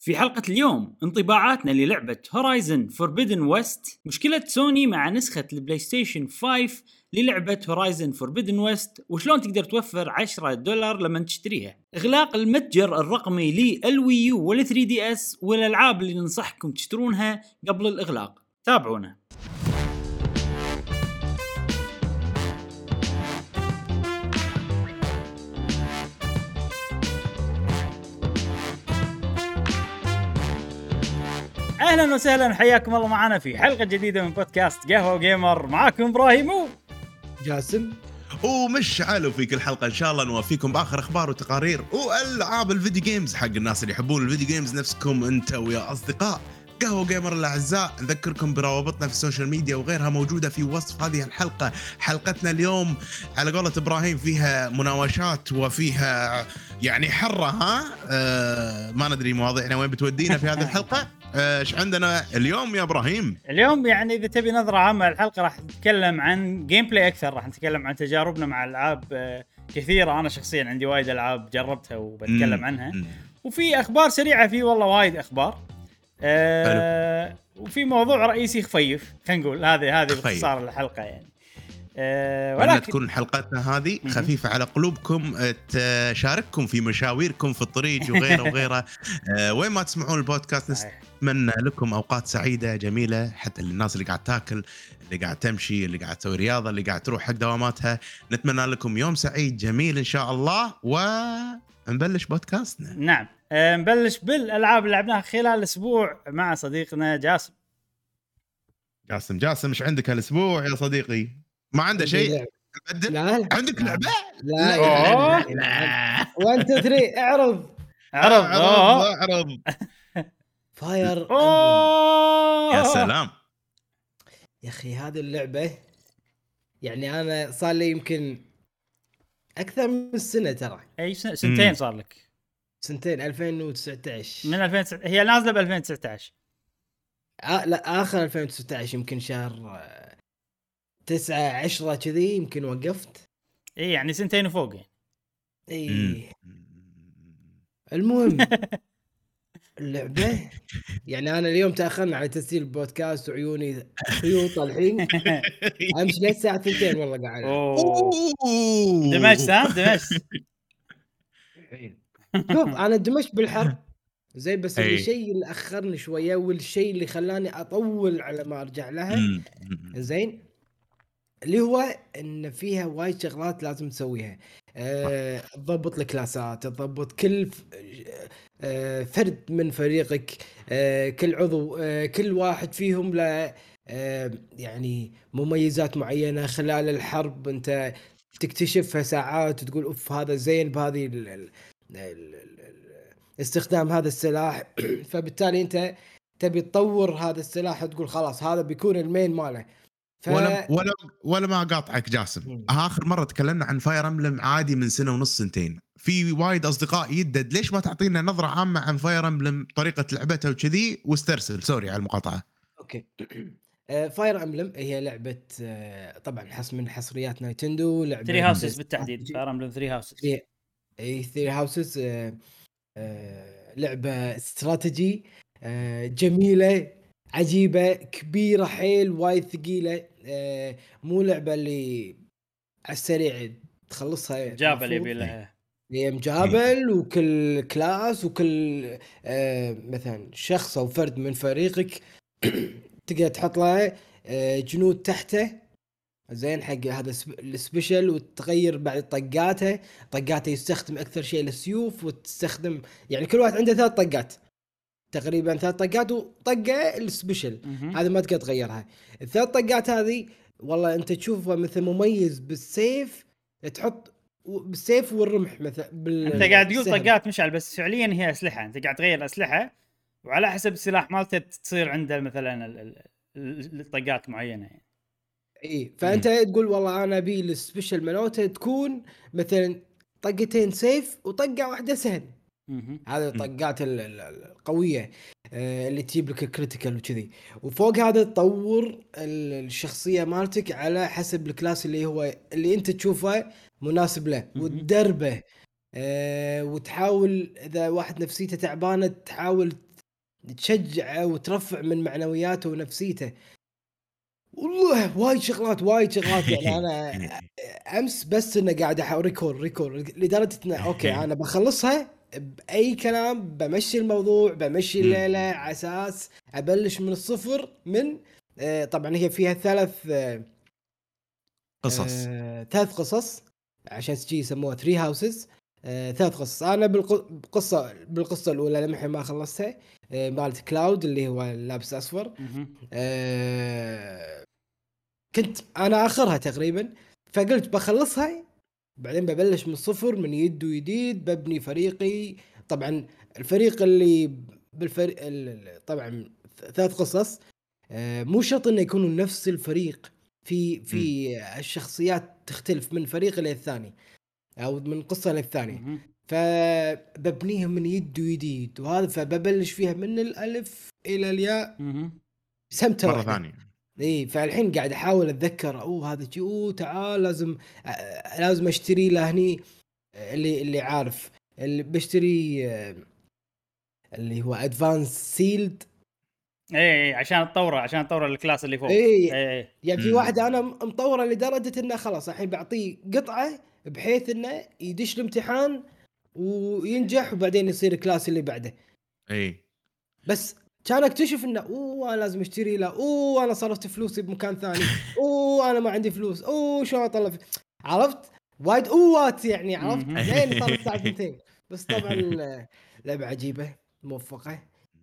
في حلقة اليوم انطباعاتنا للعبة هورايزن فوربيدن ويست، مشكلة سوني مع نسخة البلاي ستيشن 5 للعبة هورايزن فوربيدن ويست، وشلون تقدر توفر $10 لما تشتريها، إغلاق المتجر الرقمي للويو وال 3DS والألعاب اللي ننصحكم تشترونها قبل الإغلاق. تابعونا. اهلا وسهلا، حياكم الله معنا في حلقه جديده من بودكاست قهوه جيمر. معاكم ابراهيم جاسم ومشعل، وفي كل حلقه ان شاء الله نوافيكم باخر اخبار وتقارير والعاب الفيديو جيمز حق الناس اللي يحبون الفيديو جيمز نفسكم انت ويا اصدقاء. قهوة جيمر الاعزاء، نذكركم بروابطنا في السوشيال ميديا وغيرها موجوده في وصف هذه الحلقه. حلقتنا اليوم على قولة ابراهيم فيها مناوشات وفيها يعني حره، ما ندري مواضيعنا وين بتودينا في هذه الحلقه. ايش عندنا اليوم يا ابراهيم؟ اليوم يعني اذا تبي نظره عامه على الحلقه راح نتكلم عن جيم بلاي اكثر، راح نتكلم عن تجاربنا مع العاب كثيره. انا شخصيا عندي وايد العاب جربتها وبتكلم عنها، وفي اخبار سريعه، في والله وايد اخبار. وفي موضوع رئيسي خفيف، خلينا نقول هذه باختصار الحلقه يعني. ولكن تكون حلقتنا هذه خفيفة على قلوبكم، تشارككم في مشاويركم في الطريق وغيره وغيره. وين ما تسمعون البودكاست نتمنى لكم أوقات سعيدة جميلة، حتى الناس اللي قاعد تاكل، اللي قاعد تمشي، اللي قاعد تسوي رياضة، اللي قاعد تروح حق دواماتها. نتمنى لكم يوم سعيد جميل إن شاء الله، ونبلش بودكاستنا. نعم، نبلش بالألعاب اللي لعبناها خلال الأسبوع مع صديقنا جاسم. جاسم إيش عندك هالأسبوع يا صديقي؟ ما عنده شيء؟ لا. عندك لعبة؟ لا 1 2 3 اعرض فاير يا سلام يا اخي. هذه اللعبة يعني انا صار لي يمكن اكثر من سنة، ترى اي سنتين صار لك. سنتين 2019 من 2009 هي نازلة ب 2019. لا اخر 2019 يمكن شهر 9-10 كذي يمكن وقفت. اي يعني سنتين وفوق يعني. اي المهم اللعبة يعني انا اليوم تاخرنا على تسجيل البودكاست وعيوني خيوط الحين. امشي للساعة 2 والله قاعد. دمشق شوف انا دمشق بالحر زي، بس الشيء اللي اخرني شويه والشيء اللي خلاني اطول على ما ارجع لها زين، اللي هو ان فيها وايد شغلات لازم تسويها. تضبط الكلاسات، تضبط كل فرد من فريقك، كل عضو، كل واحد فيهم له يعني مميزات معينه خلال الحرب انت تكتشفها ساعات وتقول اوف هذا زين بهذه استخدام هذا السلاح. فبالتالي انت تبي تطور هذا السلاح وتقول خلاص هذا بيكون المين ماله. ولا ما قاطعك جاسم، اخر مره تكلمنا عن فاير امبلم عادي من سنه ونص سنتين، في وايد اصدقاء يدد ليش ما تعطينا نظره عامه عن فاير امبلم، طريقه لعبتها وكذي، واسترسل سوري على المقاطعه. اوكي. فاير امبلم هي لعبه طبعا من حصريات نايتندو، لعبه 3 هاوسز بالتحديد. فاير امبلم 3 هاوسز. اي 3 هاوسز. لعبه استراتيجي جميله عجيبه كبيره حيل وايد ثقيله. مو لعبه اللي على السريع تخلصها جابل يبي لها، هي مجابل، وكل كلاس وكل مثلا شخص او فرد من فريقك تقدر تحط له جنود تحته زين حق هذا السبيشل، وتغير بعد طقاته يستخدم اكثر شيء للسيوف، وتستخدم يعني كل واحد عنده 3 طقات تقريبا، 3 طقات وطقه السبيشل هذا ما تقدر تغيرها. ال3 طقات هذه والله انت تشوفها مثل مميز بالسيف، تحط بالسيف والرمح مثلا انت قاعد تقول طقات مشعل، بس فعليا هي اسلحه، انت قاعد تغير الاسلحه وعلى حسب السلاح مالته تصير عنده مثلا الطقات معينه يعني. اي فانت تقول والله انا ابي السبيشل مالته تكون مثلا طقتين سيف وطقه واحده سهل. هذه الطقات القويه اللي تجيب لك الكريتيكال وكذي، وفوق هذا تطور الشخصيه مالتك على حسب الكلاس اللي انت تشوفه مناسب له، وتدربه وتحاول اذا واحد نفسيته تعبانه تحاول تشجعه وترفع من معنوياته ونفسيته. والله وايد شغلات يعني انا امس بس انه قاعد احاول ريكورد لدرجه انه اوكي انا بخلصها باي كلام، بمشي الموضوع، بمشي الليله على اساس ابلش من الصفر. من طبعا هي فيها ثلاث قصص عشان تجي يسموها 3 هاوسز. 3 قصص. انا بالقصه الاولى لمحي ما خلصتها، مالت كلاود اللي هو لابس اصفر. كنت انا اخرها تقريبا، فقلت بخلصها بعدين ببلش من الصفر من يد وجديد، ببني فريقي. طبعا الفريق اللي بالفريق طبعا 3 قصص، مو شرط انه يكونوا نفس الفريق. في الشخصيات تختلف من فريق الى الثاني او من قصه للثانيه، فببنيهم من يد وجديد وهذا. فببلش فيها من الالف الى الياء سمته مره واحده ثانيه. اي. فالحين قاعد احاول اتذكر هذا شيء، تعال لازم اشتري له هني. اللي عارف اللي بشتري اللي هو ادفانس سيلد. اي عشان تطور الكلاس اللي فوق. اي يعني في واحد انا مطوره لدرجه انه خلاص الحين بعطيه قطعه بحيث انه يدش الامتحان وينجح وبعدين يصير الكلاس اللي بعده. اي بس كان اكتشف انه انا لازم اشتري له، انا صرفت فلوسي بمكان ثاني، انا ما عندي فلوس، شلون اطلع عرفت وايد يعني عرفت لين صار الساعه 2. بس طبعا لعبه عجيبه موفقه.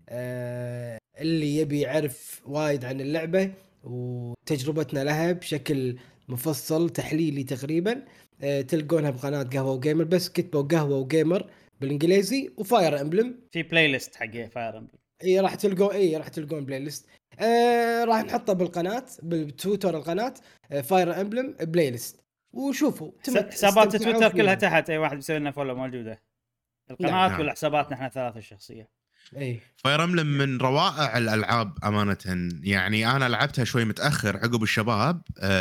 اللي يبي يعرف وايد عن اللعبه وتجربتنا لها بشكل مفصل تحليلي تقريبا، تلقونها بقناه قهوه وجيمر. بس كتبوا قهوه وجيمر بالانجليزي وفاير امبلم في بلاي ليست حق فاير امبلم. راح تلقون بلاي ليست. راح نحطه بالقناه بالتويتر القناه فاير امبلم بلاي ليست. وشوفوا حسابات تويتر كلها تحت، اي واحد بيسوي لنا فولو موجوده القناه. نعم. والحسابات نحن 3 الشخصيه. فاير امبلم من روائع الالعاب امانه. يعني انا لعبتها شوي متاخر عقب الشباب،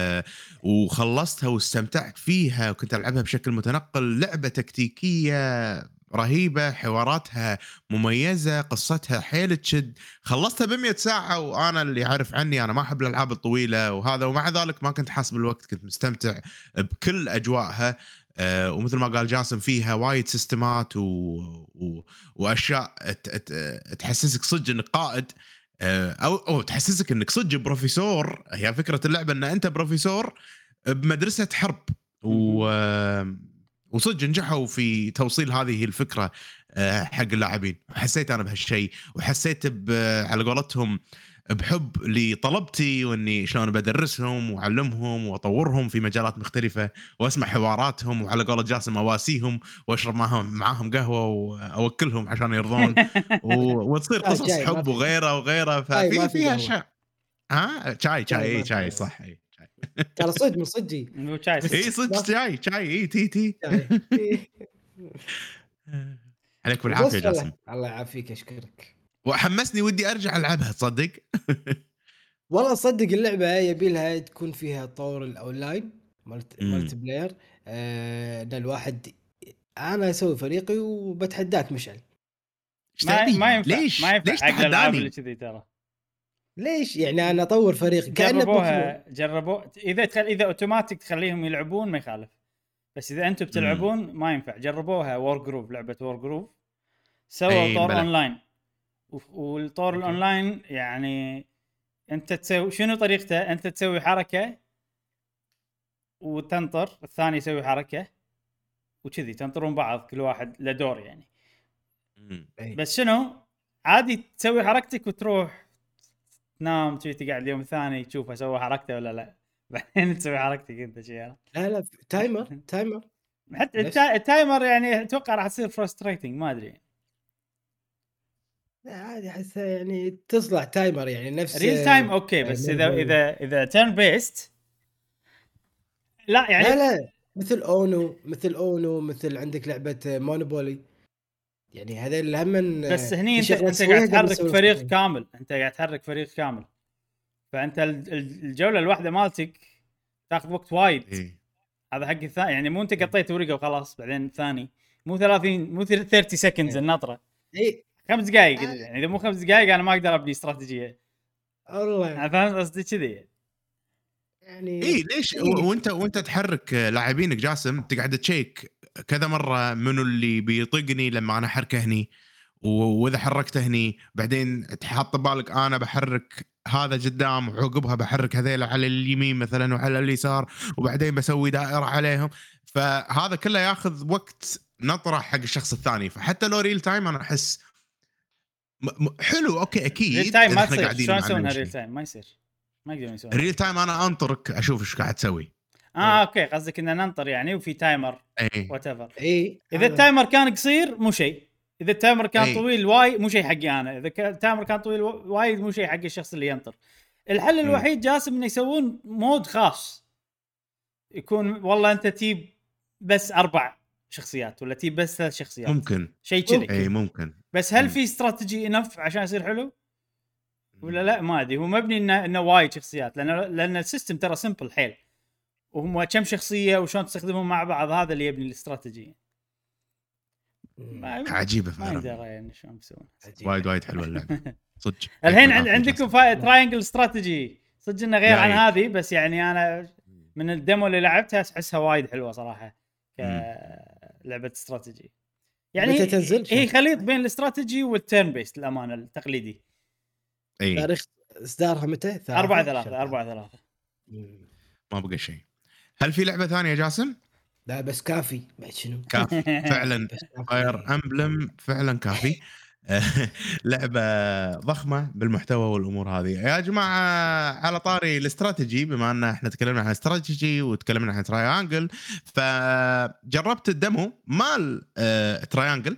وخلصتها واستمتعت فيها وكنت العبها بشكل متنقل. لعبه تكتيكيه رهيبه، حواراتها مميزه، قصتها حيل تشد. خلصتها ب100 ساعه، وانا اللي يعرف عني انا ما احب الالعاب الطويله وهذا، ومع ذلك ما كنت حاسب الوقت، كنت مستمتع بكل اجواءها. ومثل ما قال جاسم فيها وايد سيستمات واشياء تحسسك صدق انك قائد، او تحسسك انك صدق بروفيسور. هي فكره اللعبه ان انت بروفيسور بمدرسه حرب، وصدق نجحوا في توصيل هذه الفكره حق اللاعبين. حسيت انا بهالشيء، وحسيت على قولتهم بحب لطلبتي، واني شلون بدرسهم واعلمهم واطورهم في مجالات مختلفه، واسمع حواراتهم، وعلى قولة جاسم اواسيهم، واشرب معاهم قهوه واوكلهم عشان يرضون وتصير قصص حب وغيره. ففيها اشياء. شاي صح. ترى صدق من صدقي مو شاي اي صدق شاي تي عليك بالعافيه جاسم. الله يعافيك اشكرك. وحمسني ودي ارجع العبها تصدق. والله صدق اللعبه يبي لها تكون فيها طور الاونلاين مالتي بلاير. ده الواحد انا اسوي فريقي وبتحداك مشعل. ما ينفع ليش حق الالعاب اللي كذي ترى. ليش يعني انا اطور فريقي كانه جربوا اذا اوتوماتيك تخليهم يلعبون ما يخالف، بس اذا انتم بتلعبون ما ينفع. جربوها وور جروف، لعبه وور جروف سووا طور اونلاين، والطور الاونلاين يعني انت تسوي شنو طريقته؟ انت تسوي حركه وتنطر الثاني يسوي حركه وكذي تنطرون بعض كل واحد له دور يعني. بس شنو عادي تسوي حركتك وتروح تنام تجي تقعد اليوم الثاني تشوفه سوى حركته ولا لا، بعدين تسوي حركتك انت شيء. لا تايمر حتى التايمر يعني اتوقع راح تصير فرستريتنج ما ادري. عادي احس يعني تصلح تايمر يعني نفس ريل تايم اوكي. بس اذا تيرن بيست لا يعني لا مثل اونو مثل عندك لعبه مونوبولي يعني هذا الهم. بس هني انت قاعد تحرك فريق كامل، انت قاعد تحرك فريق كامل، فانت الجوله الواحده مالتك تاخذ وقت وايد. هذا حق الثاني يعني مو انت قطيت ورقه وخلاص بعدين الثاني مو 30 مو 30 سكندز النطره. 5 دقائق يعني اذا مو 5 دقائق انا ما اقدر ابني استراتيجيه. والله انا فاهم قصدي كذي يعني اي ليش وانت تحرك لاعبينك جاسم تقعد تشيك كذا مره منو اللي بيطقني لما انا احركه هني، واذا حركته هني بعدين تحط ببالك انا بحرك هذا قدام وعقبها بحرك هذيل على اليمين مثلا وعلى اليسار وبعدين بسوي دائره عليهم. فهذا كله ياخذ وقت نطره حق الشخص الثاني. فحتى لو ريل تايم انا احس حلو اوكي اكيد ريل تايم ما إحنا تصير. قاعدين شلون مع يسوونها نمشي. ريل تايم؟ ما يصير، ما يقدرون يسوونها ريل تايم انا انطرك اشوف ايش قاعد تسوي. اوكي قصدك ان ننطر يعني وفي تايمر اي وات ايفر. اي اذا التايمر كان قصير مو شيء، اذا التايمر كان أي. طويل وايد مو شيء حقي انا، اذا التايمر كان طويل وايد مو شيء حق الشخص اللي ينطر. الحل الوحيد جاسم انه يسوون مود خاص يكون والله انت تجيب بس 4 شخصيات ولا تجيب بس 3 شخصيات، ممكن شيء كذي. اي ممكن. بس هل في استراتيجي انف عشان يصير حلو ولا لا؟ ما ادري. هو مبني انه وايد شخصيات، لان السيستم ترى سمبل حيل، وهم كم شخصيه وشلون تستخدمهم مع بعض، هذا اللي يبني الاستراتيجي. عجيبه ما فعلا. عندي يعني شلون بيسوون. وايد حلوه اللعبه صدق. الحين عندكم تراينجل استراتيجي صدق انه غير عن يعني. هذه، بس يعني انا من الديمو اللي لعبتها احسها وايد حلوه صراحه كلعبه استراتيجي. يعني متى تنزل؟ هي خليط بين الاستراتيجي والتيرن بيست الامانه التقليدي. اي تاريخ اصدارها متى؟ 4/3 ما بقى شيء. هل في لعبه ثانيه جاسم؟ لا بس كافي. بعد شنو؟ كافي فعلا. فاير امبلم فعلا كافي. لعبه ضخمه بالمحتوى والامور هذه يا جماعه. على طاري الاستراتيجي، بما ان احنا تكلمنا عن استراتيجي وتكلمنا عن ترايانجل، فجربت الدمو مال ترايانجل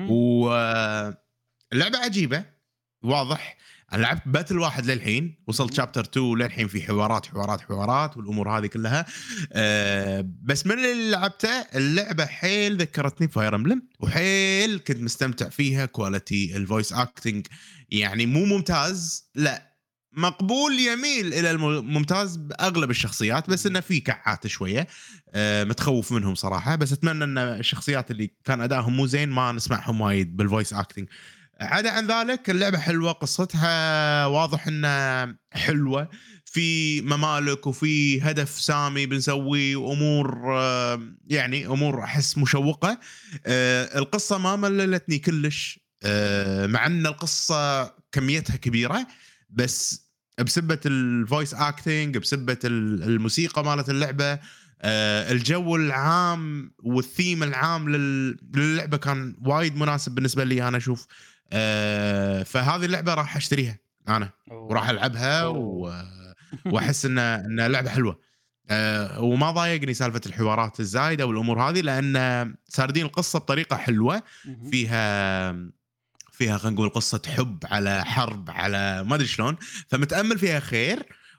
واللعبه عجيبه واضح. انا لعبت باتل واحد للحين، وصلت شابتر 2 للحين في حوارات والامور هذه كلها. بس من اللي لعبته اللعبه حيل ذكرتني فاير امبلم، وحيل كنت مستمتع فيها. كواليتي الفويس اكتنج يعني مو ممتاز، لا مقبول، يميل الى الممتاز باغلب الشخصيات، بس انه في كعات شويه متخوف منهم صراحه. بس اتمنى ان الشخصيات اللي كان ادائهم مو زين ما نسمعهم وايد بالفويس اكتنج. عدا عن ذلك اللعبة حلوة، قصتها واضح انها حلوة، في ممالك وفي هدف سامي بنسوي وامور يعني امور احس مشوقة. القصة ما مللتني كلش، مع ان القصة كميتها كبيرة، بس بسبة الفويس اكتنج، بسبة الموسيقى مالت اللعبة، الجو العام والثيم العام للعبة كان وايد مناسب بالنسبة لي انا اشوف. فهذه اللعبه راح اشتريها انا وراح العبها واحس ان لعبه حلوه. وما ضايقني سالفه الحوارات الزايده والامور هذه، لان ساردين القصه بطريقه حلوه. فيها خلينا نقول قصه حب على حرب على ما ادري شلون، فمتامل فيها خير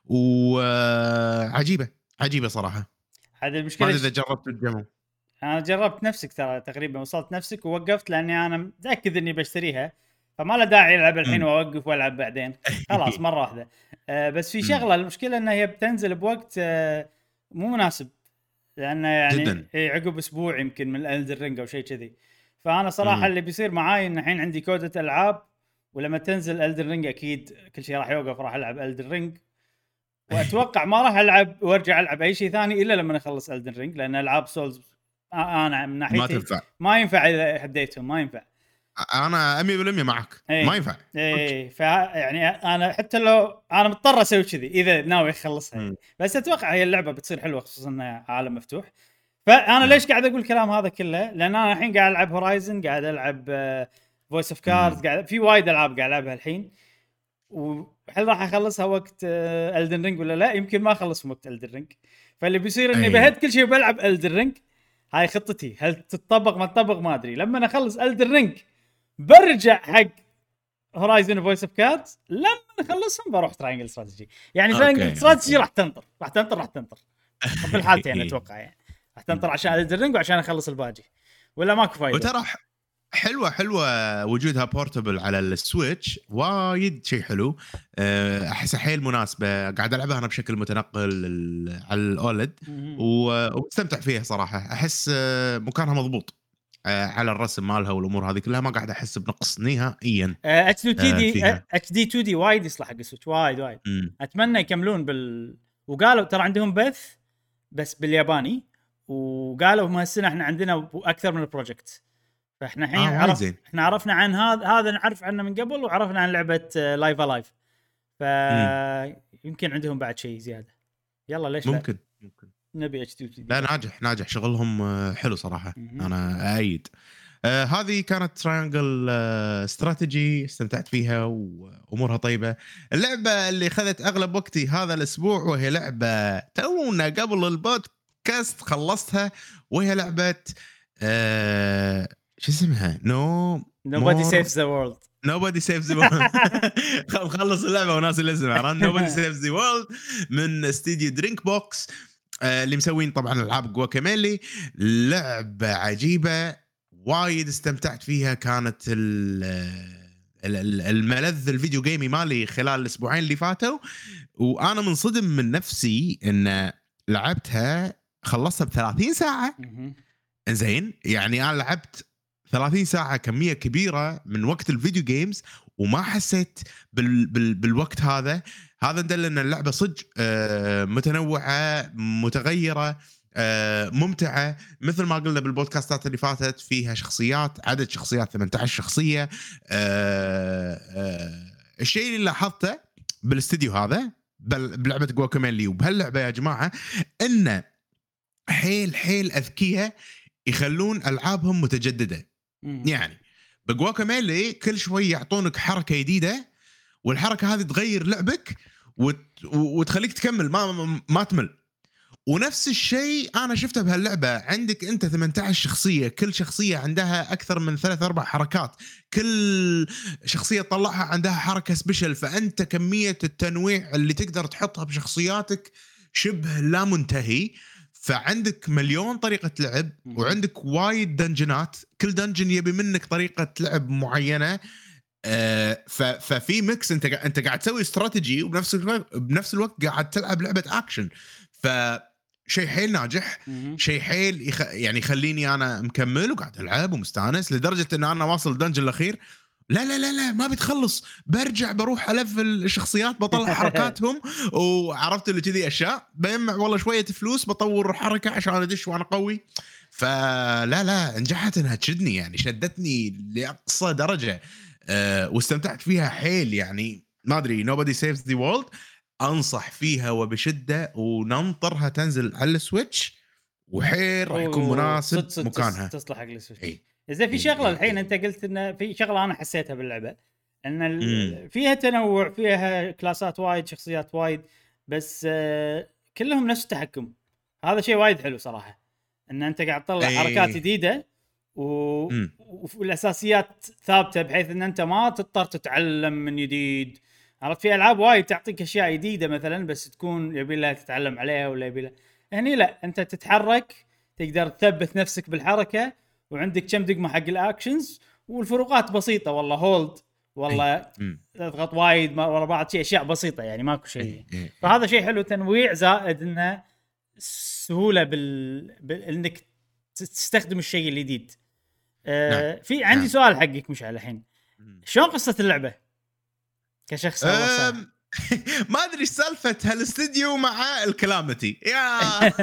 وعجيبه صراحه. هذه المشكله. ما اذا جربت الديمو. انا جربت نفسك ترى، تقريبا وصلت نفسك ووقفت، لاني انا متاكد اني بشتريها، فما له داعي العب الحين واوقف والعب بعدين، خلاص مره واحده. بس في شغله، المشكله انها هي بتنزل بوقت مو مناسب، لانه يعني عقب اسبوع يمكن من الالدر رينج او شيء كذي. فانا صراحه اللي بيصير معاي ان الحين عندي كودة العاب، ولما تنزل الدر رينج اكيد كل شيء راح يوقف، راح العب الدر رينج، واتوقع ما راح العب وارجع العب اي شيء ثاني الا لما اخلص الدر رينج، لان العاب سولز انا من ناحيتي ما ينفع اذا هديتهم، ما ينفع. انا 100% معك. ما ينفع. يعني انا حتى لو انا مضطر اسوي كذي اذا ناوي اخلصها. بس اتوقع هي اللعبه بتصير حلوه، خصوصا انها عالم مفتوح. فانا ليش قاعد اقول الكلام هذا كله؟ لان انا الحين قاعد العب هورايزن، قاعد العب فويس اوف كاردز، قاعد في وايد العاب قاعد العبها الحين. وهل راح اخلصها وقت الدن رينج ولا لا؟ يمكن ما اخلص وقت الدن رينج. فاللي بيصير اني بهد كل شيء وبلعب الدن رينج. هاي خطتي، هل تطبق ما تطبق ما ادري. لما انا اخلص الدن رينج برجع حق هورايزن فويس اوف كاردز، لما نخلصهم بروح تراينجل استراتيجي. يعني تراينجل استراتيجي راح تنطر بالحالتين اتوقع، يعني راح تنطر عشان الدن رينج وعشان اخلص الباقي، ولا ماكو فايده. وترى حلوه وجودها بورتبل على السويتش، وايد شيء حلو. احس حيل مناسبه، قاعد العبها انا بشكل متنقل على الاولد ومستمتع فيها صراحه. احس مكانها مضبوط. على الرسم مالها والامور هذه كلها ما قاعد احس بنقص نهائيا. اتش دي دي فيها. اتش دي 2 دي وايد يصلح حق السويتش وايد. اتمنى يكملون وقالوا ترى عندهم بث بس بالياباني، وقالوا هم هالسنه احنا عندنا اكثر من البروجكت، فاحنا الحين احنا عرفنا عن هذا نعرف عنه من قبل، وعرفنا عن لعبه لايف الايف، فيمكن عندهم بعد شيء زياده. يلا ليش ممكن نبي اتش دي. لا ناجح شغلهم حلو صراحه. انا ايد. هذه كانت تراينجل استراتيجي، استمتعت فيها وامورها طيبه. اللعبه اللي اخذت اغلب وقتي هذا الاسبوع وهي لعبه تونا قبل البودكاست خلصتها، وهي لعبه شو اسمها؟ Nobody saves the world. Nobody saves the world. مخلص اللعبه وناس اللي اسمها Nobody saves the world من استديو درينك بوكس، اللي مسوين طبعا العاب جواكاميلي. لعبه عجيبه وايد استمتعت فيها، كانت الملذ الفيديو جيمي مالي خلال الاسبوعين اللي فاتوا، وانا منصدم من نفسي ان لعبتها خلصتها ب30 ساعه. زين يعني انا لعبت 30 ساعه كميه كبيره من وقت الفيديو جيمز وما حسيت بالوقت هذا دل ان اللعبه صدق متنوعه متغيره ممتعه. مثل ما قلنا بالبودكاستات اللي فاتت، فيها شخصيات، عدد شخصيات 18 شخصيه. الشيء اللي لاحظته بالاستديو هذا بلعبه جواكاميلي وبهاللعبه يا جماعه، ان حيل اذكياء يخلون العابهم متجدده. يعني بجواكاميلي كل شوي يعطونك حركه جديده، والحركه هذه تغير لعبك وتخليك تكمل ما تمل. ونفس الشيء انا شفته بهاللعبه، عندك انت 18 شخصيه، كل شخصيه عندها اكثر من 3-4 حركات، كل شخصيه تطلعها عندها حركه سبيشل، فانت كميه التنويع اللي تقدر تحطها بشخصياتك شبه لا منتهي. فعندك مليون طريقه لعب، وعندك وايد دنجنات، كل دنجن يبي منك طريقه لعب معينه. ففي ميكس، انت قاعد تسوي استراتيجي وبنفس الوقت قاعد تلعب لعبه اكشن. فشيء حيل ناجح، شيء حيل يعني يخليني انا مكمل وقاعد العب ومستانس، لدرجه ان انا واصل الدنجن الاخير لا ما بتخلص، برجع بروح الف الشخصيات بطلع حركاتهم وعرفت اللي كذي اشياء، بجمع والله شويه فلوس بطور حركه عشان ادش وانا قوي. فلا نجحت انها تشدني، يعني شدتني لاقصى درجه. واستمتعت فيها حيل. يعني ما ادري، Nobody Saves the World انصح فيها وبشده، وننطرها تنزل على السويتش، وحيل راح يكون مناسب مكانها. تصلح حق السويتش. إذا في شغله الحين انت قلت ان في شغله انا حسيتها باللعبه، ان فيها تنوع، فيها كلاسات وايد، شخصيات وايد، بس كلهم نفس التحكم. هذا شيء وايد حلو صراحه، ان انت قاعد تطلع حركات جديده والاساسيات ثابته، بحيث ان انت ما تضطر تتعلم من جديد. عرفت في العاب وايد تعطيك اشياء جديده مثلا، بس تكون يبي لها تتعلم عليها ولا يبي لها. هني لا، انت تتحرك، تقدر تثبت نفسك بالحركه، وعندك كم دقمه حق الاكشنز، والفروقات بسيطه والله. هولد والله تضغط وايد ورا بعض، شيء اشياء بسيطه يعني ماكو شيء. فهذا شيء حلو، تنويع زائد انه سهوله انك تستخدم الشيء الجديد. في عندي سؤال حقك مشعل الحين، شلون قصه اللعبه كشخص؟ ما ادري ايش سالفه هالاستديو مع الكلامتي يا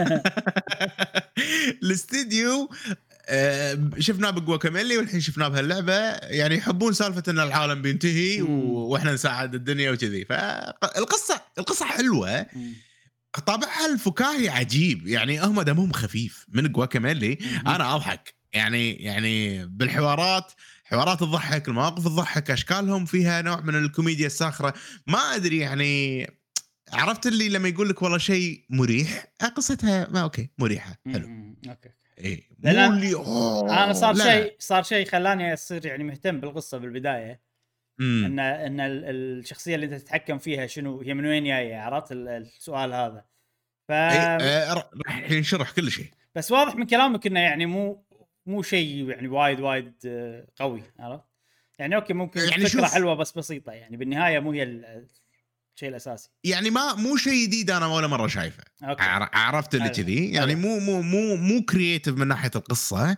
الاستديو. شفناه بجواكاميلي والحين شفناه بهاللعبه، يعني يحبون سالفه ان العالم بينتهي واحنا نساعد الدنيا وكذي. فالقصه حلوه، طابعها الفكاهي عجيب، يعني هم دمهم خفيف من جواكاميلي. انا اضحك يعني بالحوارات، حوارات تضحك، المواقف تضحك، اشكالهم فيها نوع من الكوميديا الساخره. ما ادري يعني، عرفت اللي لما يقول لك والله شيء مريح، قصتها ما اوكي مريحه حلو. اوكي ايه مو اللي انا صار شيء خلاني اصير يعني مهتم بالقصه بالبدايه. ان الشخصيه اللي انت تتحكم فيها شنو هي، من وين جايه، عرفت السؤال هذا. راح ينشرح كل شيء، بس واضح من كلامك انه يعني مو شيء يعني وايد قوي، عرفت يعني. اوكي ممكن يعني فكره حلوه بس بسيطه، يعني بالنهايه مو هي الشيء الاساسي، يعني مو شيء جديد انا ولا مره شايفه. عرفت اللي كذي يعني. مو كرييتيف من ناحيه القصه،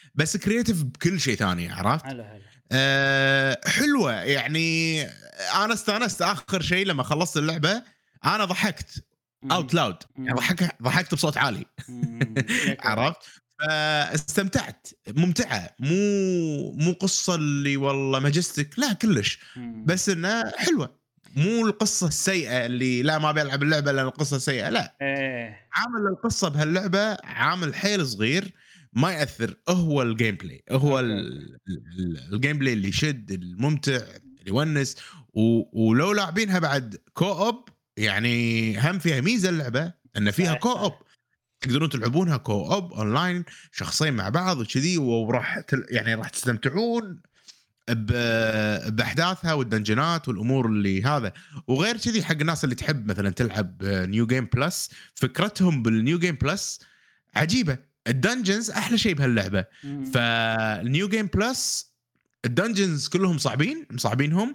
بس كرييتيف بكل شيء ثاني، عرفت؟ حلو حلوه يعني. انا استانست اخر شيء لما خلصت اللعبه، انا ضحكت اوت لاود، يعني ضحكت بصوت عالي عرفت؟ فاستمتعت، ممتعه، مو قصه اللي والله ماجستيك، لا كلش، بس انها حلوه، مو القصه السيئه اللي لا ما بيلعب اللعبه لان القصه سيئه، لا. عامل القصه بهاللعبه عامل حيل صغير ما ياثر، هو الجيم بلاي، هو الجيم بلاي اللي يشد، الممتع، اللي يونس. ولو لاعبينها بعد كوب، يعني هم فيها ميزه اللعبه ان فيها كوب، تقدرون تلعبونها كوب اونلاين، شخصين مع بعض وكذي، وراح يعني راح تستمتعون باحداثها والدنجنات والامور اللي هذا. وغير كذي حق الناس اللي تحب مثلا تلعب نيو جيم بلس، فكرتهم بالنيو جيم بلس عجيبه. الدنجنز احلى شيء بهاللعبه. فالنيو جيم بلس الدنجنز كلهم مصعبينهم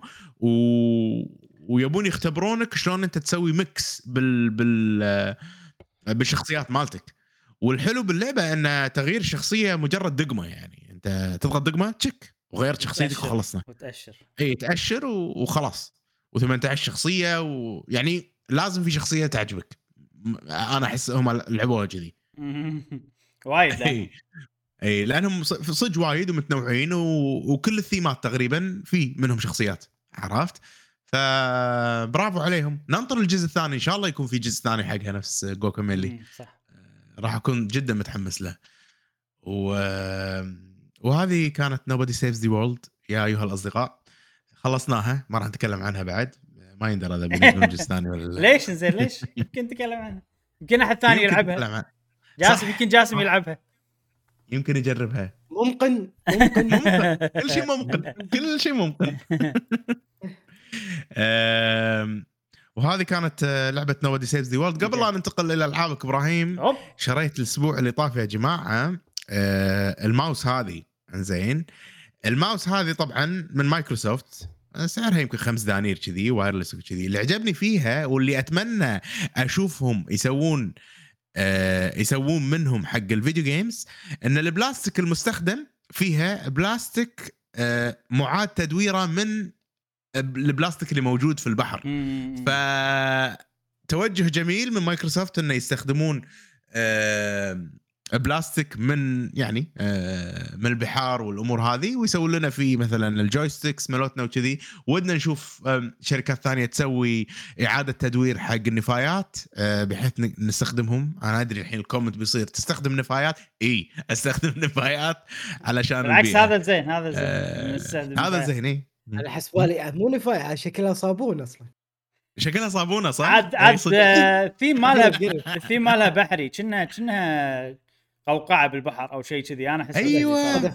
ويبون يختبرونك شلون انت تسوي ميكس بالشخصيات مالتك. والحلو باللعبه ان تغيير الشخصيه مجرد دقمه، يعني انت تضغط دقمه تشك وغيرت شخصيتك وخلصنا. تأشر وخلاص. و18 شخصيه، ويعني لازم في شخصيه تعجبك. انا احس هم لعبوها كذي وايد. اي لانهم صدق وايد ومتنوعين، وكل الثيمات تقريبا في منهم شخصيات، عرفت؟ فبرافو عليهم. ننطر الجزء الثاني ان شاء الله، يكون في جزء ثاني حقها نفس جوكاميلي. صح، راح اكون جدا متحمس له. وهذه كانت Nobody Saves the World يا ايها الاصدقاء. خلصناها، ما راح نتكلم عنها بعد، ما يندرى اذا بنزل الجزء الثاني ولا لا. ليش زين؟ ليش يمكن نتكلم عنها؟ يمكن احد ثاني يلعبها. جاسم يمكن جاسم يلعبها، يمكن يجربها. ممكن كل شيء ممكن، كل شيء ممكن. وهذه كانت لعبة Nobody Saves the World. قبل لا ننتقل إلى ألعابك إبراهيم، شريت الأسبوع اللي طاف يا جماعة الماوس هذه. إنزين، الماوس هذه طبعا من مايكروسوفت، سعرها يمكن 5 دنانير كذي، وايرلس وكذي. اللي عجبني فيها واللي أتمنى أشوفهم يسوون منهم حق الفيديو جيمز، إن البلاستيك المستخدم فيها بلاستيك معاد تدويره من البلاستيك اللي موجود في البحر. فتوجه جميل من مايكروسوفت انه يستخدمون بلاستيك من يعني من البحار والامور هذه، ويسوون لنا في مثلا الجويستيكس مالتنا وكذي. ودنا نشوف شركات ثانيه تسوي اعاده تدوير حق النفايات بحيث نستخدمهم. انا ادري الحين الكومنت بيصير تستخدم نفايات، اي استخدم نفايات علشان بالعكس هذا زين، هذا زين. على حسبالي مو نفاية، شكلها صابون اصلا، شكلها صابونه صح. عاد في مالها بحري، كنا قوقعه بالبحر او شيء كذي. انا احس ايوه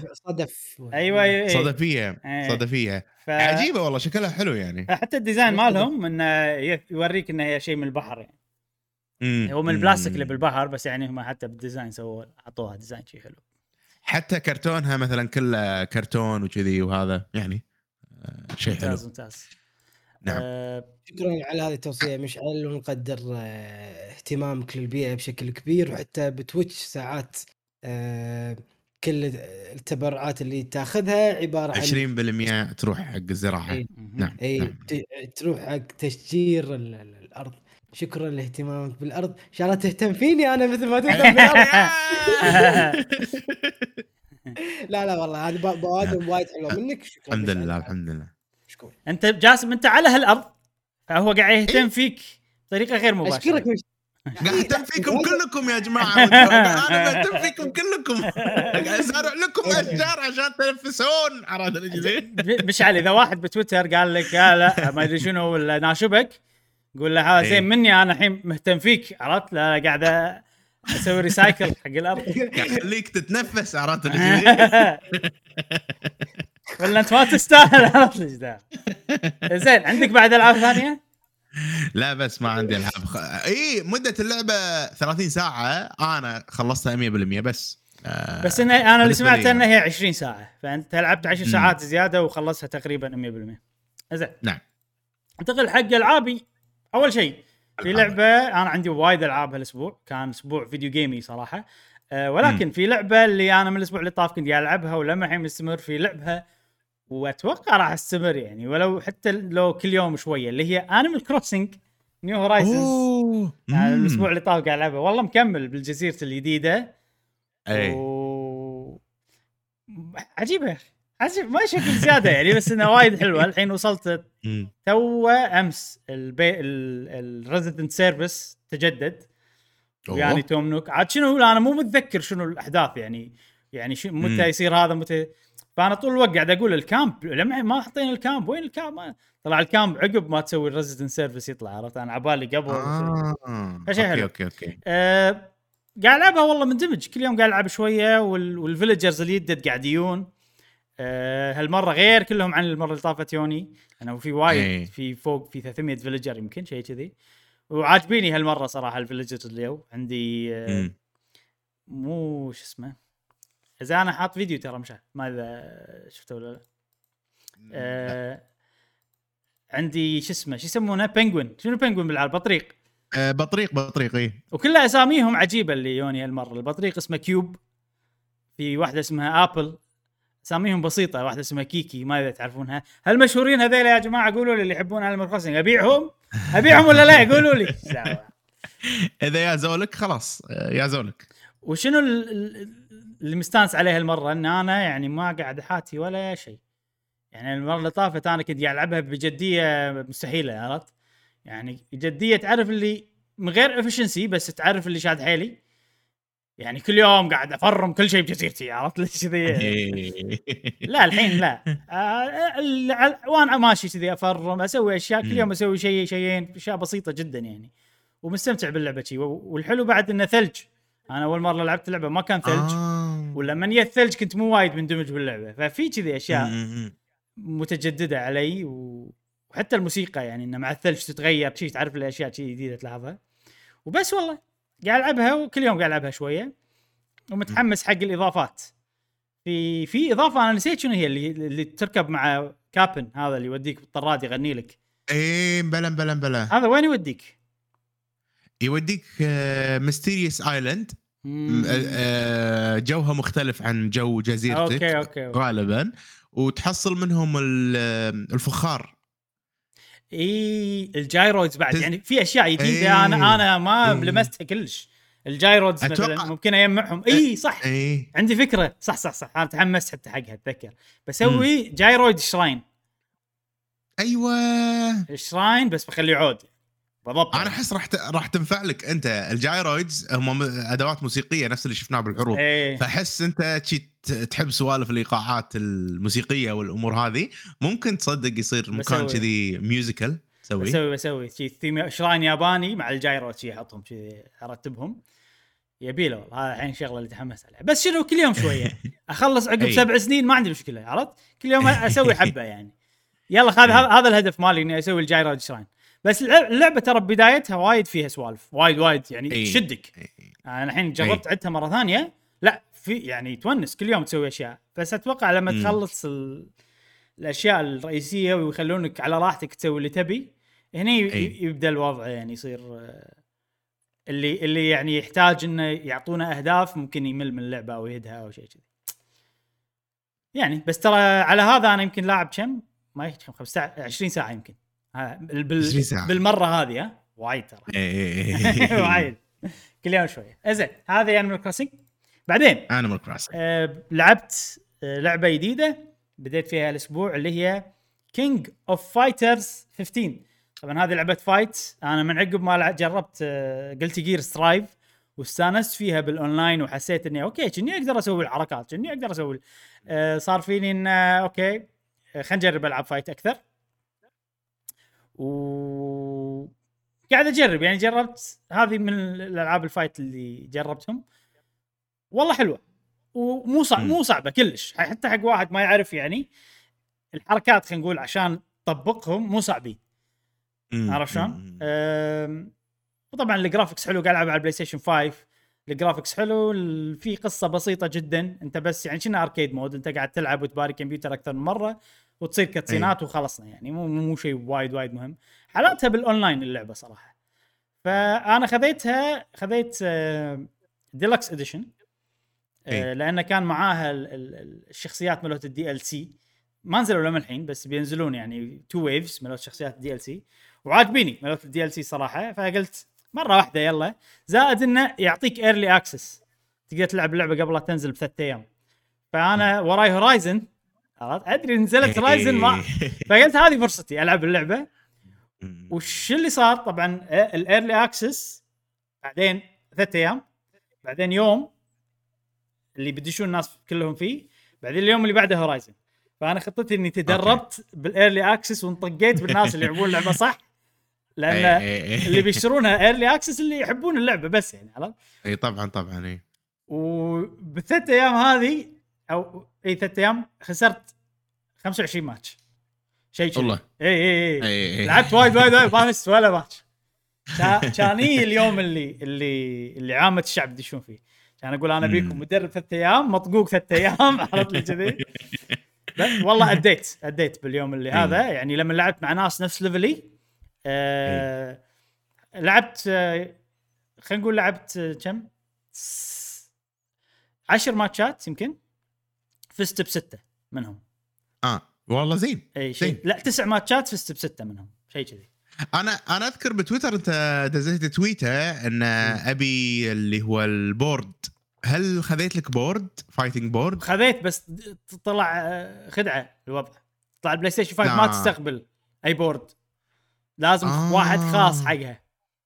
صدفيه عجيبه والله، شكلها حلو يعني. حتى الديزاين مالهم انه يوريك انه هي شيء من البحر يعني. هو من البلاستيك اللي بالبحر، بس يعني هم حتى بالديزاين سووا عطوها ديزاين شيء حلو. حتى كرتونها مثلا كله كرتون وكذي، وهذا يعني شيء حلو. ممتاز. نعم. شكرا على هذه التوصية مشعل، ونقدر اهتمامك للبيئة بشكل كبير. وحتى بتويتش ساعات كل التبرعات اللي تاخذها عبارة عن 20% تروح حق الزراعة. نعم. تروح حق تشجير الأرض. شكرا لاهتمامك بالأرض، إن شاء الله تهتم فيني أنا مثل ما تهتم بالأرض. لا والله هذه بوادم وايد حلوة منك. شكرا. الحمد لله. شكرا. أنت جاسم أنت على هالأرض، فهو قاعد يهتم فيك بطريقة غير مباشرة. أشكرك. قاعد اهتم فيكم كلكم يا جماعة. أنا بهتم فيكم كلكم، قاعد أزرع لكم أشجار عشان تنفسون. عرفت الجديد؟ مشعل إذا واحد بتويتر قال لك لا ما أدري شنو ولا ناشبك، قول له هذا زين مني، أنا الحين مهتم فيك. عرفت؟ لا قاعد أسوي ريسايكل حق الأرض، خليك تتنفس. عرفت الجديد؟ ولا أنت ما تستاهل. عرفت الجديد؟ زين، عندك بعد ألعاب ثانية؟ لا بس ما عندي العاب. اي مده اللعبه 30 ساعه، انا خلصتها 100% بس انا اللي سمعته انها هي 20 ساعه، فانت لعبت 10 ساعات زياده وخلصتها تقريبا 100%. زين، نعم. انتقل حق العابي. اول شيء في لعبه انا عندي وايد العاب هالاسبوع، كان اسبوع فيديو جيمي صراحه. ولكن في لعبه اللي انا من الاسبوع اللي طاف كنت قاعد العبها ولما الحين مستمر في لعبها واتوقع راح استمر يعني ولو حتى لو كل يوم شويه اللي هي انيمال كروسنج نيو هورايزنز. الاسبوع اللي طاف قاعد العبها والله مكمل بالجزيره الجديده. عجيبه يا اخي عجيب ما شكل زياده يعني بس انها وايد حلوه. الحين وصلت تو امس الريزيدنت سيرفيس تجدد يعني تومنوك عاد شنو انا مو متذكر شنو الاحداث يعني متى يصير هذا متى. فانا طول الوقت قاعد اقول الكامب لما ما حطينا الكامب وين الكامب طلع الكامب عقب ما تسوي الريزيدنت سيرفيس يطلع عرفت انا عبالي قبل اوكي قاعد العبها والله مندمج كل يوم قاعد العب شويه والفيلجرز اللي يدد قاعديون هالمره غير كلهم عن المره اللي طافت يوني. انا في وايد في فوق في 300 فيلجر يمكن شيء كذي وعاجبيني هالمره صراحه الفيلجرز اليوم عندي مو شو اسمه اذا انا حاط فيديو ترى مش ما اذا شفته ولا لا. عندي شو اسمه شو يسمونه بينجوين شنو بينجوين بالعربي بطريق اي وكلها اساميهم عجيبه اللي يوني هالمره. البطريق اسمه كيوب في واحده اسمها ابل اساميهم بسيطه واحده اسمها كيكي ما اذا تعرفونها. هل مشهورين هذول يا جماعه قولوا لي اللي يحبون انيمال كروسنج ابيعهم ولا لا يقولوا لي اذا يا زولك خلاص يا زولك. وشنو اللي مستانس عليه المره ان انا يعني ما قاعد احاتي ولا شيء يعني المره اللي طافت انا كنت قاعد العبها بجديه مستحيله عرفت يعني جديه تعرف اللي من غير افشنسي بس تعرف اللي شاد حيلي يعني كل يوم قاعد افرم كل شيء بجزيرتي عرفت ليش كذي. لا الحين لا وانا ماشي كذي افرم اسوي اشياء كل يوم اسوي شيئين اشياء بسيطه جدا يعني ومستمتع باللعبه شيء. والحلو بعد انه ثلج. انا اول مره لعبت اللعبه ما كان ثلج ولما نيت ثلج كنت مو وايد مندمج باللعبه ففي كذي اشياء متجدده علي وحتى الموسيقى يعني انه مع الثلج تتغير شيء تعرف الاشياء شيء جديده تلاحظها. وبس والله قاعد العبها وكل يوم قاعد العبها شويه ومتحمس حق الاضافات. في اضافه انا نسيت شنو هي اللي تركب مع كابن هذا اللي يوديك بالطراد يغني لك. بلا هذا وين يوديك ميستيريوس ايلاند. جوها مختلف عن جو جزيرتك أوكي. غالبا وتحصل منهم الفخار الجايرويدز بعد يعني في اشياء جديده انا ما لمستها كلش. الجايرويدز مثلا ممكن اجمعهم صح عندي فكره صح انا تحمست حتى حقها اتذكر بسوي جايرويد شراين. ايوه الشراين بس بخليه عود بالضبط. انا احس راح تنفع لك انت. الجايرويدز هم ادوات موسيقيه نفس اللي شفناه بالعروض فاحس انت تحب سوالف الايقاعات الموسيقيه والامور هذه ممكن تصدق يصير مكان كذي ميوزيكال. بسوي ثيم شراين ياباني مع الجايرويد شي احطهم شي ارتبهم يبيله والله. هذا الحين شغله اللي تحمس عليها بس شنو كل يوم شويه اخلص عقب 7 سنين ما عندي مشكله عرفت كل يوم اسوي حبه يعني يلا هذا الهدف مالي اني اسوي الجايرويد شراين. بس اللعبه ترى بدايتها وايد فيها سوالف وايد يعني تشدك. انا الحين جربت عدتها مره ثانيه لا في يعني تونس كل يوم تسوي اشياء بس اتوقع لما تخلص الاشياء الرئيسيه ويخلونك على راحتك تسوي اللي تبي هني يبدا الوضع يعني يصير اللي يعني يحتاج انه يعطونا اهداف ممكن يمل من اللعبه او يهدها او شيء كذي يعني. بس ترى على هذا انا يمكن لاعب كم ما يمكن 15 20 ساعه يمكن بالمره هذه وايد ترى وايد كل يوم شويه. زين هذا يعني Animal Crossing. بعدين Animal Crossing لعبت لعبه جديده بديت فيها الاسبوع اللي هي King of Fighters 15. طبعا هذه لعبه فايت انا من عقب ما جربت قلت جير سترايف واستانست فيها بالاونلاين وحسيت اني اوكي كني اقدر اسوي الحركات كني اقدر اسوي صار فيني ان اوكي خلينا نجرب العب فايت اكثر قاعد اجرب يعني جربت هذه من الالعاب الفايت اللي جربتهم والله حلوه ومو مو صعبه كلش حتى حق واحد ما يعرف يعني الحركات خلينا نقول عشان تطبقهم مو صعبين عرفت شلون. وطبعا الجرافيكس حلو قاعد العب على البلاي ستيشن 5 الجرافيكس حلو في قصه بسيطه جدا انت بس يعني شنو اركيد مود انت قاعد تلعب وتباري كمبيوتر اكثر من مره وتصير كاتسينات وخلصنا يعني مو شيء وايد مهم. حالاتها بالاونلاين اللعبه صراحه فانا خذيت ديلكس اديشن لانه كان معاها الشخصيات مالت الدي ال سي، ما نزلوا لهم الحين بس بينزلون يعني 2 ويفز مالت شخصيات الدي ال سي، وعاجبيني مالت الدي ال سي صراحه. فقلت مره واحده يلا، زائد انه يعطيك ايرلي اكسس تقدر تلعب اللعبه قبل لا تنزل ب3 ايام. فانا وراي هورايزن، ادري نزلت هورايزن ما، فقلت هذه فرصتي العب اللعبه. وش اللي صار طبعا الايرلي اكسس بعدين 3 ايام، بعدين يوم اللي بديشون الناس كلهم فيه، بعدين اليوم اللي بعده هورايزن. فانا خطتي اني تدربت بالايرلي اكسس وانطقيت بالناس اللي يلعبون اللعبه صح، لان اللي بيشترونها ايرلي اكسس اللي يحبون اللعبه بس يعني عرفت. اي طبعا اي. وبالثلاث ايام هذه او اي 3 ايام خسرت 25 ماتش شيء كذي. اي لعبت وايد ما مست ولا ماتش. كاني اليوم اللي عامه الشعب يدشون فيه، كان اقول انا بيكم مدرب 3 ايام مطقوق 3 ايام عرفت لي كذي. والله اديت باليوم اللي هذا يعني لما لعبت مع ناس نفس ليفلي. لعبت خلينا نقول لعبت كم 10 ماتشات يمكن، فزت ب6 منهم. والله زين. اي شيء. لا 9 ماتشات فزت ب6 منهم شيء كذي. انا اذكر بتويتر انت دزيت تويته ان ابي اللي هو البورد. هل خذيت لك بورد فايتنج بورد؟ خذيت بس طلع خدعه الوضع. طلع البلاي ستيشن 5 ما تستقبل اي بورد، لازم واحد خاص حقها.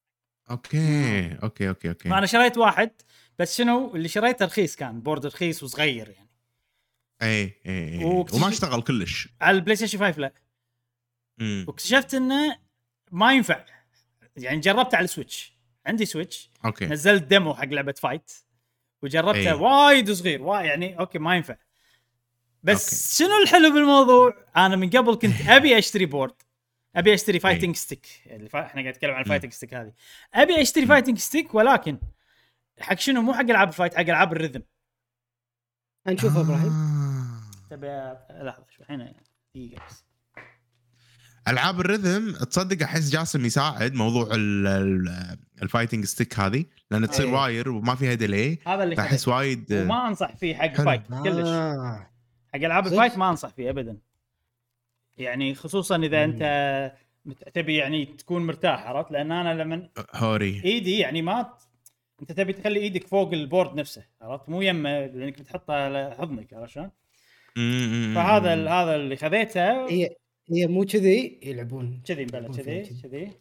اوكي فانا شريت واحد بس شنو اللي شريته رخيص، كان بورد رخيص وصغير يعني. اي وما اشتغل كلش على البلاي ستيشن 5 لا. واكتشفت انه ما ينفع يعني. جربته على السويتش، عندي سويتش. نزلت ديمو حق لعبه فايت وجربته وايد صغير يعني اوكي ما ينفع. بس شنو الحلو بالموضوع، انا من قبل كنت ابي اشتري بورد، ابي اشتري فايتنج ستيك. احنا قاعد نتكلم عن الفايتنج ستيك هذه. ابي اشتري فايتنج ستيك ولكن حق شنو؟ مو حق العاب الفايت، حق العاب الرhythm. نشوفها ابراهيم. تبي لحظه شوي الحين دقيقه بس. العاب الريذم تصدق احس جاسم يساعد موضوع الفايتنج ستيك هذه، لان تصير واير وما فيها ديلي. هذا اللي احس وايد وما انصح فيه حق فايت كلش. حق العاب الفايت ما انصح فيه ابدا يعني، خصوصا اذا انت تبي يعني تكون مرتاح عرفت. لان انا لما هوري ايدي يعني ما انت تبي تخلي ايدك فوق البورد نفسه عرفت، مو يمه لانك بتحطها على حضنك عرفت شلون. فهذا اللي خذيته. هي مو كذي يلعبون كذي بلا كذي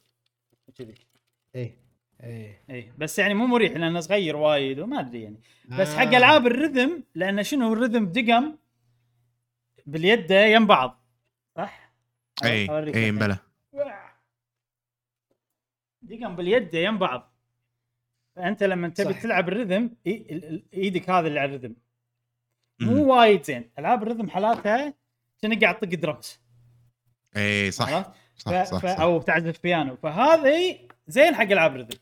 اي بس يعني مو مريح لانه صغير وايد وما ادري يعني. بس حق العاب الرhythm، لان شنو الرhythm دقم باليد يم بعض صح. اي بلا دقم باليد يم بعض. فانت لما تبي تلعب الرhythm ايدك هذا اللي على الرhythm مو وايد زين. العاب الرhythm حالاتها كأنك قاعد تطق درمز. اي صح او تعزف بيانو. فهذه زين حق العاب الرhythm.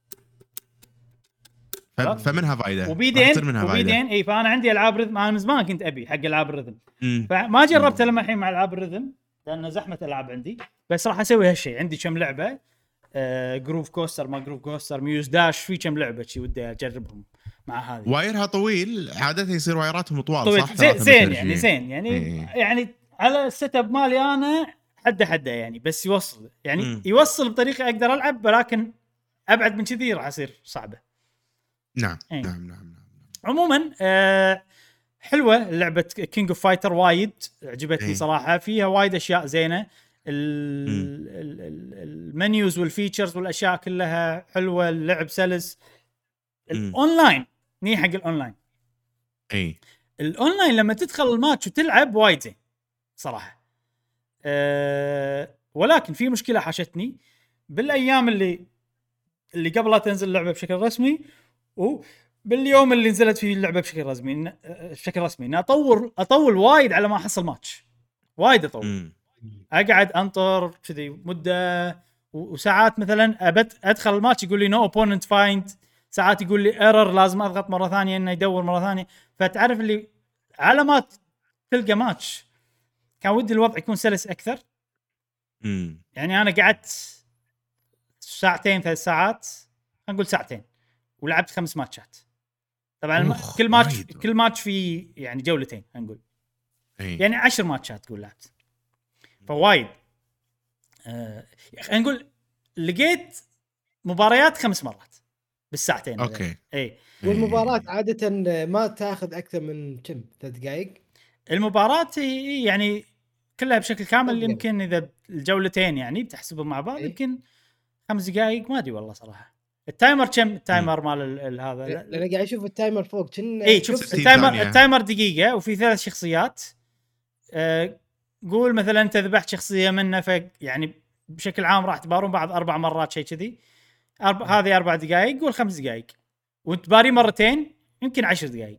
فمنها فايده وبيدين اي. فانا عندي العاب رhythm، انا من زمان كنت ابي حق العاب الرhythm فما جربتها لما الحين مع العاب الرhythm لان زحمه العاب عندي. بس راح اسوي هالشيء. عندي كم لعبه جروف كوستر ما جروف كوستر ميوز داش، في كم لعبه شي ودي اجربهم مع هذه. وايرها طويل عاده يصير وايراتهم طوال صح. زين يعني على السيت اب مالي انا حده يعني، بس يوصل يعني يوصل بطريقه اقدر العب، ولكن ابعد من كذي راح يصير صعبه. نعم. عموما حلوه لعبه كينج اوف فايتر، وايد عجبتني صراحه. فيها وايد اشياء زينه، المنيوز والفيتشرز والاشياء كلها حلوه. اللعب سلس. الاونلاين ني حق الاونلاين. الاونلاين لما تدخل الماتش وتلعب وايد زين صراحه. ولكن في مشكله حاشتني بالايام اللي قبل لا تنزل اللعبه بشكل رسمي، وباليوم اللي نزلت فيه اللعبه بشكل رسمي ان اطول وايد على ما احصل ماتش. وايد اطول. اقعد انطر كذي مده وساعات. مثلا ادخل الماتش يقول لي نو اوبوننت فايند، ساعات يقول لي ايرور لازم اضغط مره ثانيه انه يدور مره ثانيه. فتعرف اللي على ما تلقى ماتش كان ودي الوضع يكون سلس اكثر. يعني انا قعدت 2-3 ساعات، نقول 2 ولعبت 5 ماتشات طبعا كل ماتش فيه يعني جولتين هنقول يعني 10 ماتشات تقول لعبت فوايد. خلينا نقول لقيت مباريات 5 مرات بالساعتين. اوكي. اي والمباراة عادة ما تاخذ اكثر من كم 3 دقائق. المباراة يعني كلها بشكل كامل يمكن اذا الجولتين يعني بتحسبهم مع بعض يمكن 5 دقائق ما ادري والله صراحة. التايمر كم التايمر مال هذا؟ لا انا قاعد اشوف التايمر فوق كنا اي شوف التايمر دقيقة وفي 3 شخصيات. قول مثلا انت ذبحت شخصية منه يعني بشكل عام راح تبارون بعض 4 مرات شيء كذي. هذه 4 دقائق قول 5 دقائق وانت باري مرتين يمكن 10 دقائق.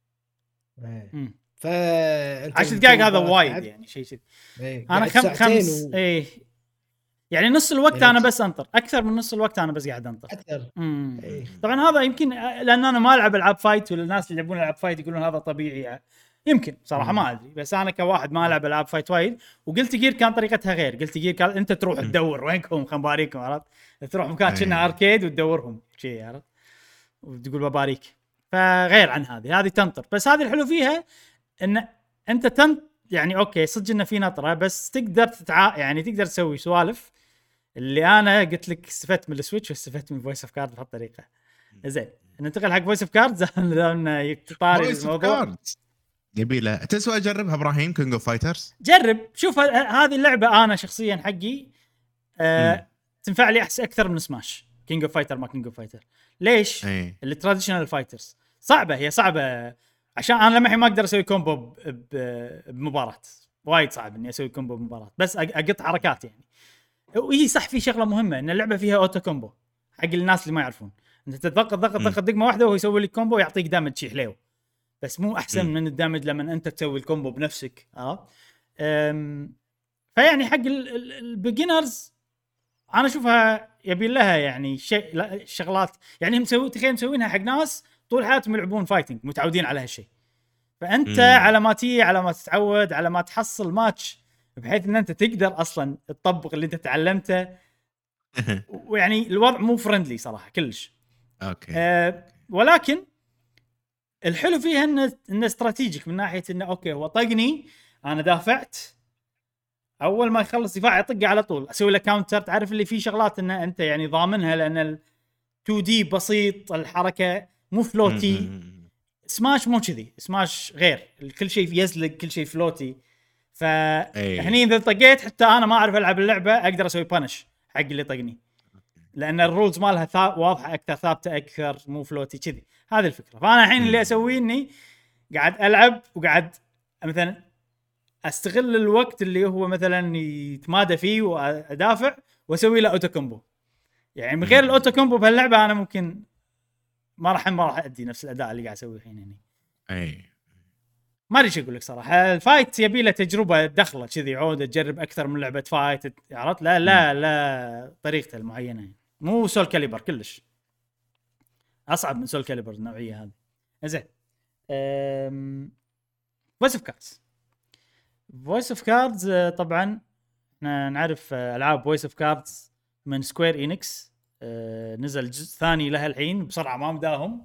فانت 10 دقائق هذا وايد يعني شيء كذي. انا 5 يعني نص الوقت انا بس انطر اكثر من نص الوقت انا بس قاعد انطر اكثر. طبعا هذا يمكن لان انا ما العب العاب فايت ولا الناس اللي يلعبون العاب فايت يقولون هذا طبيعي يمكن صراحه ما ادري بس انا كواحد ما العب العاب فايت وايد. وقلت جير كان طريقتها غير. قلت جير كان انت تروح تدور وينكم خباريكم عرفت تروح مكان كنا اركيد وتدورهم شيء عرفت وتقول بباريك. فغير عن هذه تنطر بس هذه الحلو فيها ان انت يعني اوكي صدق انه في نطره بس تقدر يعني تقدر تسوي سوالف اللي انا قلت لك استفدت من السويتش واستفدت من فويس اوف كارد بهالطريقه. زين ننتقل حق فويس اوف كارد لان يطاري الموضوع جميله. تسوى اجربها ابراهيم كينج اوف فايترز؟ جرب شوف هذه اللعبه انا شخصيا حقي تنفع لي اكثر من سماش كينج اوف فايتر ما كينج اوف فايتر. ليش؟ اللي تراديشنال فايترز هي صعبه عشان انا لما ما اقدر اسوي كومبو بمباراه وايد صعب اني اسوي كومبو بمباراه بس اقط حركات يعني. وهي صح في شغله مهمه ان اللعبه فيها اوتو كومبو حق الناس اللي ما يعرفون انت تضغط دقمه واحده وهو يسوي لك كومبو ويعطيك دامج شي حليو بس مو احسن من الدامج لما انت تسوي الكومبو بنفسك. فيعني حق البيجنرز انا اشوفها يبي لها يعني شغلات يعني تخيل مسوينها حق ناس طول حياتهم يلعبون فايتنج متعودين على هالشيء. فانت على ما تتعود على ما تحصل ماتش بحيث ان انت تقدر اصلا تطبق اللي انت تعلمته ويعني الوضع مو فرندلي صراحه كلش. اوكي. ولكن الحلو فيها انه استراتيجيك من ناحيه انه اوكي هو طقني انا دافعت اول ما يخلص دفاع يطق على طول اسوي له كاونتر. تعرف اللي فيه شغلات ان انت يعني ضامنها لان ال2D بسيط الحركه مو فلوتي. سماش مو كذي سماش غير كل شيء يزلق كل شيء فلوتي. فهني اذا طقيت حتى انا ما اعرف العب اللعبه اقدر اسوي بانش حق اللي طقني لان الرولز مالها واضحه اكثر ثابته اكثر مو فلوتي كذي. هذه الفكره. فانا الحين اللي اسويه اني قاعد العب وقاعد مثلا استغل الوقت اللي هو مثلا يتمادى فيه وادافع واسوي له اوتو كومبو. يعني من غير الاوتو كومبو بهاللعبه انا ممكن ما راح ادي نفس الاداء اللي قاعد اسويه الحين هنا. ما ادري شو اقول لك صراحه. الفايت يبي له تجربه دخله كذي عوده تجرب اكثر من لعبه فايت عرفت. لا طريقته المعينه مو سول كاليبر كلش اصعب من سول كاليبر النوعيه هذه. زين فويس اوف كاردز طبعا احنا نعرف العاب فويس اوف كاردز من سكوير إينكس. نزل جزء ثاني لها الحين بسرعه ما مداهم.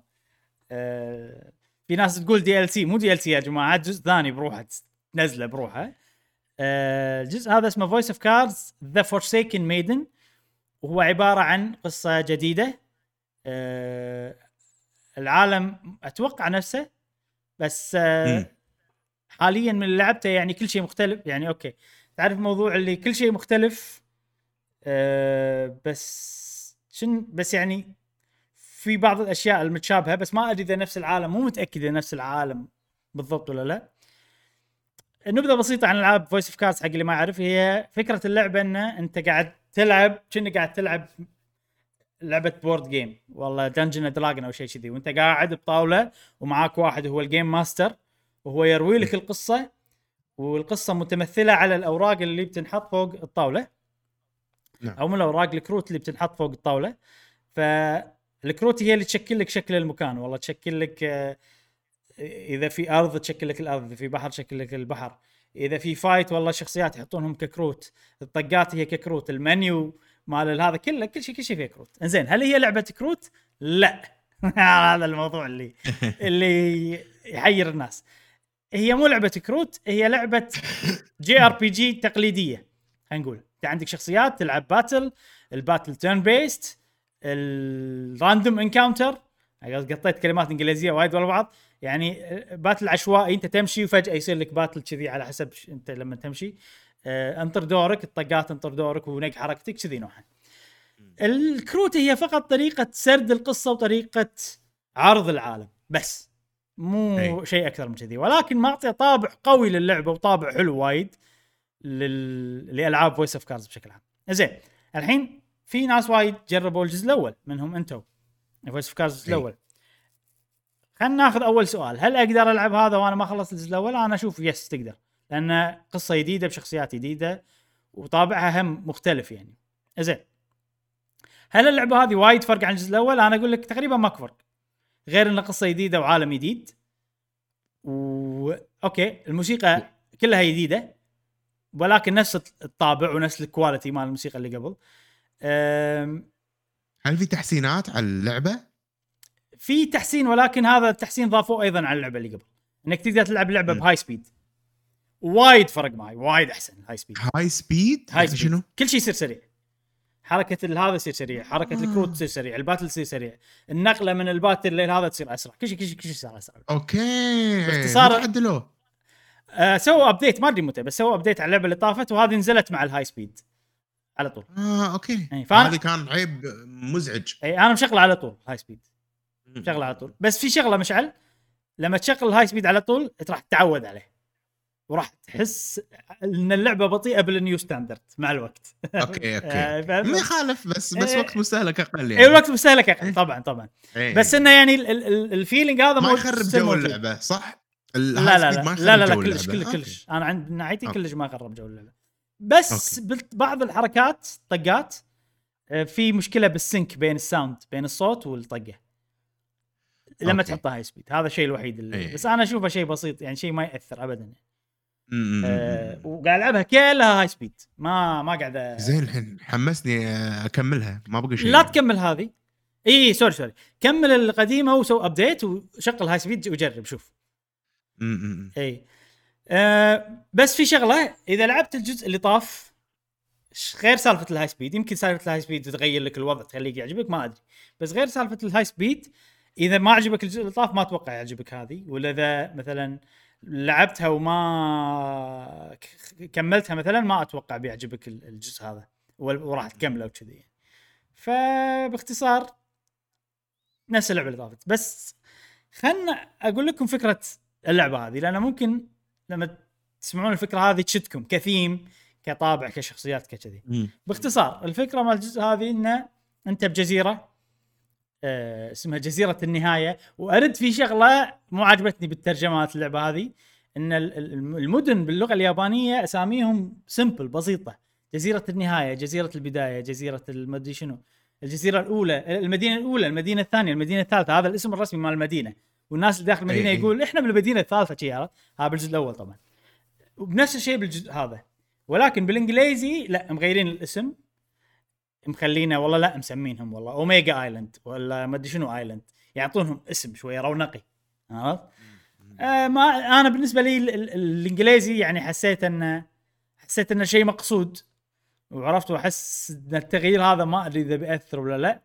في ناس تقول DLC مو DLC يا جماعه جزء ثاني بروحه نزله بروحه. الجزء هذا اسمه فويس اوف كاردز ذا فورسيكن ميدن وهو عباره عن قصه جديده. العالم اتوقع نفسه بس حاليا من لعبته يعني كل شيء مختلف يعني اوكي تعرف موضوع اللي كل شيء مختلف بس يعني في بعض الاشياء المتشابهه بس ما ادري اذا نفس العالم مو متاكد اذا نفس العالم بالضبط ولا لا. النبذه بسيطه عن العاب فويس اوف كاردز حق اللي ما يعرف. هي فكره اللعبه ان انت قاعد تلعب لعبه بورد جيم والله دنجن اند دراجون او شيء كذي وانت قاعد بطاوله ومعاك واحد هو الجيم ماستر وهو يروي لك القصه والقصه متمثله على الاوراق اللي بتنحط فوق الطاوله. او من الاوراق الكروت اللي بتنحط فوق الطاوله. فالكروت هي اللي تشكل لك شكل المكان والله تشكل لك اذا في ارض تشكل لك الارض اذا في بحر تشكل لك البحر اذا في فايت والله شخصيات يحطونهم ككروت الطقات هي ككروت المنيو مال هذا كل شيء فيه كروت. انزين هل هي لعبه كروت؟ لا هذا الموضوع اللي يحير الناس. هي مو لعبه كروت، هي لعبه جي ار بي جي تقليديه. خلينا نقول انت عندك شخصيات تلعب باتل، الباتل تيرن بيست، الراندوم انكاونتر. قطيت كلمات انجليزيه وايد ورا بعض. يعني باتل عشوائي، انت تمشي وفجاه يصير لك باتل كذي على حسب انت لما تمشي. انطر دورك، الطقات انطر دورك ونق حركتك كذي نوعا. الكروت هي فقط طريقه سرد القصه وطريقه عرض العالم بس، مو شيء اكثر من كذي، ولكن معطي طابع قوي للعبه وطابع حلو وايد لالعاب فويس اوف كاردز بشكل عام. زين الحين في ناس وايد جربوا الجزء الاول منهم انتو فويس اوف كاردز الاول. خلينا ناخذ اول سؤال، هل اقدر العب هذا وانا ما خلصت الجزء الاول؟ انا اشوف يس تقدر، لان قصه جديده بشخصيات جديده وطابعها هم مختلف يعني. زين هل اللعبه هذه وايد فرق عن الجزء الاول؟ انا اقول لك تقريبا ماكو فرق، غير ان قصه جديده وعالم جديد اوكي الموسيقى كلها جديده، ولكن نفس الطابع ونفس الكواليتي مال الموسيقى اللي قبل. هل في تحسينات على اللعبه؟ في تحسين، ولكن هذا التحسين ضافوه ايضا على اللعبه اللي قبل، انك تقدر تلعب اللعبه بهاي سبيد. وايد فرق معي، وايد احسن الهاي سبيد. هاي سبيد هاي سبيد شنو؟ كل شيء يصير سريع، حركه هذا يصير سريع، حركه الكروت تصير سريع، الباتل يصير سريع، النقله من الباتل لهذا تصير اسرع، كل شيء صار اسرع. اوكي باختصار تعدلوا سووا ابديت، ما ادري متى، بس سووا ابديت على اللعبه اللي طافت، وهذه نزلت مع الهاي سبيد على طول. اوكي يعني هذه كان عيب مزعج. انا مشغله على طول هاي سبيد، شغله على طول. بس في شغله مشعل، لما تشغل الهاي سبيد على طول راح تتعود عليه، وراح تحس ان اللعبه بطيئه بالنيو ستاندرد مع الوقت. اوكي ما يخالف، بس وقت مستهلك اقل يعني. اي الوقت مستهلك اقل طبعا. بس انه يعني الفيلينج هذا ما يخرب جو اللعبه صح؟ لا كلش انا عند ناحيتي كلش ما خرب جو اللعبه. بس بعض الحركات طقات في مشكله بالسync بين الساوند، بين الصوت والطقه لما تحطها هاي سبيد. هذا الشيء الوحيد اللي بس انا اشوفه شيء بسيط يعني، شيء ما ياثر ابدا. وقاعد العبها كلها هاي سبيد، ما قاعد زين. الحين حمسني اكملها، ما بقى شيء. لا تكمل هذه، اي سوري كمل القديمه وسو ابديت وشغل هاي سبيد وجرب شوف. اي بس في شغله، اذا لعبت الجزء اللي طاف غير سالفه الهاي سبيد، يمكن سالفه الهاي سبيد تغير لك الوضع تخليك يعجبك ما ادري، بس غير سالفه الهاي سبيد اذا ما عجبك الجزء اللي طاف ما اتوقع يعجبك هذه. ولا اذا مثلا لعبتها وما كملتها مثلا ما اتوقع بيعجبك الجزء هذا وراح تكمله وكذي. فباختصار نفس اللعبه اللي طافت. بس خلنا اقول لكم فكره اللعبه هذه، لان ممكن لما تسمعون الفكره هذه تشدكم كثيم، كطابع، كشخصيات، كذي. باختصار الفكره مال الجزء هذه انه انت بجزيره اسمها جزيره النهايه. وارد في شغله مو عجبتني بالترجمات اللعبه هذه، ان المدن باللغه اليابانيه اساميهم سمبل بسيطه، جزيره النهايه، جزيره البدايه، جزيره المدري شنو، الجزيره الاولى، المدينه الاولى، المدينه الثانيه، المدينه الثالثه. هذا الاسم الرسمي مال المدينه، والناس اللي داخل المدينه يقول احنا بالمدينه الثالثه شي. هذا بالجزء الاول طبعا، وبنفس الشيء بالجزء هذا. ولكن بالانجليزي لا، مغيرين الاسم، مخلينا والله لا مسمينهم والله اوميجا ايلاند ولا ما ادري شنو ايلاند، يعطونهم اسم شويه رونقي. عرفت؟ ما انا بالنسبه لي الانجليزي يعني حسيت انه شيء مقصود، وعرفت واحس ان التغيير هذا ما ادري اذا بياثر ولا لا.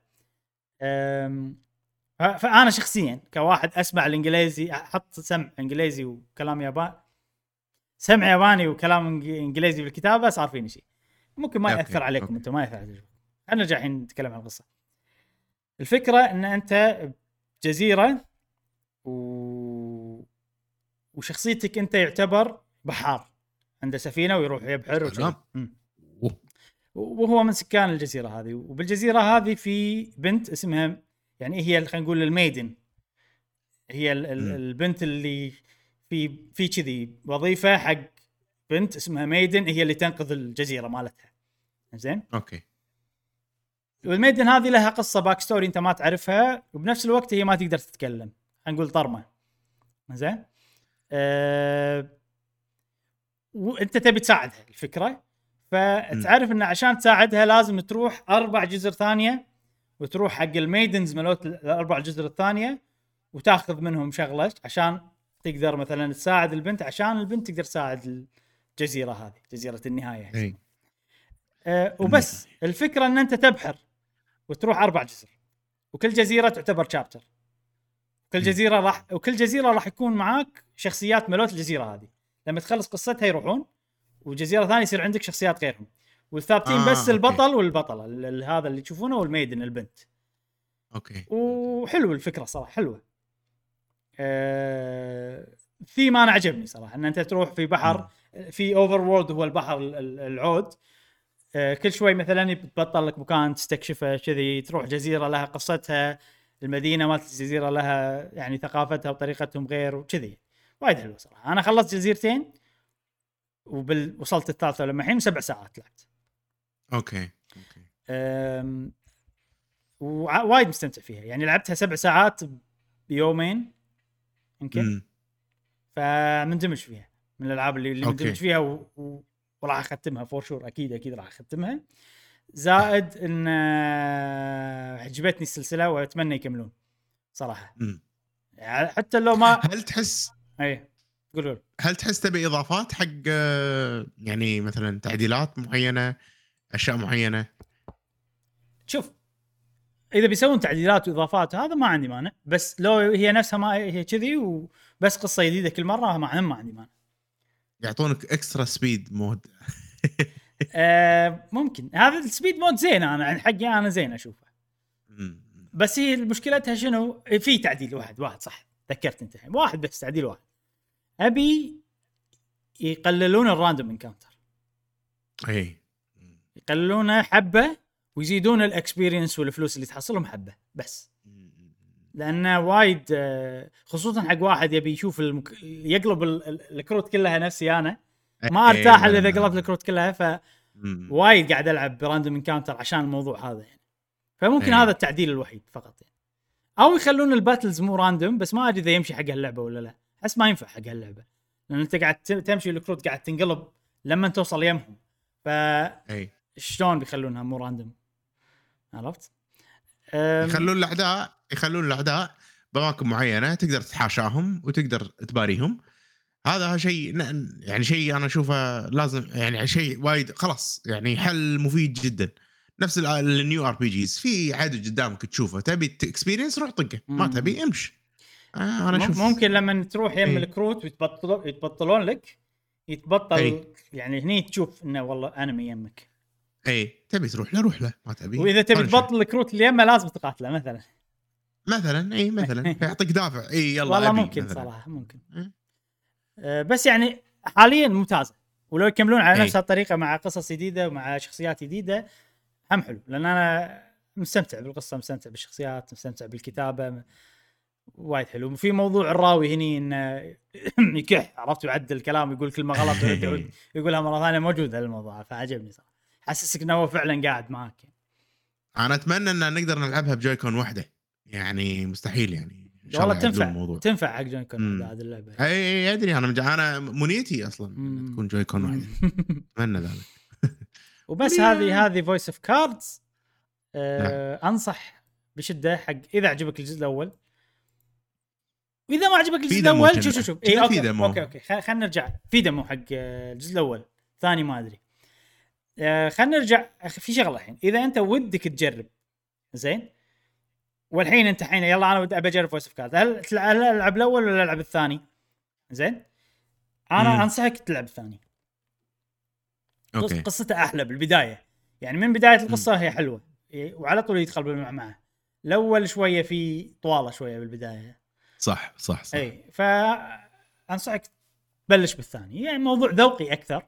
فانا شخصيا كواحد اسمع الانجليزي، احط سمع انجليزي وكلام ياباني، سمع ياباني وكلام انجليزي بالكتابه، صار فيني شيء ممكن ما ياثر عليكم انتم، ما ياثر عليكم. انا نرجع الحين نتكلم عن القصه. الفكره ان انت جزيره وشخصيتك انت يعتبر بحار، عنده سفينه ويروح يبحر وهو من سكان الجزيره هذه. وبالجزيره هذه في بنت اسمها، يعني هي خلينا نقول الميدن، هي البنت اللي في كذي وظيفه حق بنت اسمها ميدن، هي اللي تنقذ الجزيره مالتها. زين اوكي. والميدن هذه لها قصه باك ستوري انت ما تعرفها، وبنفس الوقت هي ما تقدر تتكلم، نقول طرمه. زين وانت تبي تساعدها الفكره، فتعرف ان عشان تساعدها لازم تروح 4 جزر ثانيه وتروح حق الميدنز مالوت الاربع جزر الثانيه وتاخذ منهم شغله عشان تقدر مثلا تساعد البنت، عشان البنت تقدر تساعد الجزيره هذه، جزيره النهايه. اي وبس الفكره ان انت تبحر وتروح 4 جزر، وكل جزيره تعتبر شابتر. وكل جزيره راح يكون معاك شخصيات ملوت الجزيره هذه، لما تخلص قصتها يروحون وجزيره ثانيه يصير عندك شخصيات غيرهم، والثابتين بس البطل والبطله هذا اللي تشوفونه والميدن البنت. اوكي وحلو الفكره صراحه حلوه. في ما انا عجبني صراحه ان انت تروح في بحر في اوفر وورلد، هو البحر العود. كل شوي مثلا يتبطل لك مكان تستكشفه كذي، تروح جزيره لها قصتها، المدينه مالت الجزيره لها يعني ثقافتها وطريقتهم غير وكذي. وايد حلو صراحه. انا خلصت جزيرتين وصلت الثالثه لما الحين 7 ساعات لعبت. اوكي وايد مستمتع فيها، يعني لعبتها 7 ساعات بيومين يمكن. فمندمج فيها، من الالعاب اللي مندمج فيها وراح اختمها فور شور. اكيد راح اختمها. زائد ان عجبتني السلسله واتمنى يكملون صراحه. يعني حتى لو ما هل تحس قول هل تحس تبي اضافات حق يعني مثلا تعديلات معينه، اشياء معينه؟ شوف اذا بيسوون تعديلات واضافات هذا ما عندي مانع، بس لو هي نفسها ما هي كذي وبس قصه جديده كل مره ما عندي مانع. يعطونك اكسترا سبيد مود. ممكن هذا السبيد مود زين، انا حقي انا زين اشوفه. بس هي مشكلتها شنو؟ في تعديل واحد صح ذكرت انت الحين، واحد بس تعديل واحد. ابي يقللون الراندوم انكاونتر، يقللونه حبه ويزيدون الاكسبيرينس والفلوس اللي تحصلهم حبه بس. لانه وايد خصوصا حق واحد يبي يشوف يقلب الكروت كلها نفسي انا ما ارتاح اذا قلبت الكروت كلها. ف وايد قاعد العب براندوم انكاونتر عشان الموضوع هذا يعني. فممكن هذا التعديل الوحيد فقط يعني. او يخلون الباتلز مو راندوم، بس ما ادري اذا يمشي حق هاللعبه ولا لا. احس ما ينفع حق هاللعبه، لان انت قاعد تمشي الكروت قاعد تنقلب لما توصل يمهم. ف شلون بيخلونها مو راندوم؟ عرفت؟ يخلون الاعداء باماكن معينه تقدر تتحاشاهم وتقدر تباريهم. هذا شيء يعني شيء انا اشوفه لازم، يعني شيء وايد خلاص يعني حل مفيد جدا. نفس النيو ار بي جيز، في عدد قدامك تشوفه، تبي اكسبيرينس روح طقه، ما تبي امشي. انا اشوف ممكن لما تروح يم الكروت يتبطلون لك يتبطل يعني هني تشوف انه والله انمي يمك. تبي تروح له روح له، ما تبي. واذا تبي تبطل الكروت اللي يمه لازم تقاتله مثلا مثلا يعطيك دافع. يلا والله ممكن مثلاً. صراحه ممكن بس يعني حاليا ممتازه، ولو يكملون على نفس الطريقه مع قصص جديده ومع شخصيات جديده هم حلو. لان انا مستمتع بالقصه، مستمتع بالشخصيات، مستمتع بالكتابه، وايد حلو. وفي موضوع الراوي هني انه يكح، عرفت، يعدل الكلام ويقول كلمه غلط ويعيد يقولها مره ثانيه. موجود هالموضوع فعجبني صراحه، حسسك انه هو فعلا قاعد معك. انا اتمنى ان نقدر نلعبها بجويكون واحده، يعني مستحيل يعني ان شاء الله تنفع حق جويكون هذه اللعبه. اي ادري، انا منيتي اصلا تكون جويكون واحده. اتمنى ذلك. وبس هذه فويس اوف كاردز. انصح بشده حق اذا عجبك الجزء الاول، واذا ما عجبك الجزء الاول شوف اوكي خلينا نرجع في دمو حق الجزء الاول ثاني ما ادري. خلينا نرجع في شغله الحين. اذا انت ودك تجرب زين، والحين انت حين يلا انا ودي اجرب فويس اوف كارد، هل العب الاول ولا العب الثاني؟ زين انا انصحك تلعب الثاني. قصته احلى بالبدايه، يعني من بدايه القصه هي حلوه وعلى طول يدخل بالمعمعه. الاول شويه في طواله شويه بالبدايه. صح اي فانصحك تبلش بالثاني، يعني موضوع ذوقي اكثر.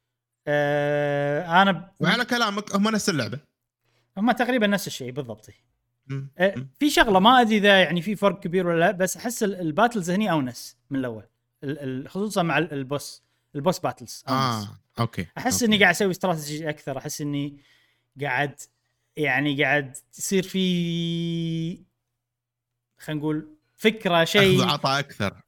انا وعلى كلامك هم نفس اللعبه، هم تقريبا نفس الشيء بالضبط. في شغله ما ادري اذا يعني في فرق كبير ولا لا، بس احس الباتلز هني اونس من الاول، خصوصا مع البوس باتلز. اوكي احس اني قاعد اسوي استراتيجي اكثر، احس اني قاعد يصير في خلينا نقول فكره شيء اخذ عطاء اكثر.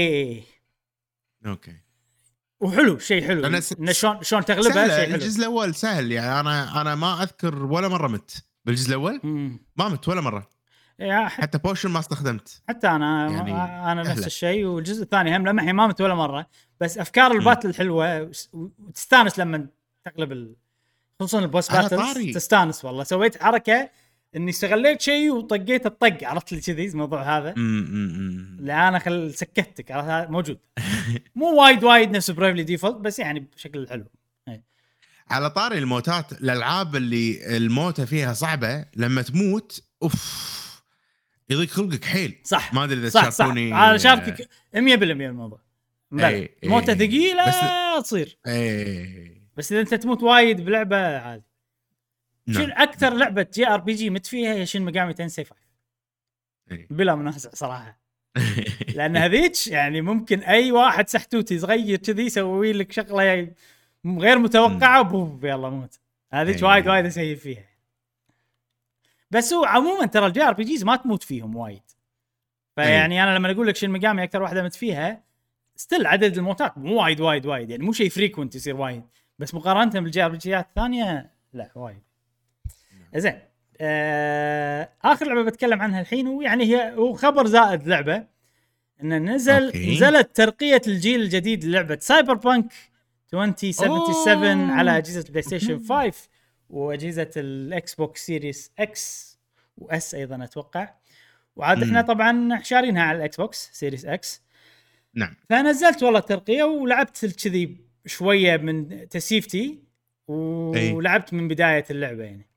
اوكي وحلو، شيء حلو. شلون تغلبها شيء حلو. الجزء الاول سهل، يعني انا ما اذكر ولا مره مت بالجزء الاول مم. ما مت ولا مره، يا حتى بوشن ما استخدمت. حتى انا يعني انا نفس سهلة. الشيء. والجزء الثاني هم لمحي ما مت ولا مره، بس افكار الباتل حلوه وتستانس لما تقلب خصوصا البوس على باتلز طاري. تستانس. والله سويت حركه اني استغليت شيء وطقيت الطق، عرفت لي كذي الموضوع هذا. لا انا سكتك على موجود. مو وايد نفس برايفلي ديفولت، بس يعني بشكل حلو. على طاري الموتات، الالعاب اللي الموتة فيها صعبه لما تموت اوف يضيق خلقك حيل. صح ما ادري اذا صح تشاركوني. انا شاركك 100% الموضوع. بلى موتة ثقيله بس تصير، ايه بس اذا انت تموت وايد بلعبه عادي. نعم. شنو اكثر لعبه جي ار بي جي مت فيها هي شين ميجامي تنسي 5 بلا منازع صراحه. لان هذيك يعني ممكن اي واحد سحتوتي صغير كذي يسوي لك شغله غير متوقعه بوف يلا موت. هذيك وايد اسيف فيها. بس هو عموما ترى الجي ار بي جيز ما تموت فيهم وايد. فيعني انا لما اقول لك شين ميجامي اكثر واحده مت فيها، ستيل عدد الموتات مو وايد يعني مو شيء فريكونت يصير وايد، بس مقارنه بالجي ار بي جيات الثانيه لا وايد. زين اخر لعبه بتكلم عنها الحين، ويعني هي خبر زائد لعبه ان نزلت ترقيه الجيل الجديد للعبه سايبر بانك 2077 على اجهزه البلاي ستيشن 5 واجهزه الاكس بوكس سيريس اكس واس ايضا اتوقع. وعاد احنا طبعا شارينها على الاكس بوكس سيريس اكس. نعم. فنزلت والله الترقيه ولعبت كذي شويه من تسيفتي ولعبت من بدايه اللعبه يعني.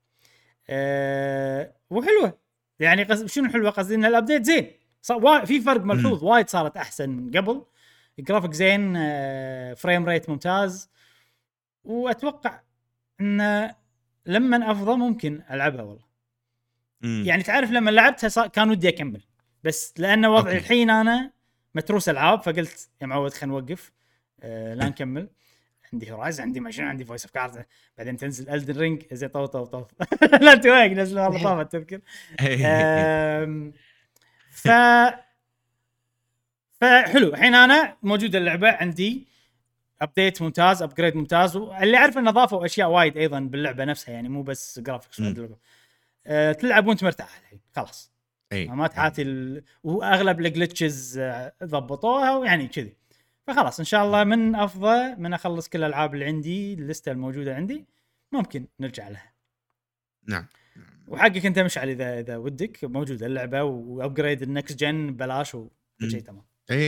وحلوه يعني شنو حلوه قصدي ان الابديت زين في فرق ملحوظ وايد صارت احسن من قبل. الجرافيك زين، فريم ريت ممتاز، واتوقع ان لما افضل ممكن العبها والله. يعني تعرف لما لعبتها كان ودي اكمل، بس لان وضعي الحين انا متروس العاب فقلت يا معود خلينا نوقف لا نكمل. عندي هورايزن، عندي ماشين، عندي فويس اوف كارد، بعدين تنزل الدن رينج زي طوط لا تواقع نزل والله طافت تذكر. فحلو الحين انا موجوده اللعبه عندي ابديت ممتاز، ابجريد ممتاز، واللي عارف ان اضافوا اشياء وايد ايضا باللعبه نفسها يعني مو بس جرافيكس. تلعب وانت مرتاح الحين خلاص ما تعاتي واغلب الجلتشز ضبطوها ويعني كذي. فخلاص ان شاء الله من افضل من اخلص كل الالعاب اللي عندي الليسته الموجوده عندي ممكن نرجع لها. نعم. وحقك انت مشعل اذا ودك موجوده اللعبه وابجريد النكست جن بلاش وشيء تمام.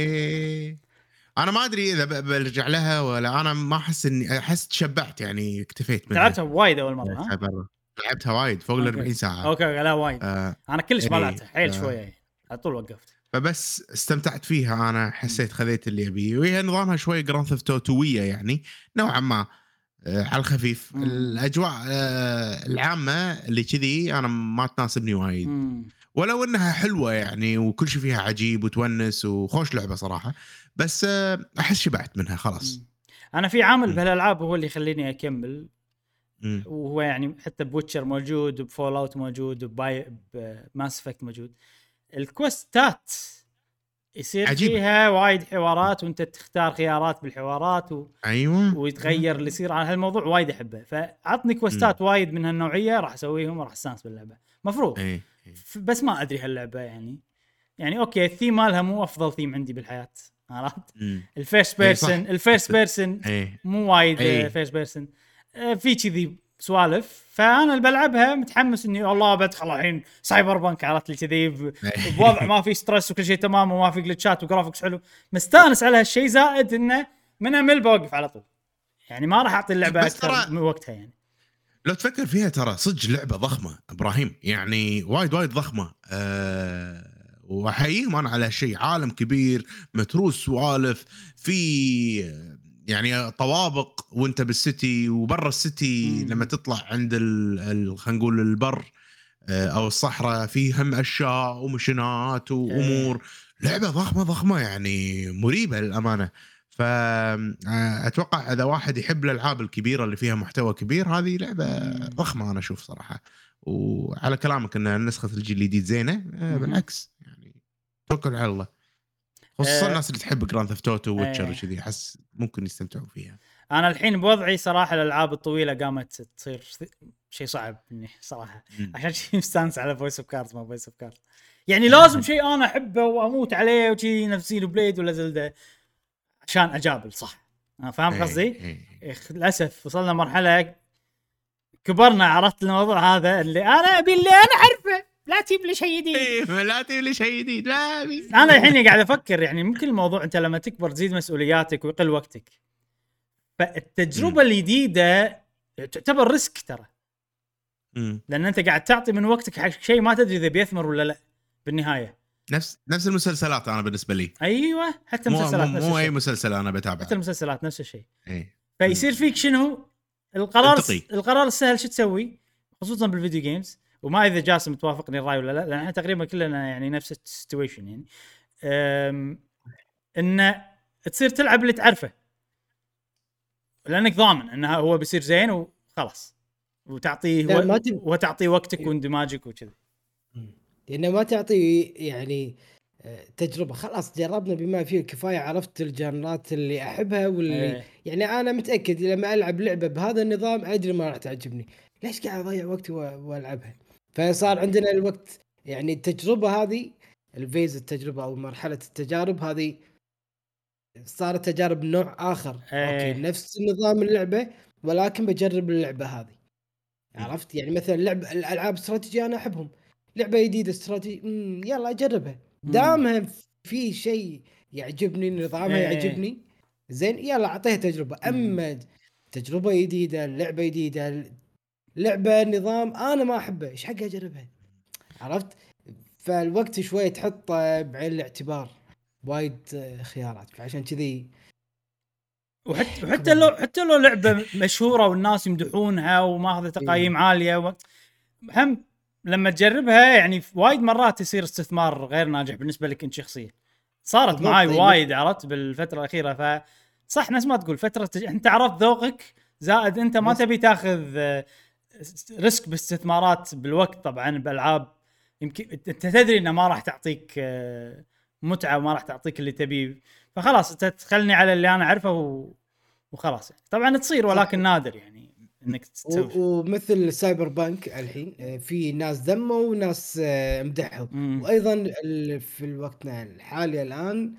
انا ما ادري اذا برجع لها ولا، انا ما احس اني احس تشبعت يعني اكتفيت منها. لعبتها وايد اول مره لعبتها وايد فوق ال 40 ساعه. اوكي لا وايد. انا كلش ما لعبتها حيل شويه يعني على طول وقفت. فبس استمتعت فيها، انا حسيت خذيت اللي ابيه، وهي نظامها شوي جراند ثيفت اوتويه يعني نوعا ما على الخفيف. الاجواء العامه اللي كذي انا ما تناسبني وايد، ولو انها حلوه يعني وكل شيء فيها عجيب وتونس وخوش لعبه صراحه، بس احس شبعت منها خلاص. انا في عامل بهالالعاب هو اللي يخليني اكمل، وهو يعني حتى بويتشر موجود، بفول اوت موجود، بماس افكت موجود. الكوستات يصير عجيب. فيها وايد حوارات وانت تختار خيارات بالحوارات ايوه ويتغير اللي يصير على هالموضوع وايد احبه. فاعطني كوستات وايد من هالنوعيه راح اسويهم وراح استانس باللعبه مفروض. بس ما ادري هاللعبه يعني اوكي الثيم مالها مو افضل ثيم عندي بالحياه عرفت. الفيرست بيرسون مو وايد فيرست بيرسون في كذي سوالف. فانا اللي بلعبها متحمس اني والله بدخل الحين سايبر بانك عرفت لي كذي بوضع ما في ستريس وكل شيء تمام وما في جلتشات وجرافيكس حلو مستانس على هالشيء. زائد انه من امل بوقف على طول يعني ما راح اعطي اللعبه اكثر من وقتها يعني. لو تفكر فيها ترى صدق لعبه ضخمه ابراهيم يعني وايد ضخمه. وحقيقي انا على شيء عالم كبير متروس سوالف في يعني طوابق وانت بالسيتي وبرا السيتي لما تطلع عند خلينا نقول البر او الصحراء فيه هم اشياء ومشينات وامور. لعبه ضخمه يعني مريبه للامانه. فاتوقع اذا واحد يحب الالعاب الكبيره اللي فيها محتوى كبير هذه لعبه ضخمه انا اشوف صراحه. وعلى كلامك ان نسخه الجيل الجديد زينه بالعكس يعني توكل على الله. خصوصا الناس اللي تحب جراند ثيفت اوتو وويتشر وكذي احس ممكن يستمتعوا فيها. انا الحين بوضعي صراحه الالعاب الطويله قامت تصير شيء صعب اني صراحه مم. عشان شيء مستانس على فويس اوف كاردز ما فويس اوف كاردز يعني لازم شيء انا احبه واموت عليه وشي نفس زينو بليد ولا زلدة عشان اجابل صح. انا فاهم قصدي. للاسف وصلنا مرحله كبرنا عرفت الموضوع هذا اللي انا ابي اللي انا اعرفه لا تجيب لي شيء جديد. لا تجيب لي شيء جديد لا أبي. انا الحين قاعد افكر يعني ممكن الموضوع انت لما تكبر تزيد مسؤولياتك ويقل وقتك فالتجربه الجديده تعتبر ريسك ترى لان انت قاعد تعطي من وقتك حق شيء ما تدري اذا بيثمر ولا لا بالنهايه. نفس المسلسلات انا بالنسبه لي ايوه حتى مسلسلات نفس مو الشيء. اي مسلسل انا بتابعه حتى المسلسلات نفس الشيء. ايه. فيصير فيك شنو القرار السهل شو تسوي خصوصا بالفيديو جيمز وما اذا جاسم توافقني الراي ولا لا لان احنا تقريبا كلنا يعني نفس السيتويشن يعني ان تصير تلعب اللي تعرفه لانك ضامن انها هو بيصير زين وخلاص وتعطيه وتعطيه وقتك واندماجك وكذا لأنه ما تعطي يعني تجربة خلاص جربنا بما فيه الكفاية عرفت الجانرات اللي أحبها واللي يعني أنا متأكد لما ألعب لعبة بهذا النظام أدري ما راح تعجبني ليش قاعد أضيع وقتي وألعبها. فصار عندنا الوقت يعني التجربة هذه الفيز التجربة أو مرحلة التجارب هذه صارت تجارب نوع آخر. أوكي نفس نظام اللعبة ولكن بجرب اللعبة هذه عرفت يعني مثلا الألعاب استراتيجية أنا أحبهم لعبة جديدة استراتيجي يلا أجربها دامها في شيء يعجبني نظامها يعجبني زين يلا أعطيها تجربة. أما تجربة جديدة لعبة جديدة لعبة نظام أنا ما أحبه إيش حق أجربها عرفت. فالوقت شوي تحطه بعين الاعتبار وايد خيارات فعشان كذي وحتى لو لعبة مشهورة والناس يمدحونها وماخذة تقييم عالية هم لما تجربها يعني وايد مرات يصير استثمار غير ناجح بالنسبة لك انت شخصيا. صارت معاي وايد عرفت بالفترة الأخيرة فصح ناس ما تقول فترة انت عرفت ذوقك زائد انت ما تبي تاخذ ريسك باستثمارات بالوقت طبعا بألعاب يمكن انت تدري انه ما راح تعطيك متعة وما راح تعطيك اللي تبيه فخلاص انت تخلني على اللي انا اعرفه وخلاص طبعا تصير ولكن نادر يعني انك تسوي ومثل سايبر بانك الحين في ناس ذموا وناس امدحوا وايضا في الوقتنا الحالي الان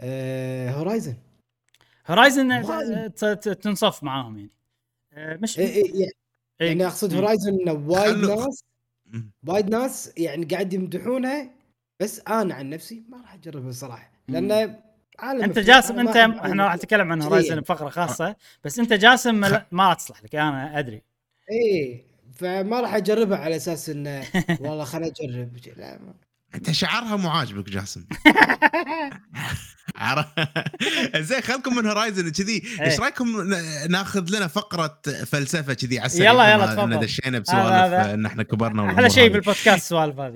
هورايزن تنصف معاهم يعني مش يعني اقصد هورايزن وايد ناس يعني قاعد يمدحونها بس انا عن نفسي ما راح اجربها صراحه لان انت جاسم انت احنا راح نتكلم عن هورايزن بفقره خاصه بس انت جاسم ما راح تصلح لك انا ادري فما راح اجربها على اساس انه والله خليني اجرب لا انت شعارها مو عاجبك جاسم زين خلكم من هورايزن كذي ايش رايكم ناخذ لنا فقره فلسفه كذي على السريع يلا تفضل دشينا بسوالف ان احنا كبرنا احلى شيء بالبودكاست سوالف هذه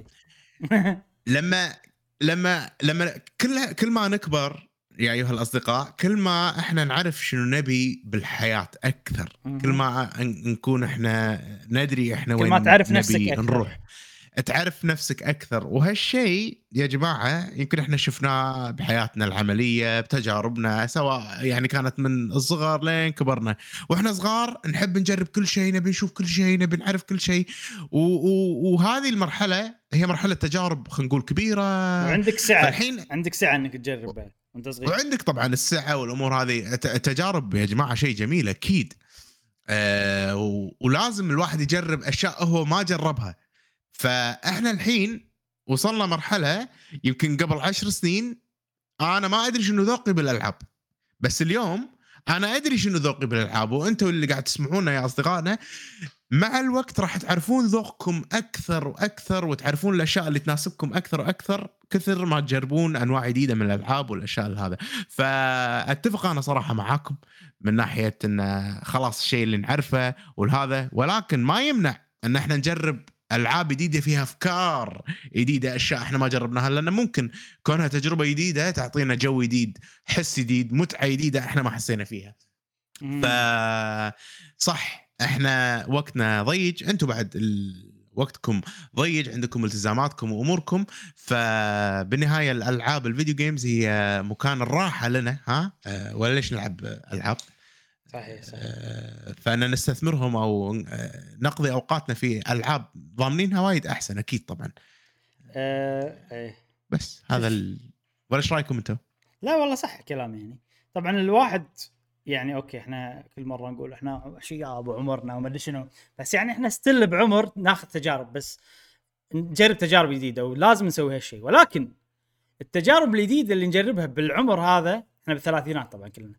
لما كل ما نكبر يا ايها الاصدقاء كل ما احنا نعرف شنو نبي بالحياه اكثر كل ما نكون احنا ندري احنا وين ما تعرف نفسك أكثر. نروح تعرف نفسك أكثر وهالشيء يا جماعة يمكن إحنا شفناه بحياتنا العملية بتجاربنا سواء يعني كانت من الصغر لين كبرنا وإحنا صغار نحب نجرب كل شيء نبي نشوف كل شيء نبي نعرف كل شيء وهذه المرحلة هي مرحلة تجارب خلينا نقول كبيرة وعندك سعة الحين عندك سعة إنك تجرب بعد وأنت صغير وعندك طبعا السعة والأمور هذه التجارب يا جماعة شيء جميل أكيد ولازم الواحد يجرب أشياء هو ما جربها. فاحنا الحين وصلنا مرحله يمكن قبل 10 سنين انا ما ادري شنو ذوقي بالالعاب بس اليوم انا ادري شنو ذوقي بالالعاب وانتم اللي قاعد تسمعونا يا اصدقائنا مع الوقت راح تعرفون ذوقكم اكثر واكثر وتعرفون الاشياء اللي تناسبكم اكثر واكثر كثر ما تجربون انواع جديده من الالعاب والاشياء هذا. فاتفق انا صراحه معاكم من ناحيه ان خلاص الشيء اللي نعرفه والهذا ولكن ما يمنع ان احنا نجرب ألعاب جديدة فيها أفكار جديدة أشياء إحنا ما جربناها لأن ممكن كونها تجربة جديدة تعطينا جو جديد حس جديد متعة جديدة إحنا ما حسينا فيها. فصح إحنا وقتنا ضيج أنتوا بعد وقتكم ضيج عندكم التزاماتكم وأموركم فبالنهاية الألعاب الفيديو جيمز هي مكان الراحة لنا ولا ليش نلعب ألعاب صحيح. فأنا نستثمرهم أو نقضي أوقاتنا في ألعاب ضامنينها وايد أحسن أكيد طبعا. ايه بس هذا ولا ايش رايكم انتم؟ لا والله صح كلام يعني. طبعا الواحد يعني اوكي احنا كل مره نقول احنا شياب وعمرنا وما ادري شنو، بس يعني احنا ستيل بعمر ناخذ تجارب، بس نجرب تجارب جديده ولازم نسوي هالشيء. ولكن التجارب الجديده اللي نجربها بالعمر هذا، احنا بالثلاثينات طبعا كلنا،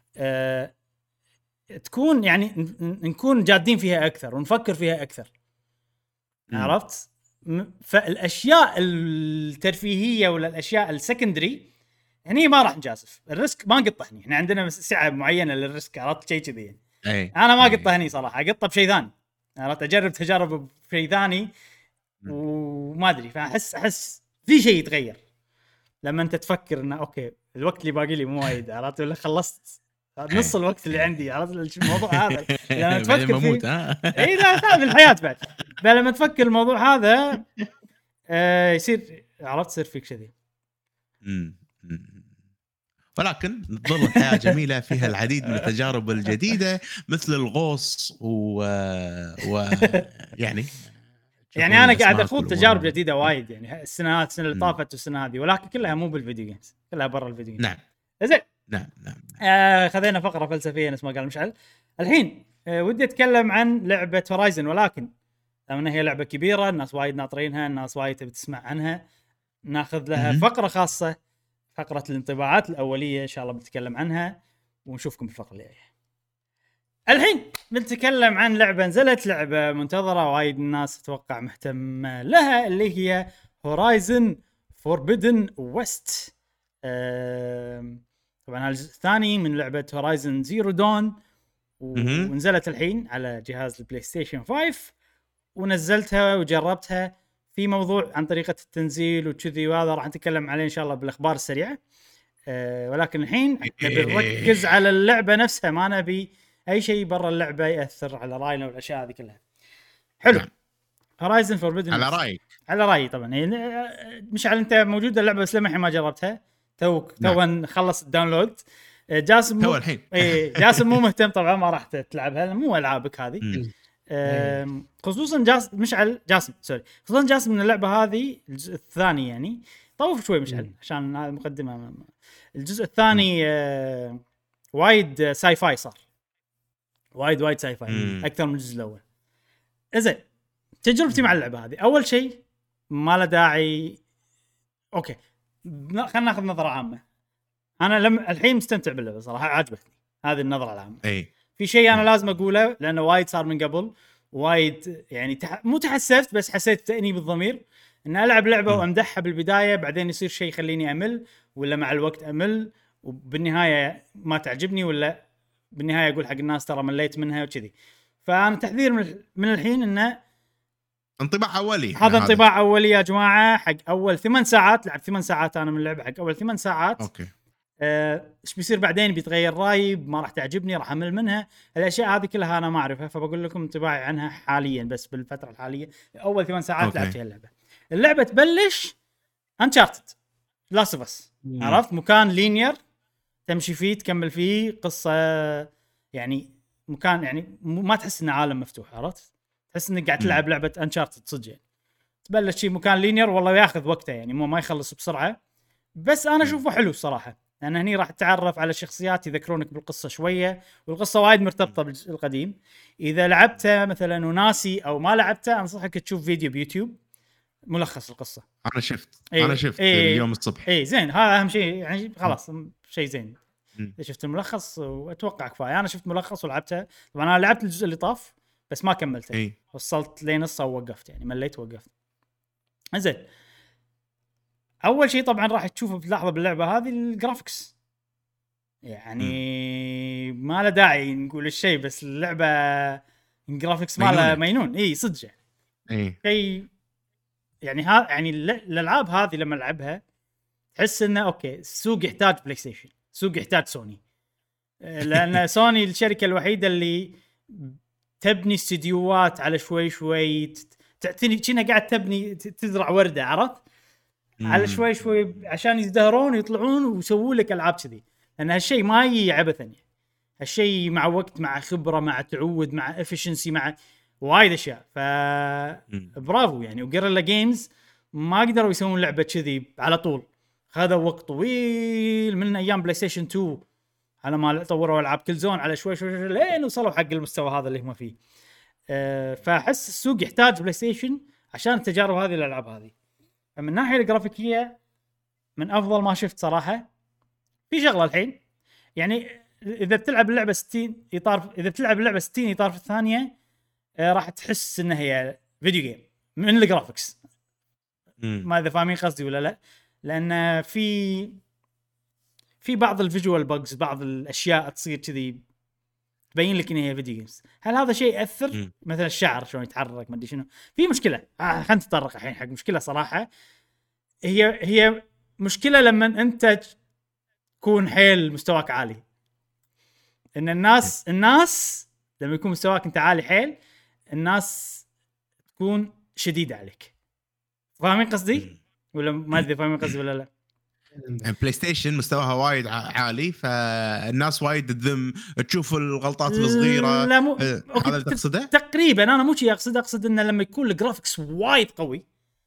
تكون يعني نكون جادين فيها اكثر ونفكر فيها اكثر. عرفت؟ فالاشياء الترفيهيه ولا الاشياء السكندري يعني ما راح نجازف الريسك، ما نقطه هني. احنا عندنا سعه معينه للريسك، عرفت شيء كذي يعني. انا ما اقطه هني صراحه، اقطه بشيء ثاني، عرفت؟ اجرب تجارب بشيء ثاني وما ادري. فاحس في شيء يتغير لما انت تفكر انه اوكي الوقت اللي باقي لي مو وايد، عرفت؟ ولا خلصت نص الوقت اللي عندي، عرفت الموضوع هذا لما تفكر فيه. اي لا بالحياه بعد لما تفكر الموضوع هذا يصير، عرفت؟ يصير فيك كذي. ولكن تظل الحياة جميلة فيها العديد من التجارب الجديدة مثل الغوص يعني أنا قاعد أخوض تجارب جديدة وايد يعني السنة اللي طافت والسنة هذه، ولكن كلها مو بالفيديو جيمز، كلها برا الفيديو جيمز. نعم زين. نعم. خذينا فقرة فلسفية نفس ما قال مشعل. الحين ودي أتكلم عن لعبة هورايزن، ولكن لأن هي لعبة كبيرة الناس وايد ناطرينها، الناس وايد تبي تسمع عنها، ناخذ لها فقرة خاصة، فقرة الانطباعات الأولية إن شاء الله بنتكلم عنها ونشوفكم بالفقرة اللي جاية. الحين بنتكلم عن لعبة نزلت، لعبة منتظرة وايد الناس تتوقع مهتمة لها، اللي هي هورايزن فوربيدن ويست. طبعا الجزء الثاني من لعبة هورايزن زيرو دون، ونزلت الحين على جهاز البلاي ستيشن 5، ونزلتها وجربتها في موضوع عن طريقة التنزيل وكذي، وهذا راح نتكلم عليه إن شاء الله بالأخبار السريعة. ولكن الحين نبي نركز على اللعبة نفسها، ما نبي أي شيء برا اللعبة يأثر على رأينا والأشياء هذه كلها. حلو. هورايزن فوربيدن على رأيك؟ على رأيي طبعا. مشعل أنت موجودة اللعبة بس لما الحين ما جربتها، تو نخلص الداونلود. جاسم تو الحين جاسم مو مهتم طبعا، ما راح تلعبها، مو ألعابك هذه. خصوصا جاسم خصوصا جاسم من اللعبة هذه الجزء الثاني يعني طوف شوي مشعل عشان هذه مقدمة. الجزء الثاني وايد ساي فاي، صار وايد ساي فاي أكثر من الجزء الأول. إذن تجربتي مع اللعبة هذه، أول شيء ما له داعي. أوكي خلنا ناخذ نظرة عامة. أنا الحين مستمتع باللعبة صراحة، عجبتني هذه النظرة العامة. في شيء أنا لازم أقوله لأنه وايد صار من قبل، وايد يعني مو تحسفت بس حسيت تأنيب الضمير إن ألعب لعبة وأمدحها بالبداية، بعدين يصير شيء يخليني أمل، ولا مع الوقت أمل وبالنهاية ما تعجبني، ولا بالنهاية أقول حق الناس ترى مليت منها وكذي. فأنا تحذير من الحين إنه انطباع أولي، هذا انطباع أولي يا جماعة حق أول 8 ساعات. لعب 8 ساعات أنا من اللعبة، حق أول 8 ساعات. أوكي. ايش بيصير بعدين؟ بيتغير رايي، ما راح تعجبني، راح امل منها. الاشياء هذه كلها انا ما اعرفها، فبقول لكم انطباعي عنها حاليا بس بالفتره الحاليه. اول 8 ساعات لعبت فيها اللعبه تبلش انشارتد لاست اوف اس، عرفت؟ مكان لينير تمشي فيه تكمل فيه قصه، يعني مكان يعني ما تحس انه عالم مفتوح، عرفت؟ تحس انك قاعد تلعب لعبه انشارتد صدق يعني. تبلش شيء مكان لينير والله ياخذ وقته يعني، ما يخلص بسرعه، بس انا اشوفه حلو صراحه، لأن هني راح تتعرف على شخصيات يذكرونك بالقصة شوية، والقصة وايد مرتبطة بالجزء القديم. إذا لعبتها مثلا وناسي أو ما لعبتها، أنصحك تشوف فيديو بيوتيوب ملخص القصة. أنا شفت اليوم الصبح. زين، هذا أهم شيء يعني، خلاص شيء زين. شفت الملخص وأتوقع كفاية. أنا شفت ملخص ولعبتها. طبعا أنا لعبت الجزء اللي طاف بس ما كملته. وصلت لنصه ووقفت يعني، مليت ووقفت. زين، اول شيء طبعا راح تشوفه في لحظه باللعبه هذه الجرافيكس، يعني ما له داعي نقول الشيء، بس اللعبه الجرافيكس ماله مجنون. صدق يعني شيء يعني يعني الالعاب هذه لما العبها تحس انه اوكي السوق يحتاج بلاي ستيشن، السوق يحتاج سوني، لان سوني الشركه الوحيده اللي تبني استديوهات على شوي تعتني كأنها قاعد تبني تزرع ورده، عرفت؟ على شوي عشان يزدهرون ويطلعون ويسووا لك العاب كذي، لان هالشيء ما يجي عبثا يعني. هالشيء مع وقت، مع خبره، مع تعود، مع افشنسي، مع وايد اشياء. برافو يعني. وجيريلا جيمز ما قدروا يسوون لعبه كذي على طول، خذوا وقت طويل من ايام بلاي ستيشن 2 على ما طوروا العاب كل زون على شوي لين وصلوا حق المستوى هذا اللي هم فيه. فاحس السوق يحتاج بلاي ستيشن عشان التجارب هذه الالعاب هذه. من الناحيه الجرافيكيه من افضل ما شفت صراحه. في شغله الحين يعني اذا بتلعب اللعبه 60 اطار، اذا بتلعب اللعبه 60 اطار في الثانيه راح تحس انها هي فيديو جيم من الجرافيكس. ما اذا فاهمين قصدي ولا لا، لان في بعض الفيجوال باجز، بعض الاشياء تصير كذي تبين لك ان هي فيديو جيمز. هل هذا شيء ياثر؟ مثلا الشعر شلون يتحرك، ما ادري شنو، في مشكله. خلينا نتطرق الحين حق مشكله صراحه. هي مشكله لما انت تكون حيل مستواك عالي، ان الناس لما يكون مستواك انت عالي حيل الناس تكون شديده عليك. فاهمين قصدي ولا ما ادري فاهمين قصدي ولا لا؟ بلاي ستيشن مستواها وايد عالي، فالناس وايد تذم تشوف الغلطات الصغيره. لا مو هذا اللي تقصده تقريبا. انا مو شيء اقصد انه لما يكون الجرافيكس وايد قوي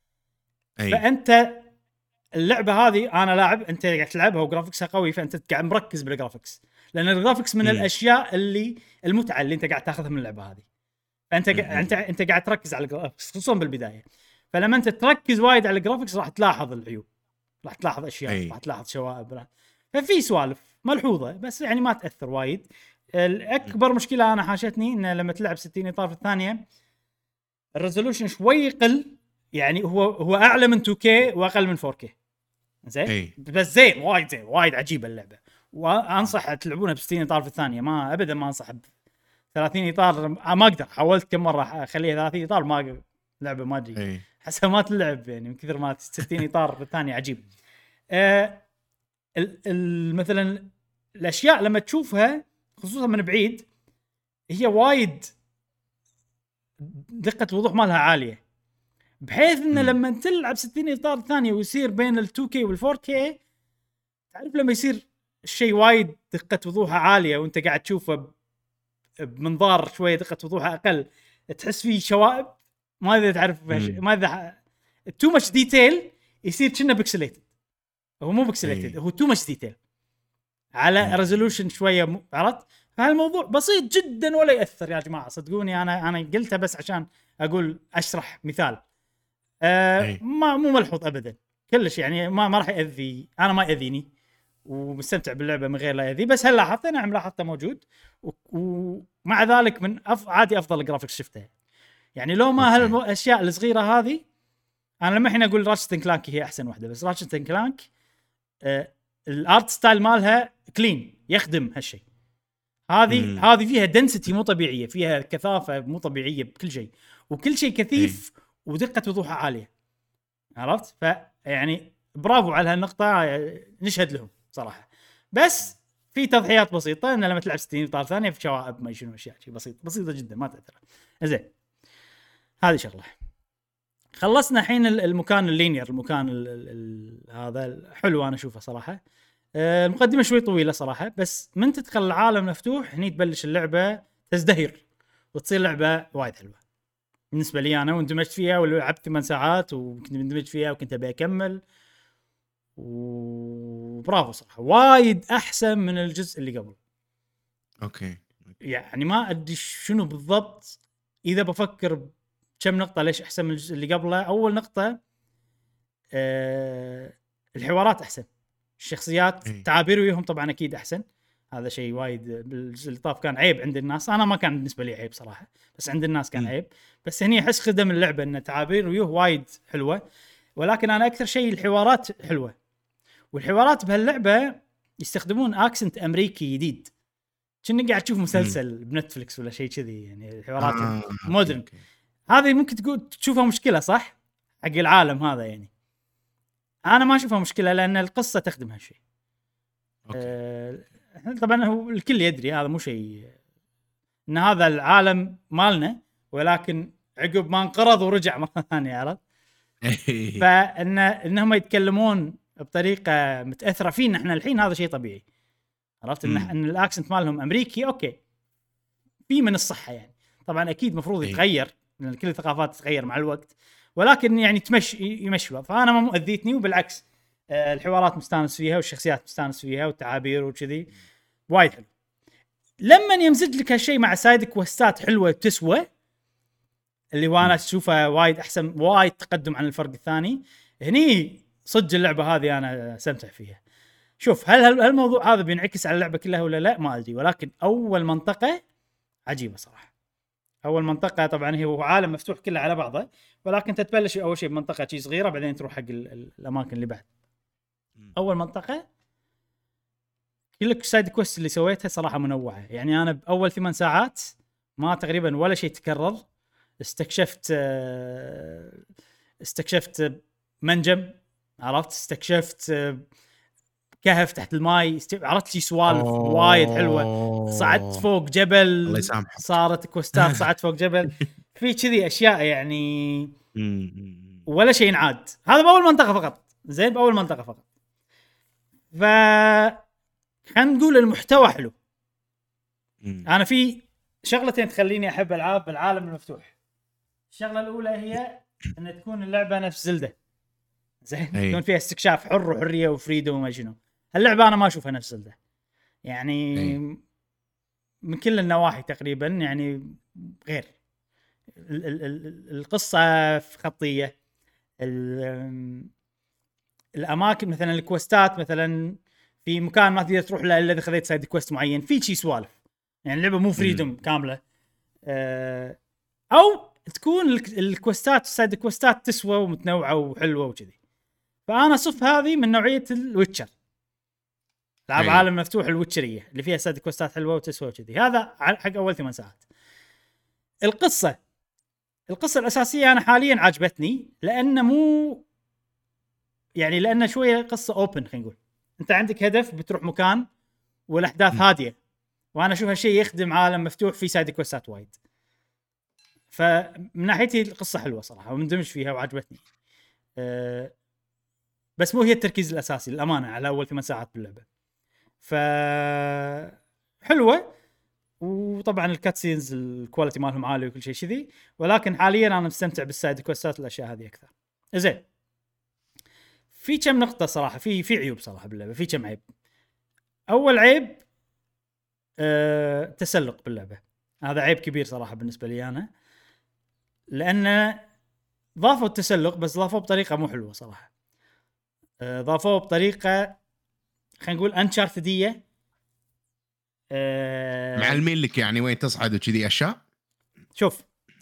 فانت اللعبه هذه انا لاعب، انت قاعد تلعبها وجرافيكسها قوي، فانت قاعد مركز بالجرافيكس، لان الجرافيكس من الاشياء اللي المتعه اللي انت قاعد تاخذها من اللعبه هذه. فانت انت قاعد تركز على الجرافيكس خصوصا بالبدايه. فلما انت تركز وايد على الجرافيكس راح تلاحظ العيوب، راح تلاحظ اشياء، راح تلاحظ شوائب، ففي سوالف ملحوظه بس يعني ما تاثر وايد. الاكبر مشكله انا حاشتني ان لما تلعب 60 اطار في الثانيه الريزولوشن شوي يقل، يعني هو اعلى من 2K واقل من 4K. زين بس زين وايد عجيبه اللعبه، وانصح تلعبونها ب 60 اطار في الثانيه. ما ابدا ما انصح ب 30 اطار، ما اقدر. حاولت كم مره اخليها 30 اطار، ما لعبه ما ادري حسب ما تلعب يعني من كثر ما 60 اطار في الثانيه عجيب. مثلا الاشياء لما تشوفها خصوصا من بعيد هي وايد دقه الوضوح مالها عاليه، بحيث ان لما تلعب 60 اطار ثانيه ويصير بين ال 2K وال 4K، تعرف لما يصير الشيء وايد دقه وضوحه عاليه وانت قاعد تشوفه بمنظار شويه دقه وضوحه اقل، تحس فيه شوائب. ما اذا تعرف ما اذا تو ماتش ديتيل يصير كأنه بيكسليتد. هو مو بيكسليتد، هو تو ماتش ديتيل على ريزولوشن شويه، عرفت؟ فهالموضوع بسيط جدا ولا ياثر يا جماعه، صدقوني. انا قلتها بس عشان اقول اشرح مثال. ما مو ملحوظ ابدا كلش، يعني ما راح ياذي، انا ما ياذيني ومستمتع باللعبه من غير لا ياذي. بس هل لاحظت؟ نعم لاحظته موجود، ومع ذلك من عادي افضل الجرافيكس شفتها. يعني لو ما هالاشياء الصغيره هذه، انا لما الحين اقول راتشت كلانك هي احسن واحده، بس راتشت كلانك الارت ستايل مالها كلين يخدم هالشيء. هذه فيها دنسيتي مو طبيعيه، فيها كثافه مو طبيعيه بكل شيء، وكل شيء كثيف ودقه وضوحه عاليه، عرفت؟ فيعني برافو على هالنقطه، نشهد لهم صراحه. بس في تضحيات بسيطه، ان لما تلعب 60 اطار ثانيه في شوائب ما شنو اشياء بسيطه جدا ما تاثر. زين هذه شغله. خلصنا الحين المكان اللينير، المكان هذا حلو انا اشوفه صراحه. المقدمه شوي طويله صراحه، بس من تدخل العالم مفتوح هني تبلش اللعبه تزدهر وتصير لعبه وايد حلوه بالنسبه لي انا، واندمجت فيها ولعبت 8 ساعات وكنت مندمج فيها وكنت ابي اكمل. وبرافو صراحه، وايد احسن من الجزء اللي قبل. اوكي يعني ما ادري شنو بالضبط، اذا بفكر كم نقطه ليش احسن من الجزء اللي قبله. اول نقطه الحوارات احسن، الشخصيات تعابير وياهم طبعا اكيد احسن. هذا شيء وايد بالجزء اللي طاف كان عيب عند الناس، انا ما كان بالنسبه لي عيب صراحه، بس عند الناس كان عيب. بس هني احس خدم اللعبه ان تعابير وياه وايد حلوه. ولكن انا اكثر شيء الحوارات حلوه، والحوارات بهاللعبه يستخدمون اكسنت امريكي جديد، كأنك قاعد تشوف مسلسل بنتفليكس ولا شيء كذي. يعني الحوارات مودرن. هذه ممكن تقول تشوفها مشكله صح حق العالم هذا، يعني انا ما اشوفها مشكله لان القصه تخدم هالشيء. طبعا هو الكل يدري هذا مو شيء، ان هذا العالم مالنا، ولكن عقب ما انقرض ورجع مره ثانيه، عرفت؟ فانهم يتكلمون بطريقه متاثره فينا احنا الحين، هذا شيء طبيعي، عرفت ان الاكسنت مالهم امريكي اوكي في من الصحه يعني. طبعا اكيد مفروض يتغير لان كل الثقافات تتغير مع الوقت، ولكن يعني يمشوا. فانا ما مؤذيتني، وبالعكس الحوارات مستانس فيها والشخصيات مستانس فيها والتعابير وكذي وايد حلو. لما يمزج لك هالشيء مع سايد كوستات حلوه تسوى، اللي وانا اشوفها وايد احسن، وايد تقدم عن الفرق الثاني، هني صدق اللعبه هذه انا استمتع فيها. شوف هل الموضوع هذا بينعكس على اللعبه كلها ولا لا ما ادري، ولكن اول منطقه عجيبه صراحه. اول منطقه طبعا هو عالم مفتوح كله على بعضه، ولكن انت تبلش اول شيء بمنطقه شيء صغيره بعدين تروح حق الاماكن اللي بعد. اول منطقه كل سايد كويست اللي سويتها صراحه منوعه، يعني انا باول 8 ساعات ما تقريبا ولا شيء تكرر. استكشفت منجم، عرفت، استكشفت كهف تحت الماي، عرفت شي سوالف وايد حلوه. صعدت فوق جبل، الله يسامحك، صارت كوستات صعدت فوق جبل في كذي اشياء يعني ولا شيء ينعاد. هذا باول منطقه فقط، زين، باول منطقه فقط. ف خلينا نقول المحتوى حلو. انا في شغلتين تخليني احب العاب العالم المفتوح. الشغله الاولى هي ان تكون اللعبه نفس زلدة، زين، يكون فيها استكشاف حر وحريه وفريدوم وما شنو. اللعبه انا ما اشوفها نفس زلدة يعني من كل النواحي تقريبا، يعني غير القصه خطيه، الاماكن مثلا الكوستات، مثلا في مكان ما تقدر تروح له الا اذا خذيت سايد كويست معين، في شي سوالف يعني اللعبه مو فريدوم كامله. او تكون الكوستات والسايد كوستات تسوى ومتنوعه وحلوه وكذي. فانا صف هذه من نوعيه الويتشر، لعب عالم مفتوح الويتشريه اللي فيها سايد كوستات حلوه وتسوى وكذي. هذا حق اول 8 ساعات. القصه الاساسيه انا حاليا عجبتني، لانه مو يعني لانه شويه قصه اوبن. خلينا نقول انت عندك هدف بتروح مكان والاحداث هاديه، وانا اشوف هالشيء يخدم عالم مفتوح في سايد كويستات وايد. فمن ناحيتي القصه حلوه صراحه ومندمج فيها وعجبتني. بس مو هي التركيز الاساسي للامانه على اول 8 ساعات باللعبه. ف حلوه، وطبعا الكاتسينز الكواليتي مالهم عالي وكل شيء كذي، ولكن حاليا انا مستمتع بالسايد كويستات والاشياء هذه اكثر. زين، في كم نقطه صراحه، في عيوب صراحه باللعبه، في كم عيب. اول عيب تسلق باللعبه. هذا عيب كبير صراحه بالنسبه لي انا، لان ضافوا التسلق بس ضافوه بطريقه مو حلوه صراحه. ضافوه بطريقه خلينا نقول انشارتديه. معلمين لك يعني وين تصعد وكذي اشياء. شوف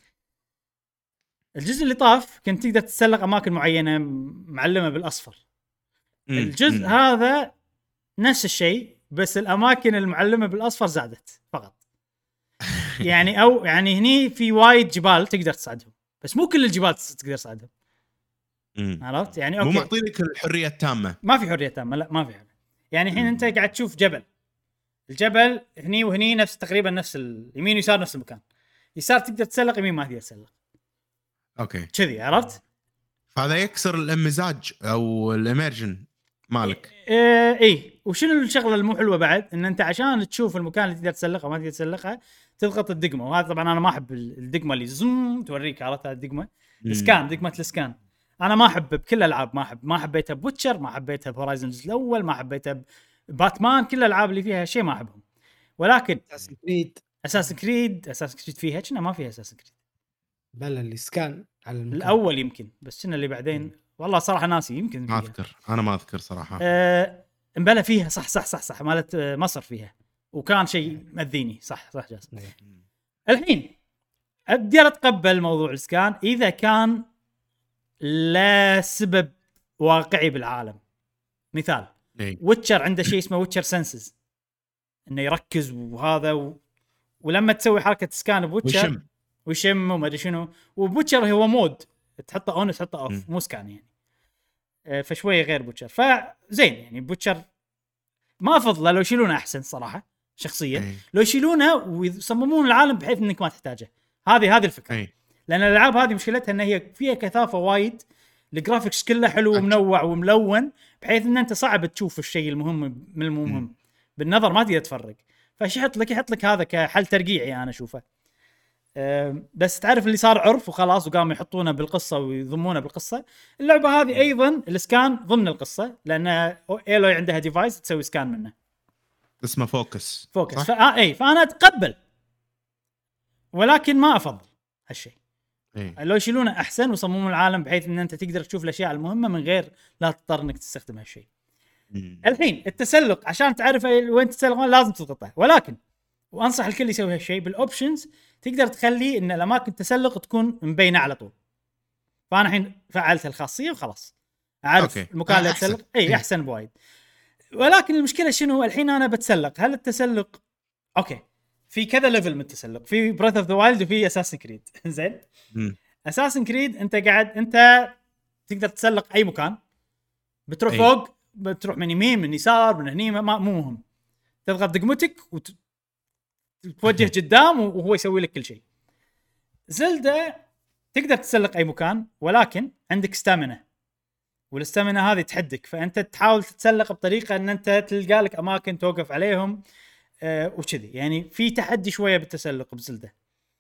الجزء اللي طاف كنت تقدر تتسلق اماكن معينه معلمه بالاصفر. الجزء هذا نفس الشيء، بس الاماكن المعلمه بالاصفر زادت فقط. يعني او يعني هني في وايد جبال تقدر تصعدهم، بس مو كل الجبال تقدر تصعدهم. عرفت يعني؟ اوكي، مو معطينك الحريه التامه. ما في حريه تامه، لا ما في حرية. يعني الحين انت قاعد تشوف جبل، الجبل هني وهني نفس تقريبا نفس اليمين ويسار نفس المكان. يسار تقدر تسلق، يمين ما تقدر تسلق. اوكي كذي، عرفت؟ هذا يكسر الامزاج او الاميرجن مالك. ايه. وشنو الشغله المو حلوه بعد؟ ان انت عشان تشوف المكان اللي تقدر تسلقه وما تقدر تسلقه تضغط الدقمه، وهذا طبعا انا ما احب الدقمه اللي زوم توريك، عرفت؟ الدقمه السكان، دقمه السكان انا ما احب بكل الالعاب. ما حبيتها بويتشر، ما حبيتها بهورايزن الجزء الاول، ما حبيتها باتمان. كل الالعاب اللي فيها شيء ما احبهم. ولكن اساس كريد فيها كنا ما فيها اساس كريد. بلا اللي سكان على المكان الاول يمكن، بس كنا اللي بعدين والله صراحه ناسي. يمكن ما اذكر، انا ما اذكر صراحه. مبلا فيها صح مالت مصر فيها، وكان شيء مذيني. صح جاسم. الحين اقدر اتقبل موضوع السكان اذا كان لا سبب واقعي بالعالم. مثال ويتشر عنده شيء اسمه ويتشر سنسز، انه يركز وهذا ولما تسوي حركه سكان بويتشر ويشم وما ادري شنو. وبويتشر هو مود تحطه اون تحطه اوف، مو سكان يعني. فشويه غير بويتشر. فزين يعني بويتشر ما افضله، لو يشيلونه احسن صراحه شخصيا. لو يشيلونه ويصممون العالم بحيث انك ما تحتاجه. هذه الفكره. لان الالعاب هذه مشكلتها ان هي فيها كثافه وايد، الجرافيكس كله حلو ومنوع وملون، بحيث ان انت صعب تشوف الشيء المهم من المهم. بالنظر ما تقدر تفرق. فايش يحط لك هذا كحل ترقيعي انا اشوفه. بس تعرف اللي صار عرف وخلاص وقاموا يحطونه بالقصه ويضمونه بالقصه. اللعبه هذه ايضا الاسكان ضمن القصه لان ايلوي عندها ديفايس تسوي سكان منه اسمه فوكس. فانا اتقبل ولكن ما افضل هالشيء. لو يشيلونه احسن ويصممون العالم بحيث ان انت تقدر تشوف الاشياء المهمه من غير لا تضطر انك تستخدم هالشيء. الحين التسلق عشان تعرف وين تتسلق لازم تضغطه، ولكن وانصح الكل يسوي هالشيء بالاوبشنز تقدر تخلي ان الاماكن التسلق تكون مبينه على طول. فانا الحين فعلت الخاصيه وخلاص اعرف المكان اللي اتسلق. احسن بوايد. ولكن المشكله شنو؟ الحين انا بتسلق، هل التسلق اوكي في كذا ليفل من التسلق، في براث اوف ذا وايلد وفي اساسن كريد. زين اساسن كريد انت قاعد انت تقدر تتسلق اي مكان، بتروح فوق بتروح من يمين من يسار من هني مو مهم، تضغط دقمتك وتوجه قدام وهو يسوي لك كل شيء. زلدة تقدر تتسلق اي مكان ولكن عندك ستامينا، والاستامينا هذه تحدك، فانت تحاول تتسلق بطريقه ان انت تلقى لك اماكن توقف عليهم وكذي. يعني في تحدي شويه بالتسلق بزلدة.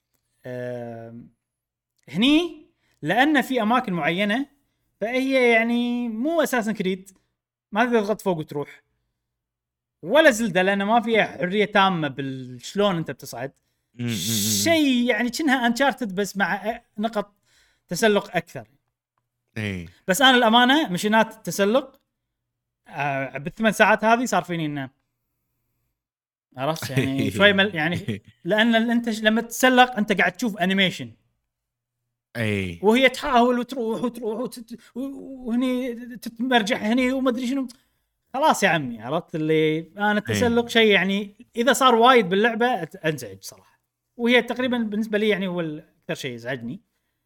هني لان في اماكن معينه فهي يعني مو اساسا كريد ما تقدر تضغط فوق وتروح، ولا زلدة لان ما فيها حريه تامه بالشلون انت بتصعد. شيء يعني كأنها انشارتد بس مع نقط تسلق اكثر. بس انا الامانه مشينات التسلق بالثمان ساعات هذه صار فيني انه عرفت يعني شوي يعني لان انت لما تتسلق انت قاعد تشوف انيميشن وهي تحاول وتروح وهني تتمرجح هني وما ادري شنو. خلاص يا عمي عرفت اللي انا التسلق شيء يعني اذا صار وايد باللعبه انزعج صراحه، وهي تقريبا بالنسبه لي يعني هو اكثر شيء يزعجني.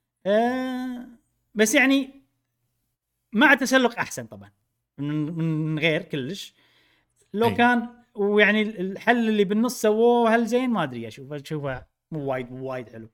بس يعني مع تسلق احسن طبعا من غير كلش. لو كان ويعني الحل اللي بالنص سووه هل زين ما ادري، اشوفه مو وايد حلو.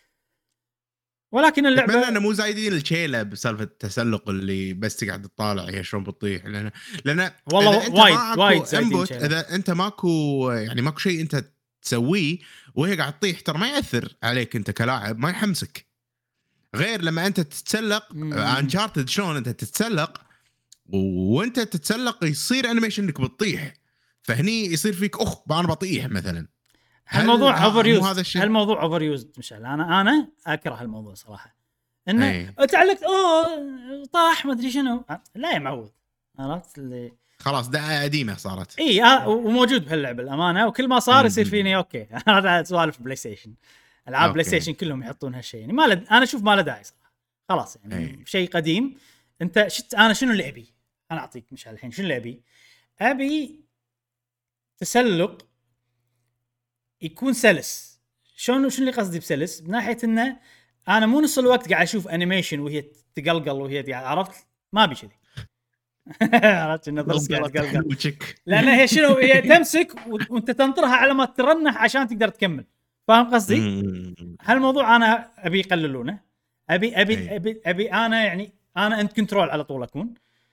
ولكن اللعبه اتمنى انه مو زايدين الشيله بسالفه التسلق اللي بس تقعد تطالع هي شلون بتطيح، لان والله وايد زايدين شيله. اذا انت ماكو يعني ماكو شيء انت تسويه وهي قاعد تطيح ترى ما ياثر عليك انت كلاعب، ما يحمسك. غير لما انت تتسلق انشارتد شلون انت تتسلق وانت تتسلق يصير انيميشن انك بتطيح، فهني يصير فيك انا بطيح مثلا. هالموضوع اوفر يوز، هالموضوع اوفر يوز مشعل. انا اكره هالموضوع صراحه انه تعلقت طاح ما ادري شنو. لا يا معود عرفت اللي خلاص ده قديمه صارت. وموجود بهاللعبه الامانه، وكل ما صار يصير فيني اوكي. هذا سوالف بلاي ستيشن، العاب بلاي ستيشن كلهم يحطون هالشيء يعني انا اشوف ما له داعي صراحه. خلاص يعني شيء قديم. انت انا شنو اللي ابي؟ انا اعطيك مش الحين شنو اللي ابي تسلق يكون سلس. شنو اللي قصدي بسلس؟ بناحيه انه انا مو نص الوقت قاعد اشوف انيميشن وهي تقلقل وهي عرفت ما ابي كذي. عرفت انه ضرس قاعد تقلقل، لان هي شنو هي تمسك وانت تنطرها على ما ترنح عشان تقدر تكمل. فاهم قصدي؟ هالموضوع انا ابي يقللونه. ابي انا يعني انا انت كنترول على طول اكون،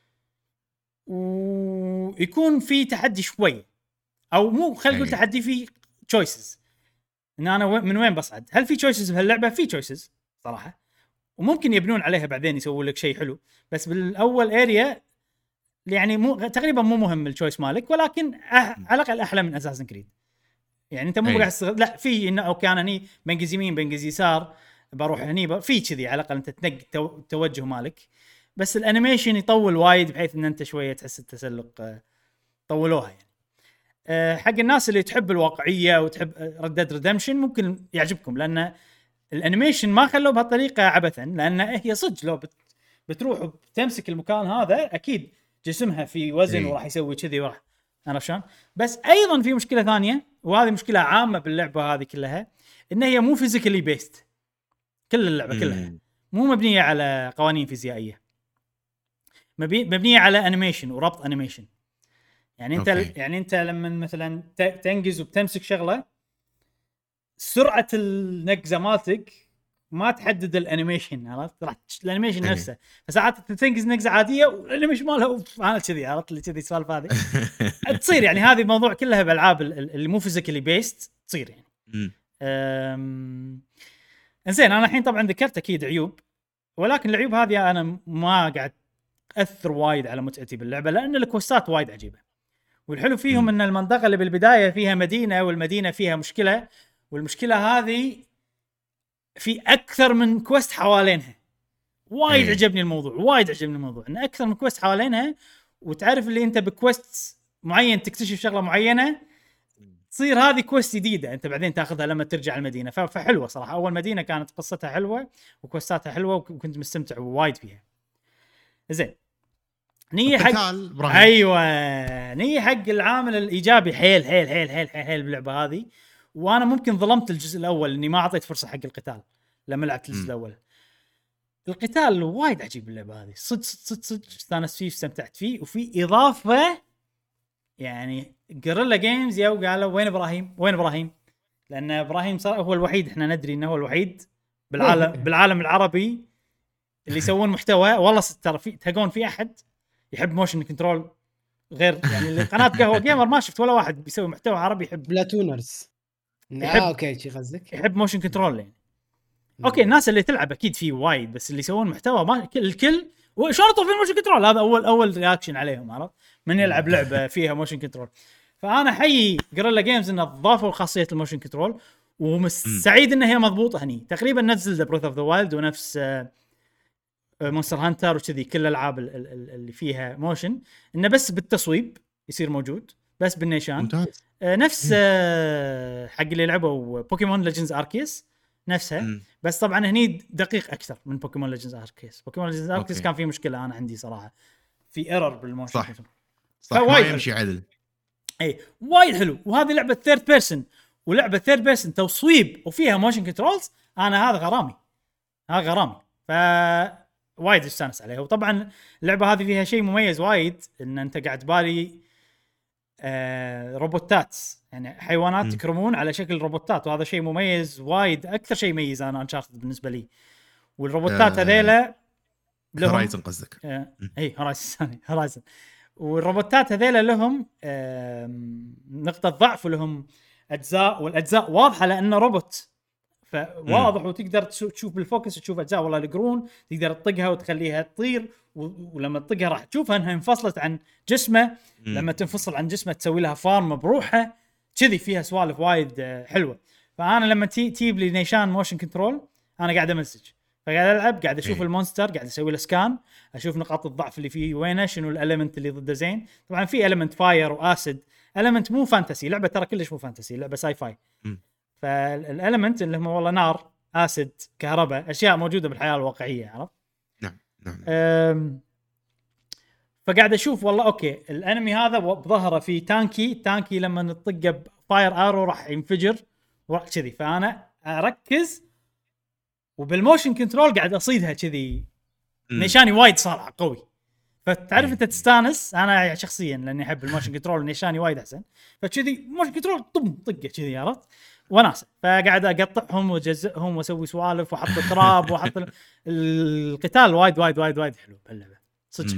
ويكون في تحدي شوي او مو خلينا نقول تحدي، في تشويسز ان انا من وين بصعد. هل في تشويسز بهاللعبه؟ في تشويسز صراحه، وممكن يبنون عليها بعدين يسووا لك شيء حلو. بس بالاول اريا يعني مو تقريبا مو مهم التشويس مالك، ولكن على الاقل احلى من اساسن كريد. يعني انت مو قاعد لا في انه اوكي انا هني بنقز يمين بنقز يسار بروح هني في كذي، على الاقل انت تنق التوجه مالك. بس الانيميشن يطول وايد بحيث ان انت شويه تحس التسلق طولوها يعني. حق الناس اللي تحب الواقعيه وتحب ريد ديد ريدمشن ممكن يعجبكم، لان الانيميشن ما خلوه بهالطريقه عبثا، لان هي صدق لو بتروح وتمسك المكان هذا اكيد جسمها في وزن وراح يسوي كذي وراح عرفت شلون. بس ايضا في مشكله ثانيه، وهذه مشكله عامه باللعبه هذه كلها، ان هي مو فيزيكالي بيست. كل اللعبه كلها مو مبنيه على قوانين فيزيائيه، مبنيه على انيميشن وربط انيميشن. يعني انت يعني انت لما مثلا تنجز وبتمسك شغله، سرعه النقزه مالتك ما تحدد الانيميشن، عرفت؟ راح الانيميشن إيه. نفسه، فساعات تنقز نقزه عاديه والانيميشن مالها أوف، انا كذي عرفت اللي كذي السوالف هذه تصير يعني. هذه الموضوع كلها بالالعاب اللي مو فيزيكالي بيست تصير يعني. انزين انا الحين طبعا ذكرت اكيد عيوب، ولكن العيوب هذه انا ما قاعد تاثر وايد على متعتي باللعبه، لان الكوستات وايد عجيبه. والحلو فيهم ان المنطقه اللي بالبدايه فيها مدينه، والمدينه فيها مشكله، والمشكله هذه في اكثر من كويست حوالينها. وايد عجبني الموضوع، وايد عجبني الموضوع ان اكثر من كويست حوالينها، وتعرف اللي انت بكويست معين تكتشف شغله معينه، تصير هذه كويست جديده انت بعدين تاخذها لما ترجع المدينه. فحلوه صراحه. اول مدينه كانت قصتها حلوه وكوستاتها حلوه وكنت مستمتع وايد فيها. زين نية حق ايوه نية حق العامل الايجابي حيل حيل حيل حيل حيل, حيل باللعبه هذه. وانا ممكن ظلمت الجزء الاول اني ما اعطيت فرصه حق القتال لما لعبت الجزء الاول. القتال وايد عجيب باللعبه هذه، صدق استانست فيه واستمتعت فيه. وفي اضافه يعني غوريلا جيمز يو قالوا وين ابراهيم لان ابراهيم صار هو الوحيد، احنا ندري انه هو الوحيد بالعالم العربي اللي يسوون محتوى. والله ترى في تلقون في احد يحب موشن كنترول غير يعني قناه قهوه جيمر ما شفت ولا واحد بيسوي محتوى عربي يحب بلاتونرز. اوكي شي قصدك يحب موشن كنترول يعني. اوكي الناس اللي تلعب اكيد في وايد، بس اللي يسوون محتوى ما الكل وشرطوا في الموشن كنترول. هذا اول رياكشن عليهم، عرفت؟ من يلعب لعبه فيها موشن كنترول. فانا حي غوريلا جيمز انه ضافوا خاصيه الموشن كنترول، وسعيد ان هي مضبوطه هني. تقريبا نزل ذا بروث اوف ذا وايلد ونفس مونستر هانتر وكذي، كل الالعاب اللي فيها موشن انه بس بالتصويب يصير موجود، بس بالنيشان ممتاز. نفس حق اللي لعبوا بوكيمون ليجندز اركيس نفسها. بس طبعا هني دقيق اكثر من بوكيمون ليجندز اركيس. بوكيمون ليجندز اركيس كان فيه مشكله انا عندي صراحه، في ايرور بالموشن. صح ما يمشي عدل. اي وايد حلو. وهذه لعبه ثيرد بيرسون، ولعبه ثيرد بيرسون تصويب وفيها موشن كنترولز، انا هذا غرامي، هذا غرامي. وايد استانس عليها. وطبعا اللعبه هذه فيها شيء مميز وايد، ان انت قاعد بالي روبوتات يعني حيوانات تكرمون على شكل روبوتات، وهذا شيء مميز وايد، اكثر شيء يميز انا انشارتد بالنسبه لي. والروبوتات هذيلا لهم هورايزن قصدك؟ اي هورايزن. والروبوتات هذيلا لهم نقطه ضعف ولهم اجزاء، والاجزاء واضحه لانه روبوت فواضح، وتقدر تشوف بالفوكس تشوف اجزاء. والله القرون تقدر تطقها وتخليها تطير، ولما تطقها راح تشوفها انها انفصلت عن جسمه. لما تنفصل عن جسمه تسوي لها فارم بروحها كذي. فيها سوالف وايد حلوه. فانا لما تجيب لي نيشان موشن كنترول انا قاعد امسج، فقاعد العب، قاعد اشوف المونستر، قاعد اسوي له سكان، اشوف نقاط الضعف اللي فيه وينه، شنو الاليمنت اللي ضده زين. طبعا في اليمنت فاير واسيد، اليمنت مو فانتسي، لعبه ترى كلش مو فانتسي، لعبه ساي فاي. فالاليمنت اللي هم والله نار، اسيد، كهرباء، اشياء موجوده بالحياه الواقعيه، عرفت؟ نعم. فقاعد اشوف والله اوكي الانمي هذا بظهره في تانكي لما نطقه بفاير ارو راح ينفجر كذي. فانا اركز وبالموشن كنترول قاعد اصيدها كذي، نيشاني وايد صار قوي. فتعرف انت تستانس. انا شخصيا لاني احب الموشن كنترول نيشاني وايد احسن، فكذي موشن كنترول طقه كذي، عرفت؟ وناسه. فقاعد اقطعهم واجزئهم واسوي سوالف واحط تراب واحط القتال وايد وايد وايد وايد حلو بهاللعبه صدق.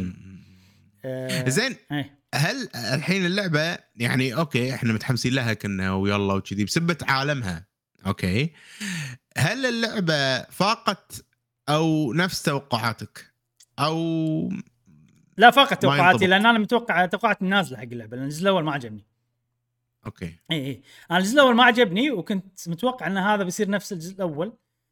زين هل الحين اللعبه يعني اوكي احنا متحمسين لها كنا ويلا وكذي بسبه عالمها، اوكي هل اللعبه فاقت او نفس توقعاتك او لا؟ فاقت توقعاتي، لان انا متوقع توقعات النازله حق اللعبه، لان الجزء الاول ما عجبني. اوكي اي انا الجزء الاول ما عجبني، وكنت متوقع ان هذا بيصير نفس الجزء الاول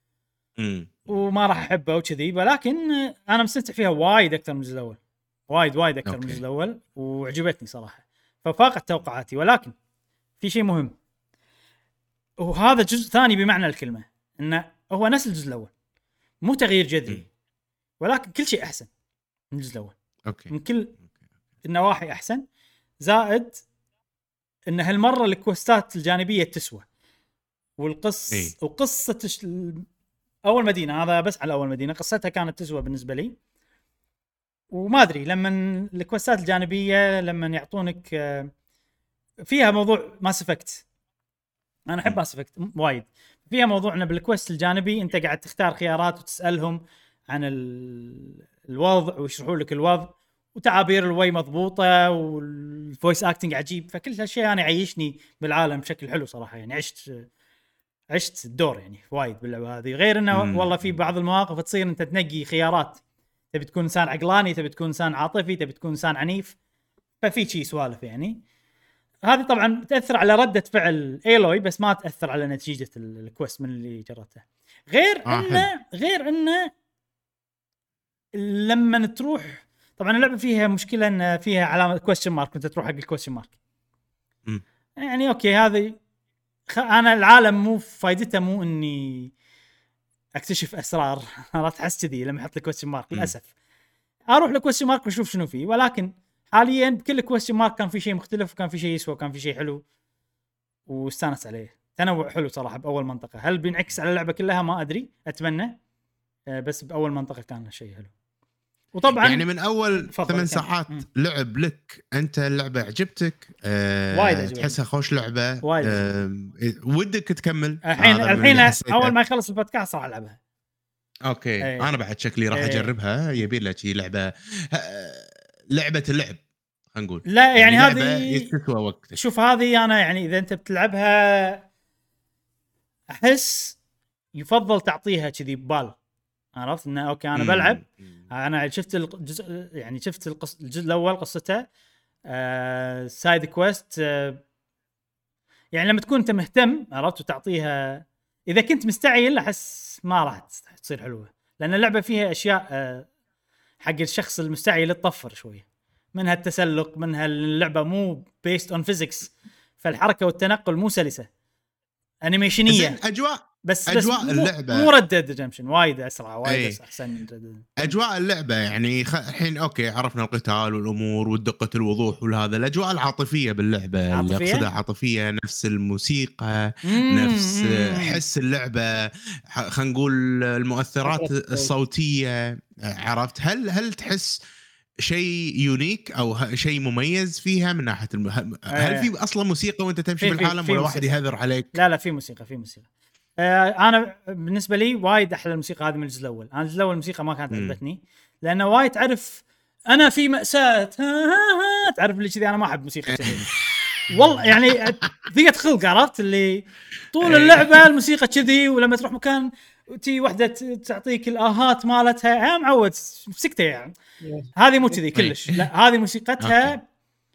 وما راح احبه وكذي. ولكن انا مستمتع فيها وايد اكثر من الجزء الاول، وايد اكثر من الجزء الاول، وعجبتني صراحه. ففاقت توقعاتي. ولكن في شيء مهم، وهذا جزء ثاني بمعنى الكلمه، انه هو نفس الجزء الاول، مو تغيير جذري، ولكن كل شيء احسن من الجزء الاول. من كل النواحي احسن. زائد ان هالمره الكوستات الجانبيه تسوى، وقصه اول مدينه، هذا بس على اول مدينه، قصتها كانت تسوى بالنسبه لي. وما ادري لما الكوستات الجانبيه لما يعطونك فيها موضوع ماس افكت، انا احب ماس افكت وايد. فيها موضوعنا بالكويست الجانبي، انت قاعد تختار خيارات وتسالهم عن الوضع ويشرحوا لك الوضع، وتعابير الوي مضبوطه والفويس اكتنج عجيب. فكل هالشيء انا يعيشني بالعالم بشكل حلو صراحه، يعني عشت الدور يعني وايد باللعبه هذه. غير انه والله في بعض المواقف تصير انت تنقي خيارات، تبي تكون انسان عقلاني، تبي تكون انسان عاطفي، تبي تكون انسان عنيف، ففي شيء سوالف يعني. هذه طبعا تاثر على رده فعل ايلوي، بس ما تاثر على نتيجه الكويست من اللي جربته. غير انه لما تروح، طبعا اللعبه فيها مشكله ان فيها علامه كويستشن مارك، انت تروح حق الكويستشن مارك. يعني اوكي هذه انا العالم مو فايدته مو اني اكتشف اسرار، انا تحس كذي لما احط لك كويستشن مارك للاسف اروح لكويستشن مارك واشوف شنو فيه. ولكن حاليا بكل كويستشن مارك كان في شيء مختلف، وكان في شيء يسوى، وكان في شيء حلو واستانس عليه. تنوع حلو صراحه باول منطقه. هل بينعكس على اللعبه كلها ما ادري، اتمنى، بس باول منطقه كان شيء حلو. وطبعا يعني من اول 8 ساعات لعب لك انت اللعبه عجبتك؟ تحسها خوش لعبه؟ ودك تكمل الحين اول ما يخلص البودكاست راح العبها. اوكي انا بعد شكلي راح اجربها. يبي لك لعبه اللعب خلينا نقول. لا يعني هذه يستسوى وقتك. شوف هذه انا يعني اذا انت بتلعبها احس يفضل تعطيها كذي ببال، عرفت انه اوكي انا بلعب. انا شفت الجزء، يعني شفت الجزء الاول قصته سايد كويست. يعني لما تكون انت مهتم عرفت وتعطيها، اذا كنت مستعجل احس ما راح تصير حلوه، لان اللعبه فيها اشياء حق الشخص المستعجل تطفر شويه، منها التسلق، منها اللعبه مو بيست اون فيزيكس، فالحركه والتنقل مو سلسه، انيميشنيه. بس اللعبه مو ريد ديد ريدمشن وايد اسرع، وايد احسن من ريد. اجواء اللعبه يعني الحين اوكي عرفنا القتال والامور والدقه الوضوح وهذا، الاجواء العاطفيه باللعبه اللي اقصدها عاطفيه، نفس الموسيقى، نفس حس اللعبه، خلينا نقول المؤثرات الصوتيه، عرفت؟ هل تحس شيء يونيك او شيء مميز فيها من ناحيه هل في اصلا موسيقى وانت تمشي بالعالم ولا واحد يهذر عليك؟ لا في موسيقى. انا بالنسبه لي وايد احلى الموسيقى هذه من الجزء الاول. انا الجزء الاول الموسيقى ما كانت عجبتني لانه وايد تعرف انا في مأساة تعرف اللي كذي، انا ما احب موسيقى كذي والله، يعني ضيقة خلق، عرفت اللي طول اللعبه الموسيقى كذي، ولما تروح مكان تي وحده تعطيك الاهات مالتها معود سكته يعني. هذه مو كذي كلش، لا هذه موسيقتها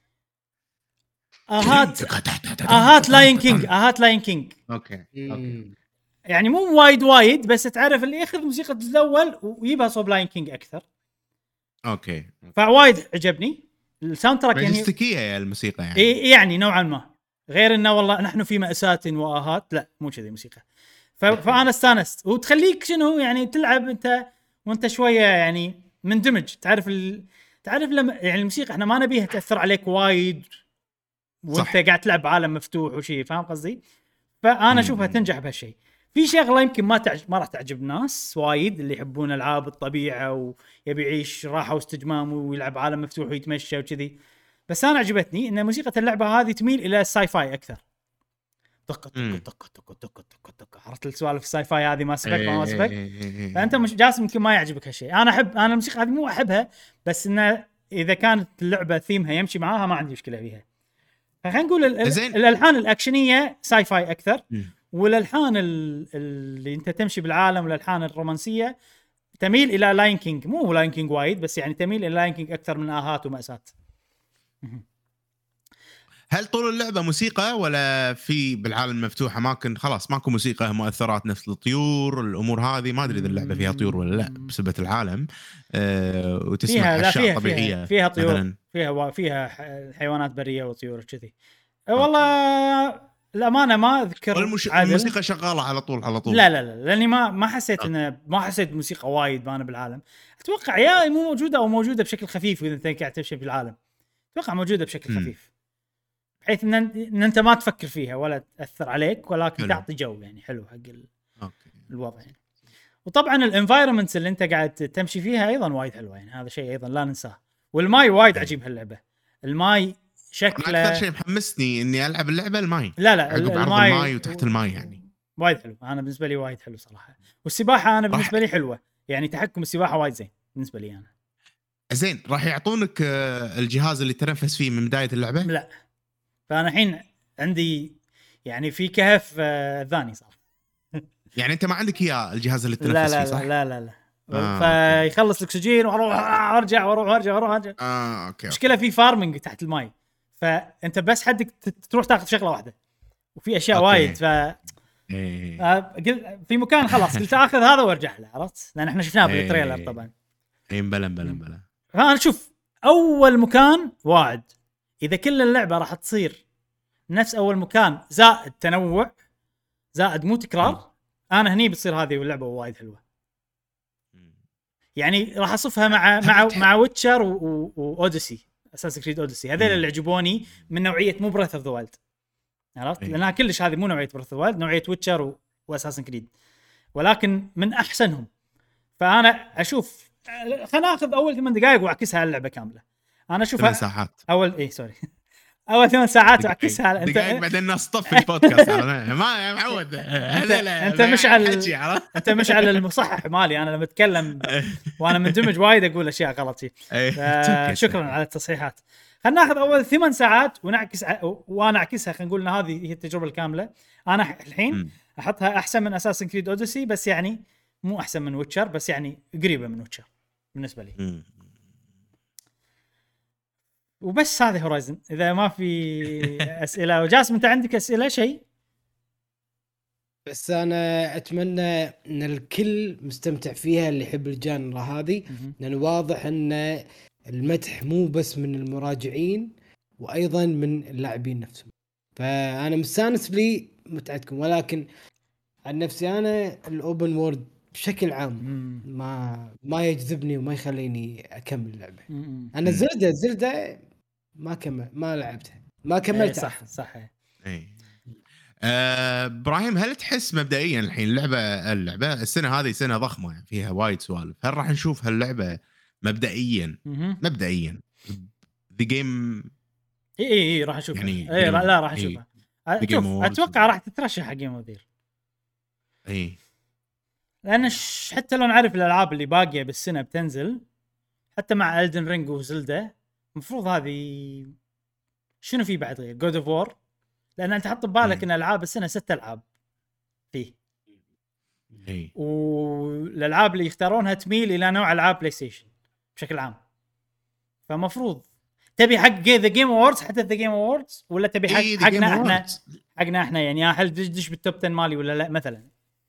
اهات لاين كينج. اوكي يعني مو وايد بس تعرف اللي ياخذ موسيقى الجزء الاول ويجيبها صوب لاين كينج اكثر. اوكي فوايد عجبني الساوند تراك، يعني ماجستيكيه يا الموسيقى يعني. يعني نوعا ما، غير انه والله نحن في مأساة واهات، لا مو كذي موسيقى. فانا استانست، وتخليك شنو يعني تلعب انت وانت شويه يعني مندمج. تعرف لما يعني الموسيقى احنا ما نبيها تاثر عليك وايد وانت قاعد تلعب بعالم مفتوح وشي، فاهم قصدي؟ فانا اشوفها تنجح بهالشيء. في شغله يمكن ما راح تعجب ناس وايد اللي يحبون العاب الطبيعه ويبي يعيش راحه واستجمام ويلعب عالم مفتوح ويتمشى وكذي، بس انا عجبتني ان موسيقى اللعبه هذه تميل الى الساي فاي اكثر. طق عرفت السوالف الساي فاي هذه، ما سبق فانت مش جاسم يمكن ما يعجبك هالشيء. انا الموسيقى هذه مو احبها، بس انه اذا كانت اللعبه ثيمها يمشي معاها ما عندي مشكله فيها. فخلينا نقول الالحان الاكشنيه ساي فاي اكثر، والالحان اللي انت تمشي بالعالم والالحان الرومانسيه تميل الى لاين كينج. مو لاين كينج وايد، بس يعني تميل الى لاين كينج اكثر من اهات ومأسات. هل طول اللعبه موسيقى ولا في بالعالم المفتوح اماكن خلاص ماكو موسيقى، مؤثرات نفس الطيور الامور هذه؟ ما ادري اذا اللعبه فيها طيور ولا لا بسبب العالم. وتسمع اشياء طبيعيه، فيها طيور، فيها حيوانات بريه وطيور كذي. والله الامانه ما اذكر. الموسيقى شغاله على طول. لا لاني ما حسيت ما حسيت موسيقى وايد وانا بالعالم. اتوقع يا مو موجوده او موجوده بشكل خفيف اذا انت قاعد تمشي بالعالم. اتوقع موجوده بشكل خفيف بحيث ان انت ما تفكر فيها ولا تاثر عليك، ولكن حلو. تعطي جو يعني حلو حق الوضع يعني. وطبعا الانفايرمنتس اللي انت قاعد تمشي فيها ايضا وايد حلوه يعني، هذا شيء ايضا لا ننساه. والماي وايد عجيب هاللعبه. الماي شكله اكثر شيء محمسني اني العب اللعبه الماي. لا الماي وتحت الماي يعني وايد حلو. انا بالنسبه لي وايد حلو صراحه. والسباحه انا بالنسبه لي حلوه، يعني تحكم السباحه وايد زين بالنسبه لي انا. زين راح يعطونك الجهاز اللي تنفس فيه من بدايه اللعبه؟ لا، فانا الحين عندي يعني في كهف ثاني صار. يعني انت ما عندك اياه الجهاز اللي لا تنفس لا فيه صح؟ لا أوكي. فيخلص الاكسجين واروح ارجع واروح ارجع واروح ارجع. اوكي. مشكله في فارمنج تحت الماي، فانت بس حدك تروح تاخذ شغله واحده، وفي اشياء أوكي. وايد. ف في مكان خلاص قلت اخذ هذا وارجع له، عرفت؟ لان احنا شفناه بالتريلر طبعا. اي بلا فانا شوف اول مكان واعد، اذا كل اللعبه راح تصير نفس اول مكان زائد تنوع زائد مو تكرار، انا هني بتصير هذه اللعبه وايد حلوه. يعني راح اصفها مع ويتشر واوديسي، اساس كريد اوديسي، هذول اللي عجبوني من نوعيه مو بريث اوف ذا وايلد، عرفت؟ لانها كلش هذه مو نوعيه بريث اوف ذا وايلد، نوعيه ويتشر واساسن كريد، ولكن من احسنهم. فانا اشوف خلينا ناخذ اول 8 دقائق واعكسها على اللعبه كامله. انا اشوفها 8 ساعات اول سوري اول 8 ساعات واعكسها على دقائق بعدين الناس طفي البودكاست. ما معود انت مش على المصحح مالي، انا لما اتكلم وانا مندمج وايد اقول اشياء غلط فيه. شكرا على التصحيحات. خلينا ناخذ اول 8 ساعات ونعكس وانا اعكسها، خلينا نقول ان هذه هي التجربه الكامله. انا الحين احطها احسن من اساسن كريد اوديسي، بس يعني مو احسن من ويتشر، بس يعني قريبه من ويتشر بالنسبه لي. وبس هذه هورايزن. اذا ما في اسئله وجاسم انت عندك اسئله شيء؟ بس انا اتمنى ان الكل مستمتع فيها اللي يحب الجانرا هذه، لان واضح ان المدح مو بس من المراجعين وايضا من اللاعبين نفسهم. فانا مستانس لي متعتكم، ولكن عن نفسي انا الاوبن وورد بشكل عام ما يجذبني وما يخليني اكمل اللعبه. انا زلدة ما لعبتها، ما كملتها. صح. ابراهيم، هل تحس مبدئيا الحين اللعبه السنه هذه سنه ضخمه يعني فيها وايد سوالف، هل راح نشوف هاللعبه مبدئيا ذا جيم؟ اي راح اشوفها يعني لا راح اشوفها. اتوقع راح تترشح حق جيم اوف اي، لان حتى لو نعرف الالعاب اللي باقيه بالسنه بتنزل، حتى مع ألدن رينج وزلدا المفروض هذه شنو في بعد غير جود اوف وور، لان انت حط ببالك ان العاب السنه 6 العاب فيه، والالعاب اللي يختارونها تميل الى نوع العاب بلاي ستيشن بشكل عام. فمفروض تبي حق ذا جيم اووردز، حتى ذا جيم اووردز، ولا تبي حقنا احنا يعني هل تدش بالتوب 10 مالي ولا لا مثلا؟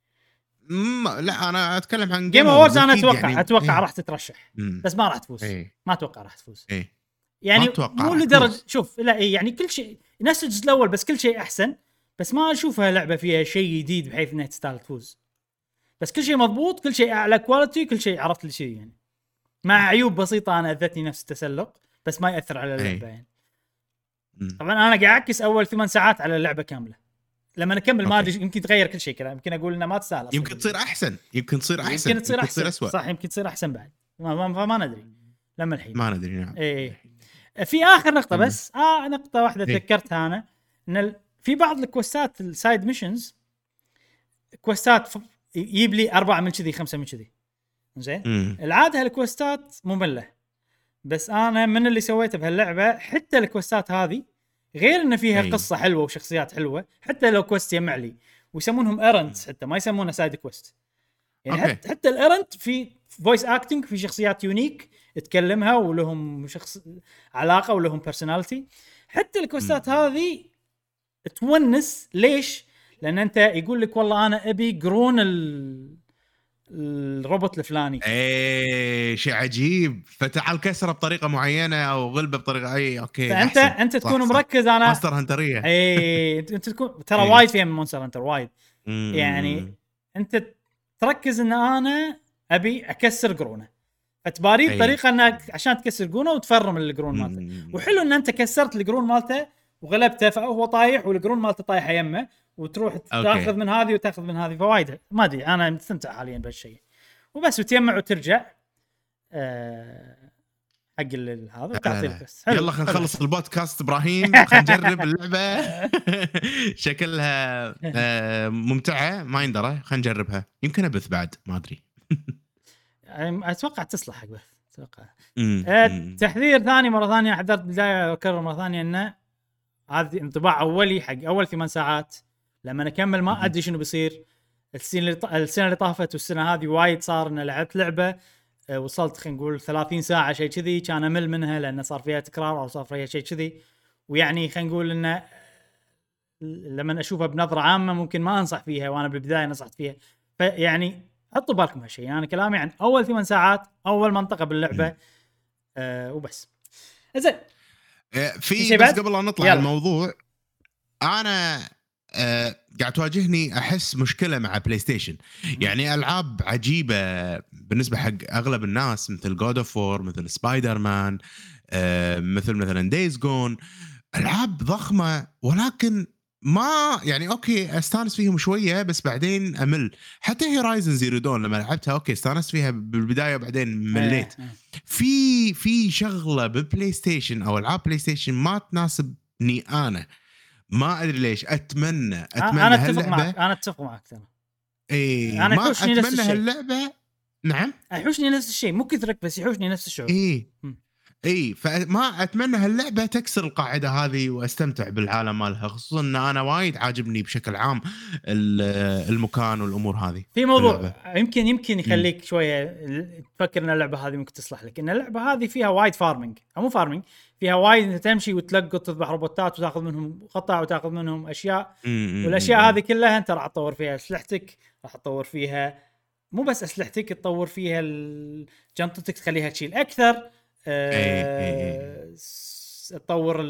لا انا اتكلم عن جيم اووردز. انا اتوقع راح تترشح بس ما راح تفوز. ما اتوقع راح تفوز يعني مو لدرجه شوف لا يعني كل شيء نفس الجزء الاول، بس كل شيء احسن، بس ما اشوفها لعبه فيها شيء جديد بحيث انها تستاهل تفوز. بس كل شيء مضبوط، كل شيء اعلى كواليتي، كل شيء عرفت كل شيء يعني، مع عيوب بسيطه انا اذتني نفس التسلق، بس ما ياثر على اللعبه يعني. طبعا انا قاعد اعكس اول 8 ساعات على اللعبه كامله، لما نكمل ما ادري يمكن تغير كل شيء كذا، يمكن اقول انها ما تستاهل، يمكن تصير احسن، يمكن تصير أسوأ. صح، يمكن تصير احسن بعد، ما ندري لما الحين ما ندري. نعم. في اخر نقطه بس نقطه واحده تذكرتها انا، ان في بعض الكوستات السايد ميشنز كوستات يجيب لي 4 من كذي 5 من كذي زين. العاده هالكوستات ممله، بس انا من اللي سويته بهاللعبه حتى الكوستات هذه غير ان فيها قصه حلوه وشخصيات حلوه، حتى لو كوست يجمع لي ويسمونهم ايرنتس، حتى ما يسمونه سايد كوست يعني. حتى الايرنت في فويس اكتنج، في شخصيات يونيك تكلمها ولهم علاقه ولهم بيرسوناليتي. حتى الكوستات هذه تونس. ليش؟ لان انت يقول لك والله انا ابي قرون الروبوت الفلاني، شيء عجيب، فتعال كسره بطريقه معينه او غلبه بطريقه اوكي. فانت تكون مركز. انا مونستر هنتريه انت تكون ترى وايد فيها من مونستر هنتر وايد يعني. انت تركز ان انا ابي اكسر قرونه، فتباري بطريقه انك عشان تكسر قرونه وتفرم القرون مالته. وحلو ان انت كسرت القرون مالته وغلبته، فهو طايح والقرون مالته طايحه يمه، وتروح تاخذ من هذه وتاخذ من هذه. فوايد ما ادري، انا مستمتع حاليا بهالشيء وبس. وتجمع وترجع حق هذا وتعطيك بس. يلا خلينا نخلص البودكاست ابراهيم، خلينا نجرب اللعبه. شكلها ممتعه ما يندرى، خلينا نجربها. يمكن ابث بعد ما ادري. اتوقع تصلح حق بث، اتوقع. تحذير ثاني مره ثانيه، حذرت بدايه اكرر مره ثانيه انه هذا انطباع اولي حق اول 8 ساعات. لما اكمل ما ادري شنو بيصير. السنه اللي طافت والسنه هذه وايد صار ان لعبت لعبه وصلت خلينا نقول 30 ساعه شيء كذي، كان امل منها لانه صار فيها تكرار او صار فيها شيء كذي. ويعني خلينا نقول انه لما اشوفها بنظره عامه ممكن ما انصح فيها، وانا بالبدايه نصحت فيها. فيعني حطوا بالكم هالشيء، يعني كلامي عن اول 8 ساعات اول منطقه باللعبه وبس. زين في بس قبل لا نطلع الموضوع، انا قاعد تواجهني احس مشكله مع بلاي ستيشن. يعني العاب عجيبه بالنسبه حق اغلب الناس مثل جود اوف وور، مثل سبايدر مان، مثلا دايز جون، العاب ضخمه ولكن ما يعني اوكي استانس فيهم شويه بس بعدين امل. حتى هورايزن زيرو دون لما لعبتها اوكي استانس فيها بالبدايه وبعدين مليت. في شغله بالبلاي ستيشن او العاب بلاي ستيشن ما تناسبني انا، ما ادري ليش. اتمنى انا اتفق معك، انا اتفق معك ترى. ايه انا ما اتمنى هاللعبه. نعم يحوشني نفس الشيء، مو كثرك بس يحوشني نفس الشعور. اي فما اتمنى هاللعبه تكسر القاعده هذه واستمتع بالعالم مالها، خصوصا ان انا وايد عاجبني بشكل عام المكان والامور هذه. في موضوع يمكن يخليك شويه تفكر ان اللعبه هذه ممكن تصلح لك. ان اللعبه هذه فيها وايد فارمنج او مو فارمنج، فيها وايد انت تمشي وتلقط تذبح روبوتات وتاخذ منهم قطع وتاخذ منهم اشياء. والاشياء هذه كلها انت راح تطور فيها اسلحتك، راح تطور فيها مو بس اسلحتك، تطور فيها جنطتك تخليها تشيل اكثر، تطور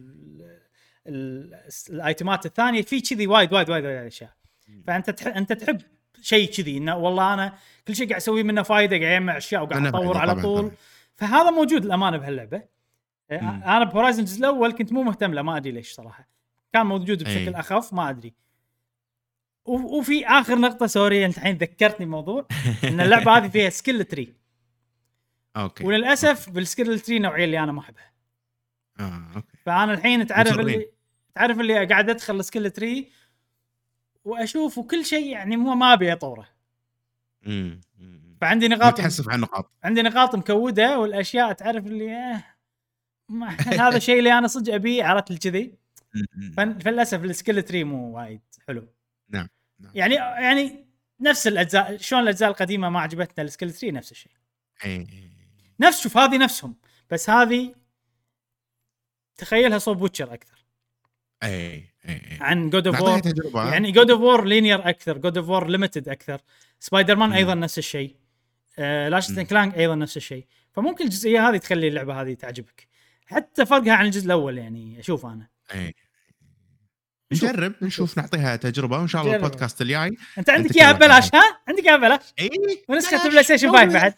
الايتمات الثانيه في كذي وايد اشياء. فانت انت تحب شيء كذي انه والله انا كل شيء قاعد اسوي منه فايده، قاعد اجمع اشياء وقاعد اطور على طول. فهذا موجود الامانه بهاللعبه. انا بهورايزن الجزء الاول كنت مو مهتم له، ما ادري ليش صراحه، كان موجود بشكل اخف ما ادري. وفي اخر نقطه سوري انت الحين ذكرتني بموضوع ان اللعبه هذه فيها سكيل تري. اوكي. وللاسف بالسكيل تري نوعيه اللي انا ما احبها. اوكي. فانا الحين تعرف اللي قاعد ادخل السكيل تري واشوف وكل شيء يعني ما ابي اطوره. فعندي نقاط متحسف عن نقاط، عندي نقاط مكوده والاشياء تعرف اللي هذا الشيء اللي انا صدق ابي، عرفت الكذي. فللاسف السكيل تري مو وايد حلو. نعم. يعني نفس الاجزاء، شلون الاجزاء القديمه ما عجبتنا السكيل تري نفس الشيء. نفس شوف هذه نفسهم، بس هذه تخيلها صوب ويتشر اكثر. عن جود اوف وور. يعني جود اوف وور لينير اكثر، جود اوف وور ليميتد اكثر. سبايدر مان ايضا نفس الشيء، لاشت كلانك ايضا نفس الشيء. فممكن الجزئيه هذه تخلي اللعبه هذه تعجبك، حتى فرقها عن الجزء الاول. يعني اشوف انا نجرب نشوف نعطيها تجربه وان شاء الله البودكاست الجاي. انت عندك اياها ببلاش؟ ها عندك اياها ببلاش؟ ونسخه البلاي ستيشن 5 بعد.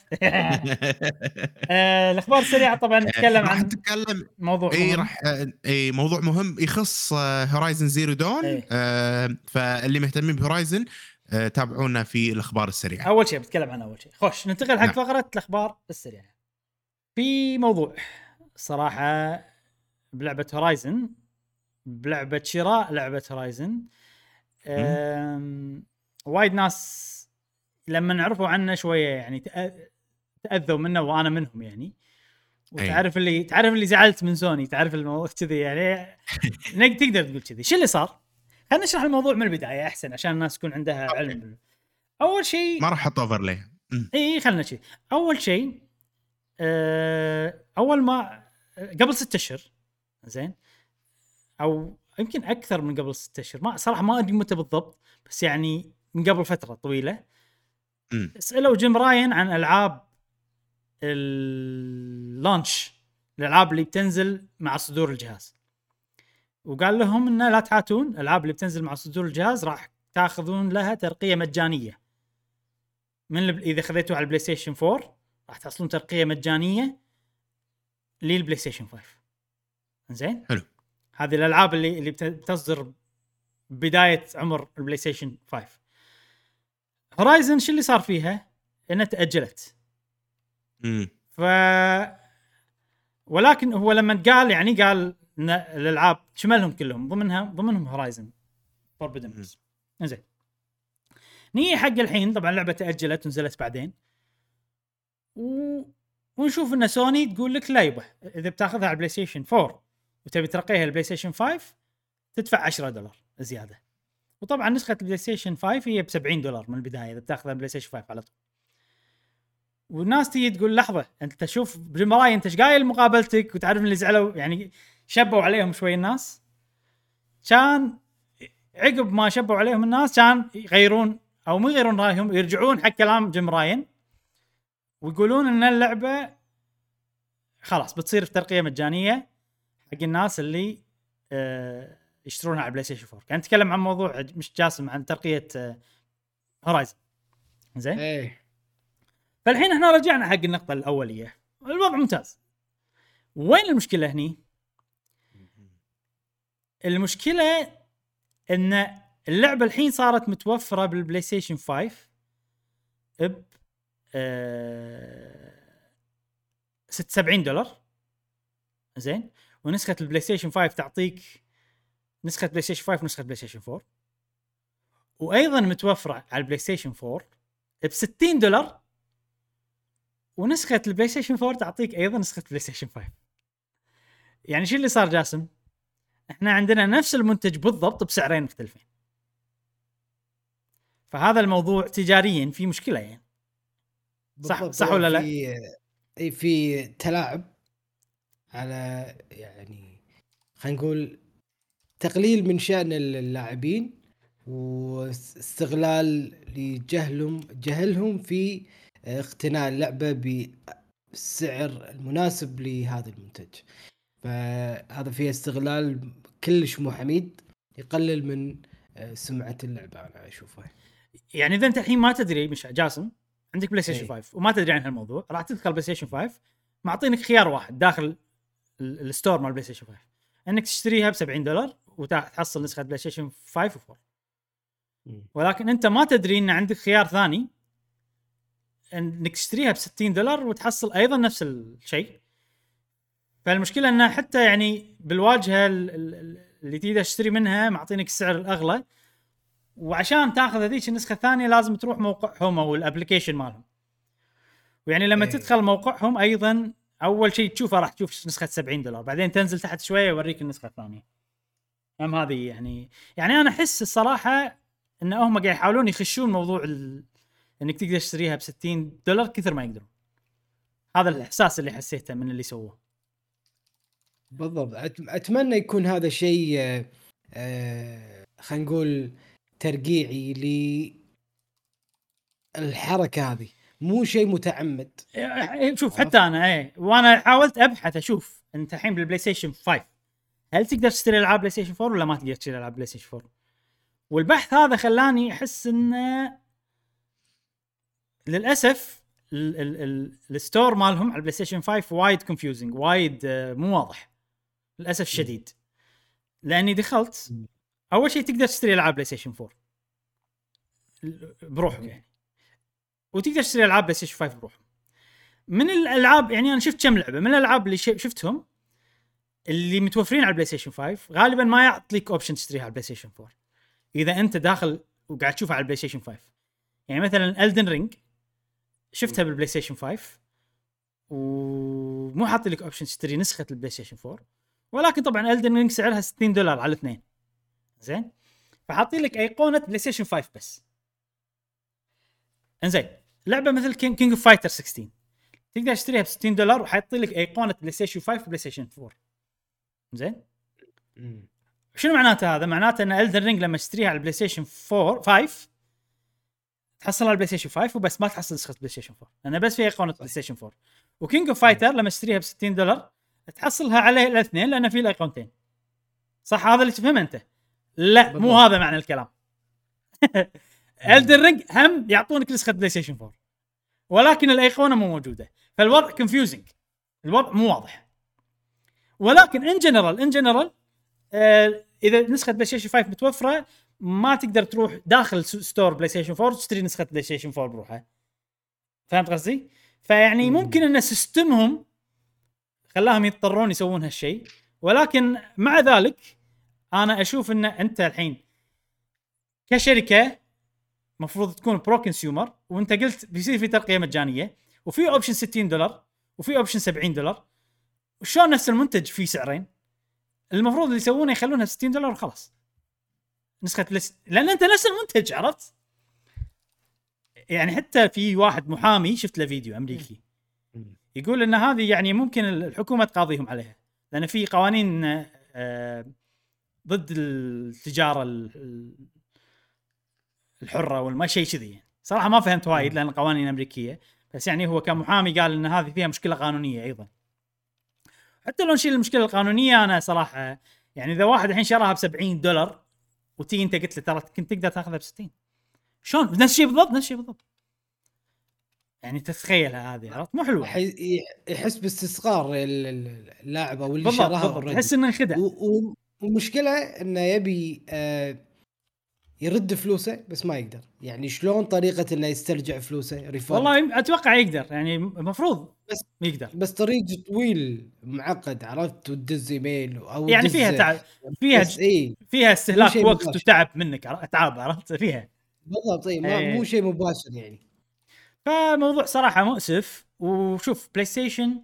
الاخبار السريعه طبعا نتكلم عن موضوع موضوع مهم يخص هورايزن زيرو دون. فاللي مهتمين بهورايزن تابعونا في الاخبار السريعه. اول شيء بتكلم عن اول شيء، خوش ننتقل حق فقره الاخبار السريعه. في موضوع صراحه بلعبه هورايزن، بلعبة شراء لعبة هورايزن. وايد ناس لما نعرفوا عنه شوية يعني تأذوا منه وأنا منهم يعني. وتعرف اللي زعلت من سوني، تعرف الموضوع كذي يعني. تقدر تقول كذي. شو اللي صار؟ خلينا نشرح الموضوع من البداية أحسن عشان الناس يكون عندها علم. أول شيء ما راح أحط أوفرلي. خلنا شيء. أول شيء أول ما قبل 6 أشهر زين، او يمكن اكثر من قبل 6 اشهر، ما صراحه ما ادري متى بالضبط، بس يعني من قبل فتره طويله. سالوا جيم راين عن العاب اللانش، الالعاب اللي بتنزل مع صدور الجهاز، وقال لهم ان لا تحاتون الالعاب اللي بتنزل مع صدور الجهاز راح تاخذون لها ترقيه مجانيه. من اذا خذيتوها على البلاي ستيشن 4 راح تحصلون ترقيه مجانيه للبلاي ستيشن 5. زين حلو. هذه الالعاب اللي بتصدر بدايه عمر البلاي ستيشن 5. هورايزن شو اللي صار فيها؟ انها تاجلت. ف ولكن هو لما قال يعني قال ان الالعاب شملهم كلهم ضمنهم هورايزن فوربيدن ويست. زين نيجي حق الحين طبعا اللعبه تاجلت ونزلت بعدين ونشوف ان سوني تقول لك لا يبا اذا بتاخذها على البلاي ستيشن 4 وتبي ترقيها البلاي ستيشن 5 تدفع $10 زياده. وطبعا نسخه البلاي ستيشن 5 هي ب$70 من البدايه اذا بتاخذها البلاي ستيشن 5 على طول. والناس تيجي تقول لحظه انت تشوف بالمرايه انت ايش قايل مقابلتك وتعرف اللي زعلوا يعني شبوا عليهم شوي الناس. كان عقب ما شبوا عليهم الناس كان يغيرون او مو يغيرون رايهم يرجعون حق كلام جيم راين ويقولون ان اللعبه خلاص بتصير في ترقيه مجانيه حق الناس اللي يشترونها على بلاي ستيشن 4. كان نتكلم عن موضوع مش جاسم عن ترقيه هورايزن. زين ايه فالحين احنا رجعنا حق النقطه الاوليه. الوضع ممتاز. وين المشكله هني؟ المشكله ان اللعبه الحين صارت متوفره بالبلاي ستيشن 5 ب $76. زين ونسخه البلاي ستيشن 5 تعطيك نسخه بلاي ستيشن 5 ونسخه بلاي ستيشن 4 وايضا متوفره على البلاي ستيشن 4 ب $60 ونسخه البلاي ستيشن 4 تعطيك ايضا نسخه بلاي ستيشن 5. يعني شو اللي صار جاسم؟ احنا عندنا نفس المنتج بالضبط بسعرين مختلفين. فهذا الموضوع تجاريا في مشكله يعني. صح ولا لا؟ في تلاعب على يعني خلينا نقول تقليل من شأن اللاعبين واستغلال جهلهم في اقتناء اللعبة بالسعر المناسب لهذا المنتج. فهذا فيه استغلال كلش مو حميد يقلل من سمعة اللعبة أنا أشوفها. يعني إذا أنت الحين ما تدري مش جاسم عندك بلاي ستيشن 5 وما تدري عن هالموضوع راح تدخل بلاي ستيشن 5 معطينك خيار واحد داخل الستور مال بلاي ستيشن 5 انك تشتريها ب$70 وتحصل نسخه بلاي ستيشن 5 و4. ولكن انت ما تدري ان عندك خيار ثاني انك تشتريها ب$60 وتحصل ايضا نفس الشيء. فالمشكله انه حتى يعني بالواجهه اللي تقدر تشتري منها معطينك السعر الاغلى وعشان تاخذ هذيك النسخه الثانيه لازم تروح موقعهم او الابلكيشن مالهم. ويعني لما تدخل موقعهم ايضا اول شيء تشوفه راح تشوف نسخه $70 بعدين تنزل تحت شويه يوريك النسخه الثانيه. هذه يعني انا احس الصراحه ان هم قاعد يحاولون يخشون موضوع انك تقدر تشتريها ب$60 كثر ما يقدرون. هذا الاحساس اللي حسيته من اللي سووه بالضبط. اتمنى يكون هذا شيء خلينا نقول ترقيعي للحركه هذه مو شيء متعمد. شوف حتى انا وانا حاولت ابحث اشوف انت الحين بالبلاي ستيشن 5 هل تقدر تشتري العاب بلاي ستيشن 4 ولا ما تقدر تشتري العاب بلاي ستيشن 4. والبحث هذا خلاني احس ان للاسف الستور مالهم على البلاي ستيشن 5 وايد كونفيوزنج وايد مو واضح للاسف الشديد. لاني دخلت اول شيء تقدر تشتري العاب بلاي ستيشن 4 بروحك يعني وتقدر تشتري العاب بلاي ستيشن 5 بروحهم. من الالعاب يعني انا شفت كم لعبه من الالعاب اللي شفتهم اللي متوفرين على البلاي ستيشن 5 غالبا ما يعطيك اوبشن تشتريها على البلاي ستيشن 4 اذا انت داخل وقاعد تشوفها على البلاي ستيشن 5. يعني مثلا ألدن رينج شفتها بالبلاي ستيشن 5 ومو حاط لك اوبشن تشتري نسخه البلاي ستيشن 4 ولكن طبعا ألدن رينج سعرها $60 على الاثنين. زين فحاطين لك ايقونه بلاي ستيشن 5 بس. انزين لعبه مثل كينج اوف فايتر 16 تقدر تشتريها ب$60 وحاطين لك ايقونه بلاي ستيشن 5 وبلاي ستيشن 4. زين شنو معناته هذا؟ معناته ان ألدن رينج لما تشتريها على البلاي ستيشن 5 تحصلها على البلاي ستيشن 5 وبس ما تحصل نسخه بلاي ستيشن 4 لانها بس فيها ايقونه بلاي ستيشن 4. وكينج اوف فايتر لما تشتريها ب$60 تحصلها عليه الاثنين لان في الايقونتين. صح هذا اللي تفهمه انت؟ لا مو هذا معنى الكلام. ألدن رينج هم يعطونك نسخه بلاي ستيشن 4 ولكن الايقونه مو موجوده فالوضع كونفيوزنج الوضع مو واضح. ولكن ان جنرال اذا نسخه بلاي ستيشن 5 متوفره ما تقدر تروح داخل ستور بلاي ستيشن 4 تشتري نسخه بلاي ستيشن 4 بروحها. فهمت قصدي؟ فيعني ممكن ان سيستمهم خلاهم يضطرون يسوون هالشيء. ولكن مع ذلك انا اشوف ان انت الحين كشركه مفروض تكون برو كونسيومر، وانت قلت بيصير في ترقيه مجانيه وفي اوبشن $60 وفي اوبشن $70، وشلون نفس المنتج في سعرين؟ المفروض اللي يسوونه يخلونها $60 وخلاص نسخه لان انت نفس المنتج، عرفت يعني. حتى في واحد محامي شفت له فيديو امريكي يقول ان هذه يعني ممكن الحكومه تقاضيهم عليها، لان في قوانين ضد التجاره الحره والما شيء كذي يعني. صراحه ما فهمت وايد لان القوانين امريكيه، بس يعني هو كمحامي قال ان هذه فيها مشكله قانونيه ايضا. حتى لو نشيل المشكله القانونيه، انا صراحه يعني اذا واحد الحين شراها $70 وتيجي انت قلت له ترى كنت تقدر تاخذها ب60، شلون نفس الشيء بالضبط، نفس الشيء بالضبط يعني. تتخيلها هذه، عرفت؟ مو حلوه. يحس باستصغار اللاعب او اللي بالضبط شراها بالضبط، تحس انه انخدع. والمشكله انه يبي يرد فلوسه بس ما يقدر. يعني شلون طريقه انه يسترجع فلوسه ريفاند؟ والله اتوقع يقدر، يعني المفروض بس يقدر، بس طريق طويل معقد، عرفت؟ وتدز ايميل او يعني فيها تعب، فيها فيها استهلاك وقت مباشر. وتعب منك، اتعاب، عرفت؟ فيها بالضبط. مو شيء مباشر يعني. فموضوع صراحه مؤسف. وشوف بلاي ستيشن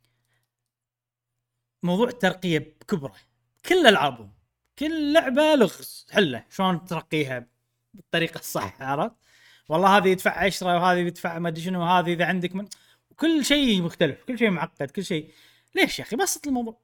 موضوع الترقيه بكبره، كل العابهم كل لعبه لغز حله شلون ترقيها بالطريقه الصح، عرفت؟ والله هذه يدفع 10 وهذه يدفع ما ادري شنو، وهذه اذا عندك من كل شيء مختلف، كل شيء معقد، كل شيء. ليش يا اخي؟ بسط الموضوع.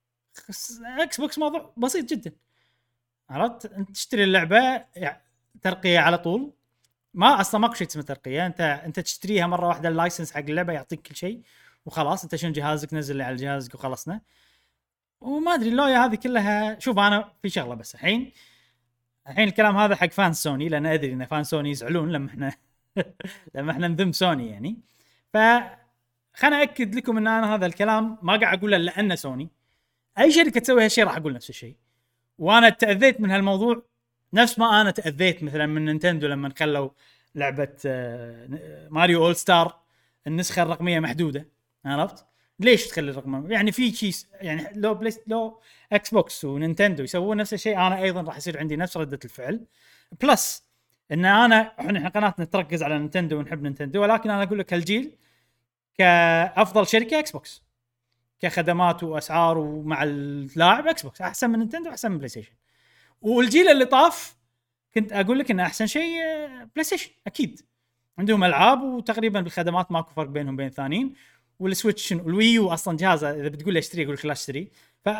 اكس بوكس موضوع بسيط جدا، عرفت؟ انت تشتري اللعبه يعني ترقيه على طول، ما اصلا ماكو شيء اسمه ترقيه. انت تشتريها مره واحده، اللايسنس حق اللعبه يعطيك كل شيء وخلاص. انت شنو جهازك نزل لي على جهازك وخلصنا. وما ادري اللويا هذه كلها. شوف انا في شغله بس الحين الكلام هذا حق فان سوني، لان ادري ان فان سوني يزعلون لما احنا لما احنا نذم سوني يعني. ف خلنا اكد لكم ان انا هذا الكلام ما قاعد اقوله لان سوني، اي شركه تسوي هالشيء راح اقول نفس الشيء. وانا تاذيت من هالموضوع نفس ما انا تاذيت مثلا من نينتندو لما خلوا لعبه ماريو اول ستار النسخه الرقميه محدوده، عرفت؟ ليش تخلي الرقم يعني في شيء يعني لو اكس بوكس ونينتندو يسوون نفس الشيء، انا ايضا راح يصير عندي نفس رده الفعل. بلس ان احنا قناتنا تركز على نينتندو ونحب نينتندو، ولكن انا اقول لك هالجيل كافضل شركه اكس بوكس، كخدمات واسعار ومع اللاعب اكس بوكس احسن من نينتندو، احسن من بلاي ستيشن. والجيل اللي طاف كنت اقول لك ان احسن شيء بلاي ستيشن، اكيد عندهم العاب وتقريبا بالخدمات ماكو فرق بينهم وبين الثانيين. والسويتش والويو اصلا جهازه اذا بتقول لي اشتري اقول لك لا اشتري.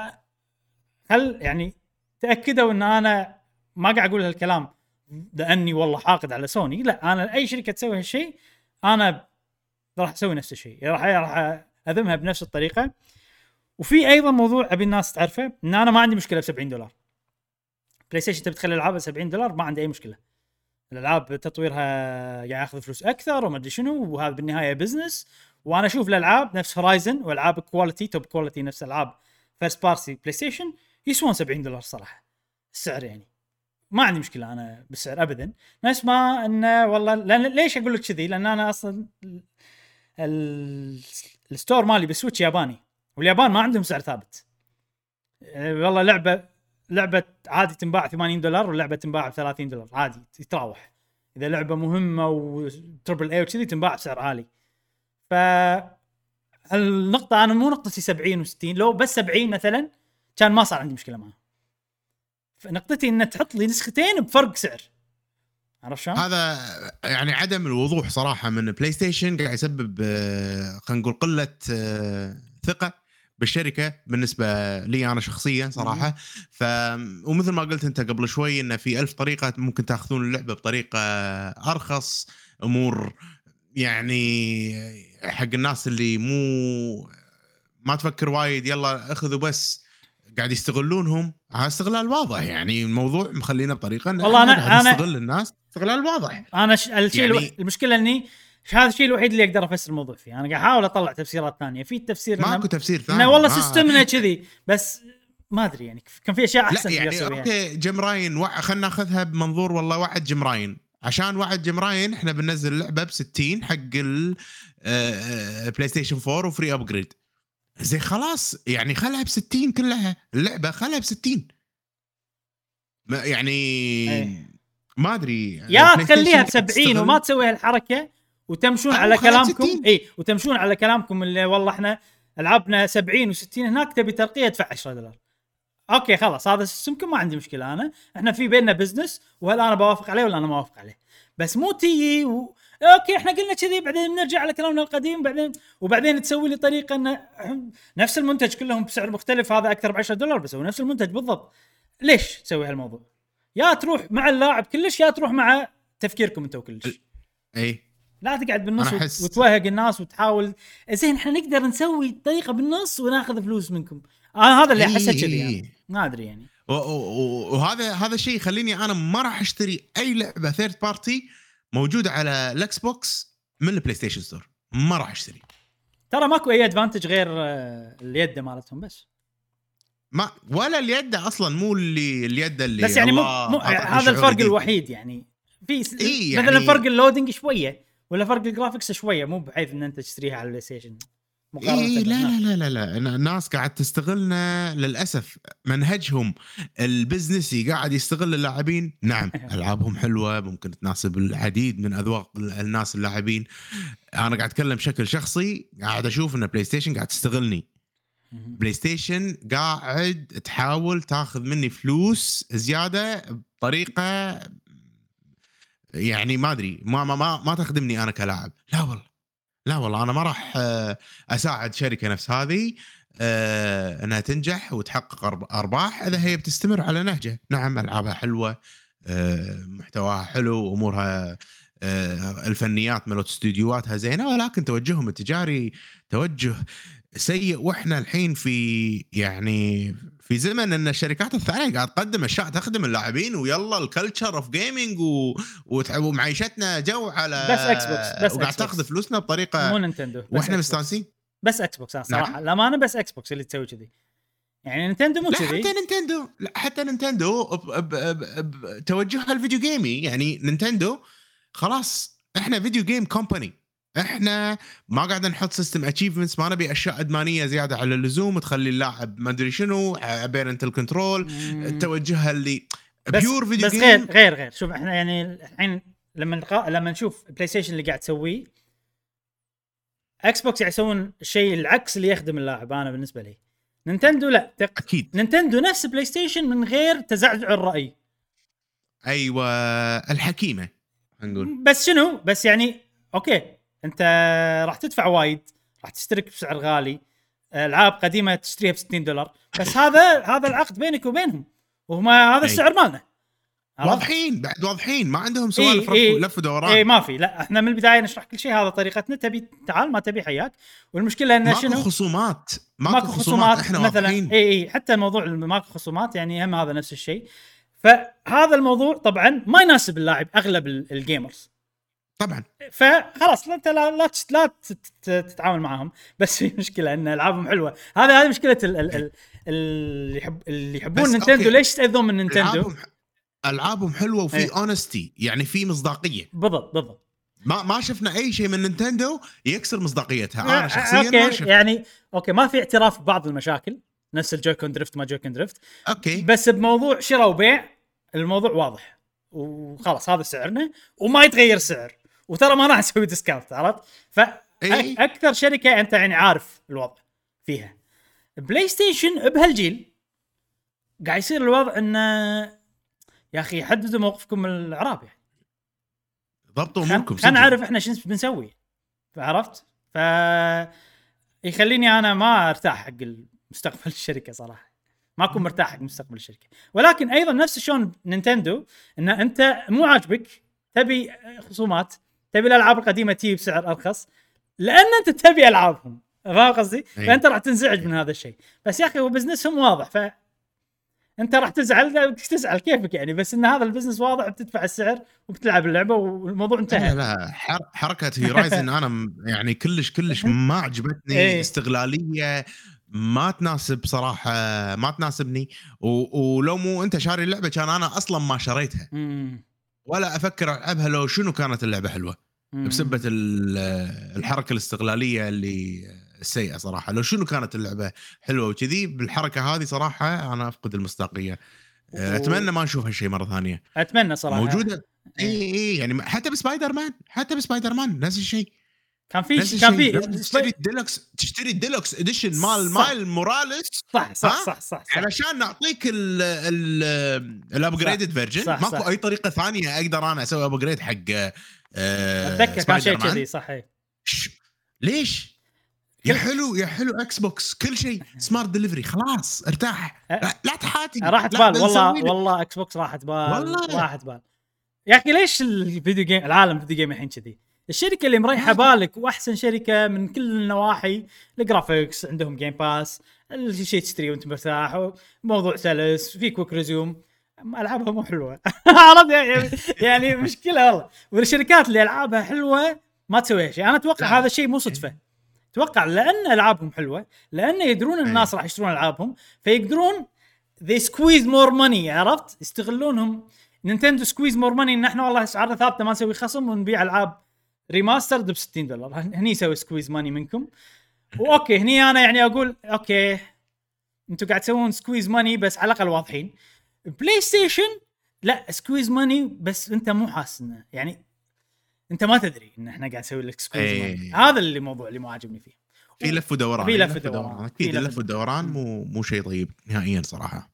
هل يعني تاكدوا ان انا ما قاعد اقول هالكلام لاني والله حاقد على سوني؟ لا، انا اي شركه تسوي هالشيء انا راح اسوي نفس الشيء، راح اذمها بنفس الطريقه. وفي ايضا موضوع ابي الناس تعرفه، ان انا ما عندي مشكله ب$70. بلاي ستيشن تبي تخلي الالعاب $70 ما عندي اي مشكله. الالعاب تطويرها يعني ياخذ فلوس اكثر وما ادري شنو، وهذا بالنهايه بزنس. وانا اشوف الالعاب نفس هورايزن والعاب كواليتي توب كواليتي نفس العاب فيرست بارتي بلاي ستيشن يسوون $70 صراحه. السعر يعني ما عندي مشكله انا بالسعر ابدا. نفس ما انه والله ليش اقول لك كذي؟ لان انا اصلا الستور مالي بالسويتش ياباني، واليابان ما عندهم سعر ثابت. والله لعبه عادي تنباع $80 واللعبه تنباع $30 عادي يتراوح. اذا لعبه مهمه وتربل اي وكذي تنباع بسعر عالي. ف النقطه انا مو نقطتي 70 و60، لو بس 70 مثلا كان ما صار عندي مشكله معها. فنقطتي ان تحط لي نسختين بفرق سعر، عرفت شلون؟ هذا يعني عدم الوضوح صراحه من بلاي ستيشن قاعد يسبب خلينا نقول قله ثقه بالشركه بالنسبه لي انا شخصيا صراحه. ومثل ما قلت انت قبل شوي ان في 1000 طريقه ممكن تاخذون اللعبه بطريقه ارخص، امور يعني حق الناس اللي ما تفكر وايد يلا اخذوا بس قاعد يستغلونهم. هذا استغلال واضح يعني. الموضوع مخلينا بطريقه والله انا نستغل الناس استغلال واضح. انا الشيء يعني المشكله اني هذا الشيء الوحيد اللي اقدر افسر الموضوع فيه. انا قاعد احاول اطلع تفسيرات ثانيه. في تفسير ماكو تفسير ثاني والله سيستمنا كذي، بس ما ادري يعني كان في اشياء احسن يعني اسويها. اوكي جيم راين خلينا ناخذها بمنظور والله وعد جيم راين. عشان وعد جيم راين احنا بننزل اللعبه ب60 حق البلاي ستيشن 4 وفري ابجريد. زي خلاص يعني خلها ب60 كلها اللعبه، خلها ب60 يعني ما ادري يا تخليها ب70 وما تسوي هالحركه وتمشون على كلامكم. اي وتمشون على كلامكم اللي والله احنا العابنا 70 و60 هناك تبي ترقيه ادفع $10. اوكي خلاص هذا سيستمكم ما عندي مشكله، احنا في بيننا بزنس وهل انا بوافق عليه ولا انا ما اوافق عليه، بس مو تيجي اوكي احنا قلنا كذي بعدين نرجع على كلامنا القديم وبعدين تسوي لي طريقه ان نفس المنتج كلهم بسعر مختلف، هذا اكثر ب$10 بس هو نفس المنتج بالضبط. ليش تسوي هالموضوع؟ يا تروح مع اللاعب كلش يا تروح مع تفكيركم انتم كلش. اي لا تقعد بالنص وتوهق الناس وتحاول زين احنا نقدر نسوي طريقه بالنص وناخذ فلوس منكم. هذا اللي احسه كذي يعني. ما ادري يعني. وهذا الشيء يخليني انا ما راح اشتري اي لعبه ثيرد بارتي موجوده على الاكس بوكس من البلاي ستيشن ستور، ما راح اشتري. ترى ماكو اي ادفانتج غير اليد مالتهم بس، ما ولا اليد اصلا مو اليد اللي بس يعني مو هذا الفرق الوحيد يعني. في يعني مثلا فرق اللودينج شويه ولا فرق الجرافيكس شويه، مو بحيث ان انت تشتريها على البلاي ستيشن. لا الناس قاعد تستغلنا للاسف، منهجهم البزنسي قاعد يستغل اللاعبين. نعم العابهم حلوه ممكن تناسب العديد من اذواق الناس اللاعبين، انا قاعد اتكلم بشكل شخصي، قاعد اشوف ان بلاي ستيشن قاعد تستغلني. بلاي ستيشن قاعد تحاول تاخذ مني فلوس زياده بطريقه يعني ما ادري ما تخدمني انا كلاعب. لا والله انا ما راح اساعد شركه نفس هذه انها تنجح وتحقق ارباح اذا هي بتستمر على نهجه. نعم العابها حلوه، محتواها حلو، امورها الفنيات مالت استديوهاتها زينه، ولكن توجههم التجاري توجه سيء. واحنا الحين في زمن ان الشركات الثانيه قاعد تقدم اشياء تخدم اللاعبين، ويلا الكلتشر اوف جيمنج ومعيشتنا جو على بس اكس بوكس، بس وقاعد تاخذ فلوسنا بطريقه مو نينتندو، واحنا مستانسين. بس اكس بوكس صراحه. نعم. لا ما انا بس اكس بوكس اللي تسوي كذي يعني. نينتندو مو كذي. حتى نينتندو توجهها الفيديو جيمي يعني. نينتندو خلاص احنا فيديو جيم كومباني، احنا ما قاعد نحط سيستم اتشيفمنتس، ما نبي اشياء ادمانيه زياده على اللزوم تخلي اللاعب ما ادري شنو بيرنتال كنترول. توجهها اللي بيور فيديو بس جيم. بس غير شوف احنا يعني الحين لما نشوف بلاي ستيشن اللي قاعد تسويه، اكس بوكس يسوون الشيء العكس اللي يخدم اللاعب. انا بالنسبه لي نينتندو لا اكيد نينتندو نفس بلاي ستيشن من غير تزعزع الراي. ايوه الحكيمه نقول. بس شنو بس يعني اوكي انت راح تدفع وايد، راح تشترك بسعر غالي، العاب قديمه تشتريها $60، بس هذا العقد بينك وبينهم، وهما هذا السعر مالنا. واضحين ما عندهم سوالف لف ودوران. ما في. لا احنا من البدايه نشرح كل شيء، هذا طريقتنا، تبي تعال ما تبي حياك. والمشكله ان ماكو خصومات احنا مثلا اي حتى الموضوع ماكو خصومات يعني هم هذا نفس الشيء. فهذا الموضوع طبعا ما يناسب اللاعب اغلب الجيمرز طبعا، فخلاص انت لا تتعامل معهم. بس في مشكله ان العابهم حلوه. هذه مشكله اللي يحبون نينتندو. ليش تاذون من نينتندو؟ العابهم حلوه وفي اونستي يعني في مصداقيه. بالضبط ما شفنا اي شيء من نينتندو يكسر مصداقيتها. انا شخصيا ما شفت يعني. اوكي ما في اعتراف ببعض المشاكل نفس الجويكون دريفت ما جويكون دريفت. اوكي بس بموضوع شراء وبيع الموضوع واضح وخلاص هذا سعرنا وما يتغير سعر، وترى ما راح نسوي ديسكاونت. عرفت؟ فاكثر شركه انت يعني عارف الوضع فيها. بلاي ستيشن بهالجيل قاعد يصير الوضع انه يا اخي حددوا موقفكم من العراب يعني. ضبطوا اموركم. خلينا نعرف احنا شنو بنسوي. عرفت؟ يخليني انا ما ارتاح حق مستقبل الشركه صراحه. ما اكون مرتاح حق مستقبل الشركه. ولكن ايضا نفس شلون نينتندو ان انت مو عاجبك تبي خصومات، تبي الالعاب القديمه تجي بسعر ارخص لان انت تبي العابهم. فاهم قصدي؟ فانت راح تنزعج من هذا الشيء. بس يا اخي هو بزنسهم واضح، انت راح تزعل كيفك يعني. بس ان هذا البزنس واضح، بتدفع السعر وبتلعب اللعبه والموضوع انتهى. لا حركه هورايزن انا يعني كلش ما عجبتني. استغلاليه ما تناسب صراحه، ما تناسبني. ولو مو انت شاري اللعبه كان انا اصلا ما شريتها ولا افكر العبها لو شنو كانت اللعبه حلوه. بسبه الحركه الاستغلاليه اللي سيئه صراحه. لو شنو كانت اللعبه حلوه وكذي، بالحركه هذه صراحه انا افقد المصداقيه. اتمنى ما نشوف هالشيء مره ثانيه اتمنى صراحه موجوده. إيه. اي يعني حتى بسبايدر مان نفس الشيء. كان نفس في كان الشيء. في لازم تشتري الديلوكس اديشن مال صح. موراليس. صح صح صح صح, صح. علشان نعطيك الابجريدد فيرجن. ماكو صح. اي طريقه ثانيه اقدر انا اسوي ابجريد حق اتذكر كان شيء كذي صحيح. ليش يا حلو اكس بوكس كل شيء سمارت دليفري خلاص ارتاح. لا تحاتي راحت بال والله اكس بوكس راحت بال يا اخي. ليش الفيديو جيم العالم فيديو جيم الحين كذي؟ الشركه اللي مريحه بالك واحسن شركه من كل النواحي، الجرافيكس عندهم جيم باس، الشيء تشتري وانت مرتاح، موضوع سلس في كويك ريزيوم، العابها مو حلوه. عرفت يعني مشكله والله. والشركات اللي العابها حلوه ما تسوي شيء. انا اتوقع هذا الشيء مو صدفه، اتوقع لان العابهم حلوه، لان يدرون الناس راح يشترون العابهم فيقدرون they squeeze more money. عرفت؟ يستغلونهم. نينتندو سكويز مور ماني ان احنا والله اسعارنا ثابته ما نسوي خصم ونبيع العاب ريماسترد ب$60. هني يسوي سكويز ماني منكم. واوكي هني انا يعني اقول اوكي انتم قاعد تسوون سكويز ماني بس على الاقل واضحين. بلاي ستيشن لا سكويز ماني بس انت مو حاسس انه يعني انت ما تدري ان احنا قاعد نسوي لك سكويز ماني. هذا اللي الموضوع اللي مو عاجبني فيه. في لف ودوران. اكيد اللف ودوران مو شيء طيب نهائيا صراحه.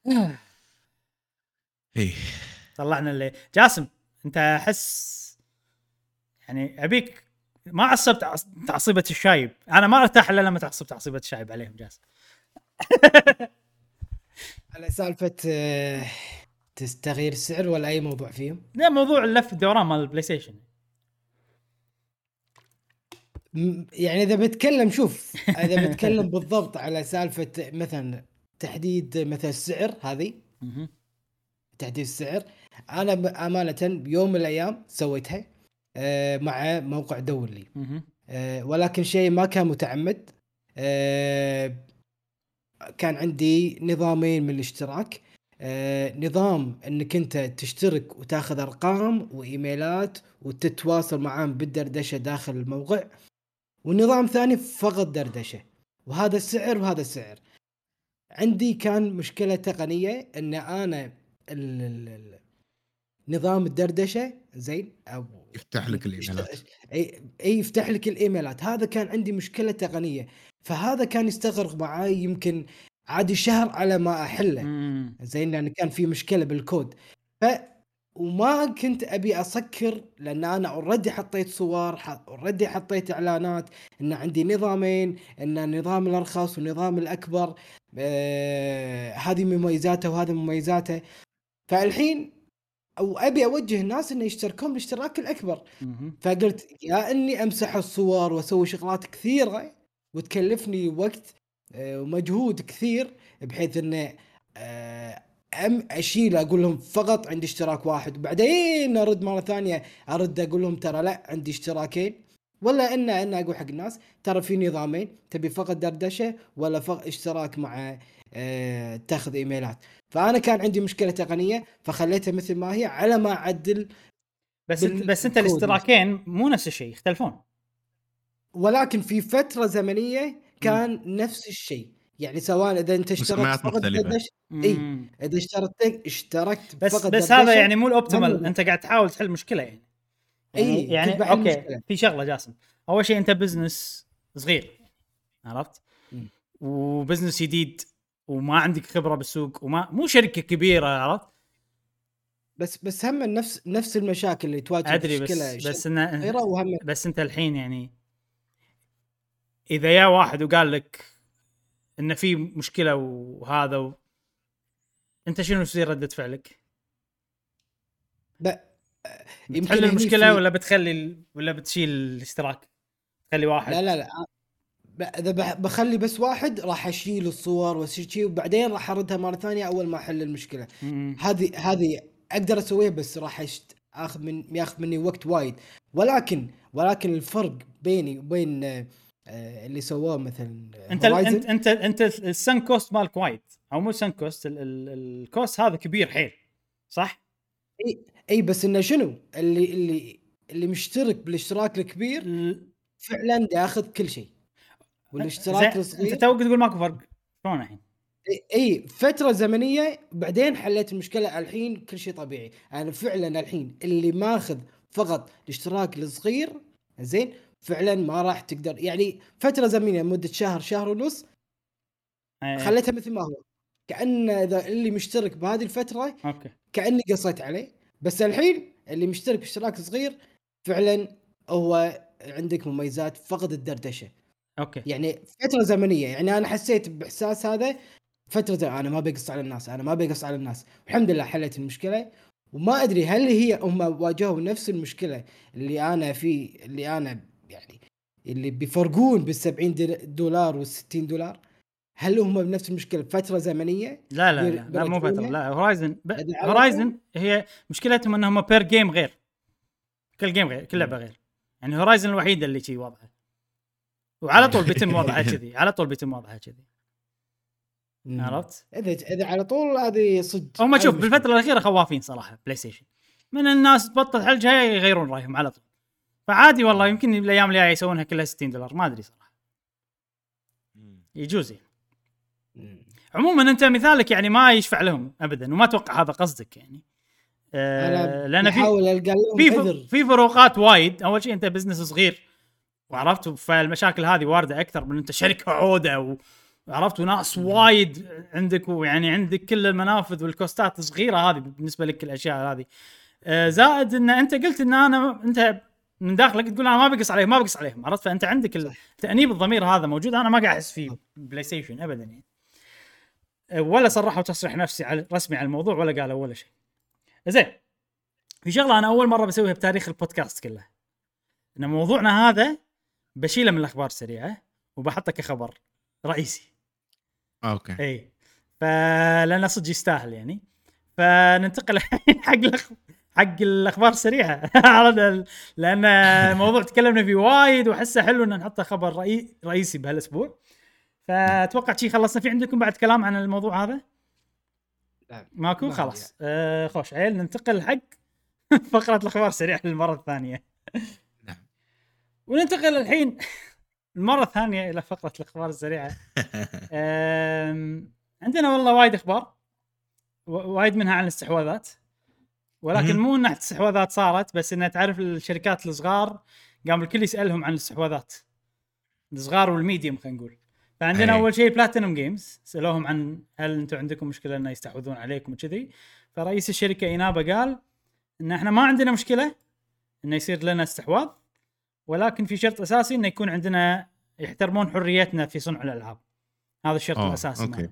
ايه طلعنا اللي جاسم انت احس يعني ابيك ما عصبت تعصيبه الشايب. انا ما ارتاح الا لما تعصب تعصيبه الشايب عليهم جاسم. على سالفه تغيير السعر ولا اي موضوع فيهم؟ لا موضوع اللف الدوران مال البلاي ستيشن. يعني اذا بتكلم شوف اذا بتكلم بالضبط على سالفه مثلا تحديد مثلا السعر هذه تحديد السعر، انا امانه بيوم من الايام سويتها مع موقع دولي ولكن شيء ما كان متعمد. كان عندي نظامين من الاشتراك. نظام انك انت تشترك وتاخذ ارقام وايميلات وتتواصل معاهم بالدردشه داخل الموقع، ونظام ثاني فقط دردشه، وهذا السعر وهذا السعر. عندي كان مشكله تقنيه ان انا نظام الدردشه زين او يفتح لك الايميلات. اي يفتح لك الايميلات. هذا كان عندي مشكله تقنيه، فهذا كان يستغرق معاي يمكن عادي شهر على ما احله زين، لان كان في مشكله بالكود. وما كنت ابي اسكر لان انا اوريدي حطيت صور، اوريدي حطيت اعلانات ان عندي نظامين، ان النظام الارخص والنظام الاكبر هذه مميزاته وهذا مميزاته. فالحين او ابي اوجه الناس انه يشتركون بالاشتراك الاكبر. فقلت يا اني امسح الصور واسوي شغلات كثيره وتكلفني وقت ومجهود كثير بحيث انه اشيل اقول لهم فقط عندي اشتراك واحد، وبعدين ارد مره ثانيه ارد اقول لهم ترى لا عندي اشتراكين، ولا ان اقول حق الناس ترى في نظامين، تبي فقط دردشه ولا فقط اشتراك مع تاخذ ايميلات. فانا كان عندي مشكله تقنيه فخليتها مثل ما هي على ما اعدل. بس انت الاشتراكين مو نفس الشيء، يختلفون. ولكن في فتره زمنيه كان نفس الشيء، يعني سواء اذا انت اشتركت فقط دردشه اذا اشتركت فقط بس هذا يعني مو الاوبتيمال. انت قاعد تحاول تحل مشكله يعني اوكي مشكلة. في شغله جاسم، اول شيء انت بزنس صغير عرفت وبزنس جديد وما عندك خبره بالسوق وما مو شركه كبيره عرفت. بس هم نفس المشاكل اللي تواجه ادري بس انت الحين يعني اذا يا واحد وقال لك ان في مشكله وهذا انت شنو يصير ردة فعلك؟ بتحل المشكله ولا بتخلي ولا بتشيل الاشتراك تخلي واحد؟ لا اذا بخلي بس واحد راح اشيل الصور وشي وبعدين راح اردها مره ثانيه اول ما احل المشكله. هذه اقدر اسويها بس راح ياخذ مني وقت وايد. ولكن الفرق بيني وبين اللي سواه مثلا انت السن كوست مالك وايد، او مو سن كوست الكوست هذا كبير حيل صح. اي بس انه شنو اللي مشترك بالاشتراك الكبير فعلا دا اخذ كل شيء. والاشتراك الصغير انت توك تقول ماكو فرق شلون الحين؟ اي فتره زمنيه بعدين حليت المشكله. الحين كل شيء طبيعي. انا فعلا الحين اللي ماخذ فقط الاشتراك الصغير زين فعلا ما راح تقدر يعني فتره زمنيه مده شهر ونص خليتها مثل ما هو كأن اذا اللي مشترك بهذه الفتره اوكي كأني قصيت عليه. بس الحين اللي مشترك باشتراك صغير فعلا هو عندك مميزات فقط الدردشه. اوكي يعني فتره زمنيه يعني انا حسيت باحساس هذا فتره انا ما بقص على الناس الحمد لله حليت المشكله. وما ادري هل هي هم واجهوا نفس المشكله اللي انا فيه اللي انا يعني اللي بيفرقون $70 وال$60 هل هم بنفس المشكله فتره زمنيه؟ لا مو فتره لا هورايزن هي مشكلتهم انهم بير جيم غير كل جيم غير كل لعبه غير يعني هورايزن الوحيده اللي شيء واضحه وعلى طول بيتم وضعها كذي عرفت اذا على طول هذه صدق. هم شوف بالفتره الاخيره خوافين صراحه بلاي ستيشن من الناس تبطل حلجها يغيرون رايهم على طول فعادي والله يمكن الايام الجايه يسوونها كلها $60 ما ادري صراحه يجوز عموما انت مثالك يعني ما يشفع لهم ابدا وما اتوقع هذا قصدك يعني لان في فروقات وايد. اول شيء انت بزنس صغير وعرفت فالمشاكل هذه وارده اكثر من انت شركه عوده وعرفت وناس وايد عندك ويعني عندك كل المنافذ والكوستات صغيره هذه بالنسبه لك الاشياء هذه. زائد ان انت قلت ان انت من داخلك تقول انا ما بقص عليهم عرفت فانت عندك تأنيب الضمير هذا موجود. انا ما قاعد احس فيه بلاي ستيشن ابدا يعني ولا صرحوا تصريح نفسي رسمي على الموضوع ولا قالوا ولا شيء. زين في شغله انا اول مره بسويها بتاريخ البودكاست كله ان موضوعنا هذا بشيله من الاخبار السريعه وبحطه كخبر رئيسي. اوكي اي فلنا صدق يستاهل يعني. فننتقل حق الاخبار السريعه لان موضوع تكلمنا فيه وايد وحسه حلو ان نحطه خبر رئيسي بهالاسبوع. فاتوقع شي خلصنا. في عندكم بعد كلام عن الموضوع هذا؟ لا ماكو خلاص. خوش عيل ننتقل حق فقره الاخبار السريعه للمره الثانيه. نعم وننتقل الحين المره الثانيه الى فقره الاخبار السريعه. عندنا والله وايد اخبار وايد منها عن الاستحواذات ولكن مو ناحيه استحواذات صارت بس انها تعرف الشركات الصغار قام الكل يسالهم عن الاستحواذات الصغار والميديوم خلينا نقول. فعندنا اول شيء بلاتينوم جيمز سالوهم عن هل انتم عندكم مشكله ان يستحوذون عليكم وكذي. فرئيس الشركه إنابة قال ان احنا ما عندنا مشكله انه يصير لنا استحواذ ولكن في شرط اساسي انه يكون عندنا يحترمون حريتنا في صنع الالعاب. هذا الشرط الاساسي.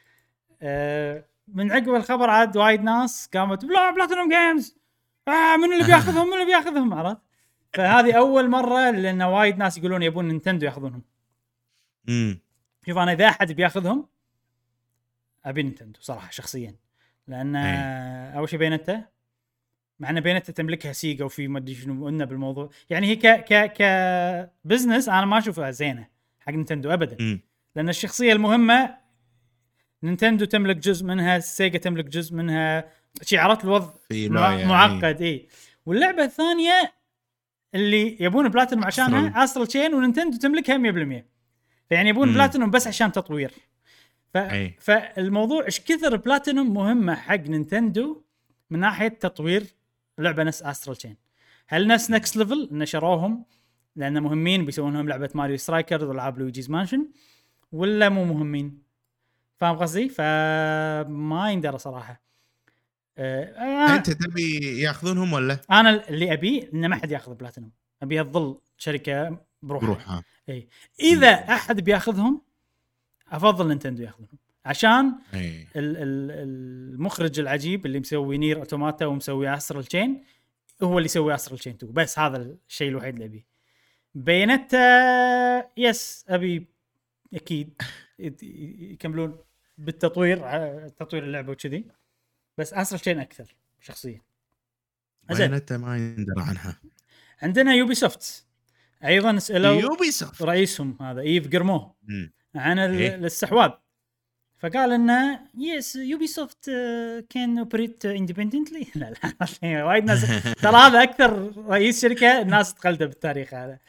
من عقب الخبر عاد وايد ناس قامت بلاتينوم جيمز من اللي بياخذهم عرفت. فهذه اول مره لان وايد ناس يقولون يبون نينتندو ياخذونهم. شوف انا اذا احد بياخذهم ابي نينتندو صراحه شخصيا لان اول شيء بينته معنا بينته تملكها سيجا وفي ما ادري شنو قلنا بالموضوع يعني هي ك بزنس انا ما اشوفها زينه حق نينتندو ابدا. لان الشخصيه المهمه نينتندو تملك جزء منها سيجا تملك جزء منها شي عرفت الوضع معقد واللعبه الثانيه اللي يبون بلاتينوم عشانها استرال تشين ونينتندو تملكها 100% فيعني يبون بلاتينوم بس عشان تطوير. فالموضوع ايش كثر بلاتينوم مهمه حق نينتندو من ناحيه تطوير لعبه نفس استرال تشين. هل نفس نكست ليفل نشروهم لان مهمين بيسوون لهم لعبه ماريو سترايكر والعاب لويجيز مانشن ولا مو مهمين؟ فاهم قصدي؟ فما يندرى صراحه. انت تبي ياخذونهم ولا انا اللي ابي ان ما حد ياخذ بلاتينوم ابي تظل شركه بروحها. اي اذا احد بياخذهم افضل نينتندو ياخذهم عشان المخرج العجيب اللي مسوي نير اوتوماتا ومسوي استرال تشين هو اللي يسوي استرال تشين 2 بس هذا الشيء الوحيد اللي ابي. بينتا يس ابي اكيد يكملون بالتطوير تطوير اللعبه وكذي بس استرال تشين اكثر شخصيا. بينتا ما يندرى عنها. عندنا يوبي سوفت ايضا سالوا يوبي سوفت رئيسهم هذا ايف جرمو عن الاستحواذ فقال انه يس يوبي سوفت كان اوبريت اندبندنتلي. لا وايد ناس ترى هذا اكثر رئيس شركه الناس تقلده بالتاريخ هذا.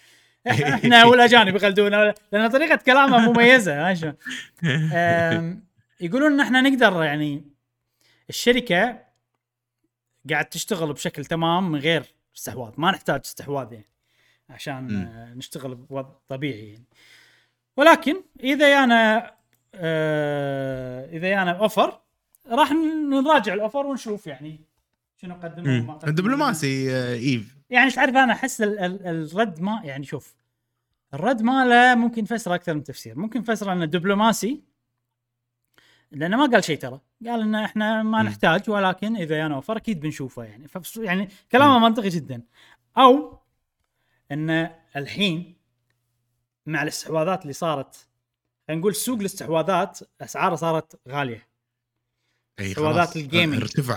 احنا والاجانب يقلدونا لان طريقه كلامه مميزه ماشي. يقولون ان احنا نقدر يعني الشركه قاعد تشتغل بشكل تمام من غير استحواذ، ما نحتاج استحواذ يعني عشان نشتغل بوضع طبيعي يعني. ولكن اذا انا اوفر راح نراجع الاوفر ونشوف يعني شنو قدموا وما قدموا. الدبلوماسي ايف يعني ايش تعرف، انا احس الرد ما يعني شوف الرد ماله ممكن فسره اكثر من تفسير. ممكن فسره انه دبلوماسي لانه ما قال شيء، ترى قال ان احنا ما نحتاج، ولكن اذا انا اوفر اكيد بنشوفه يعني. يعني كلامه منطقي جدا. او ان الحين مع الاستحواذات اللي صارت، نقول سوق الاستحواذات اسعاره صارت غاليه، استحواذات الجيمنج ارتفع.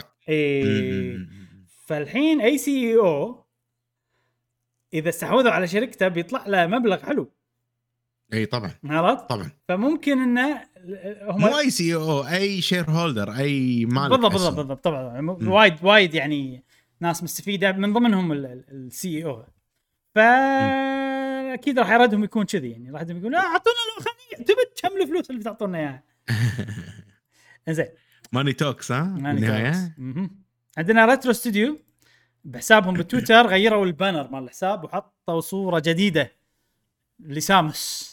فالحين اي سي او اذا استحوذوا على شركته بيطلع له مبلغ حلو. اي طبعا عرفت؟ طبعا. فممكن انه هم مو اي سي او، اي شير هولدر، اي مالك. بالضبط طبعا وايد يعني ناس مستفيده من ضمنهم السي او. فاكيد راح يردهم يكون كذي يعني، راح يقول اعطونا خلينا نعتمد كم الفلوس اللي بتعطونا اياها. زين ماني توكس ها بالنهايه. عندنا ريترو ستوديو بحسابهم بتويتر غيروا البانر مال الحساب وحطوا صوره جديده لسامس.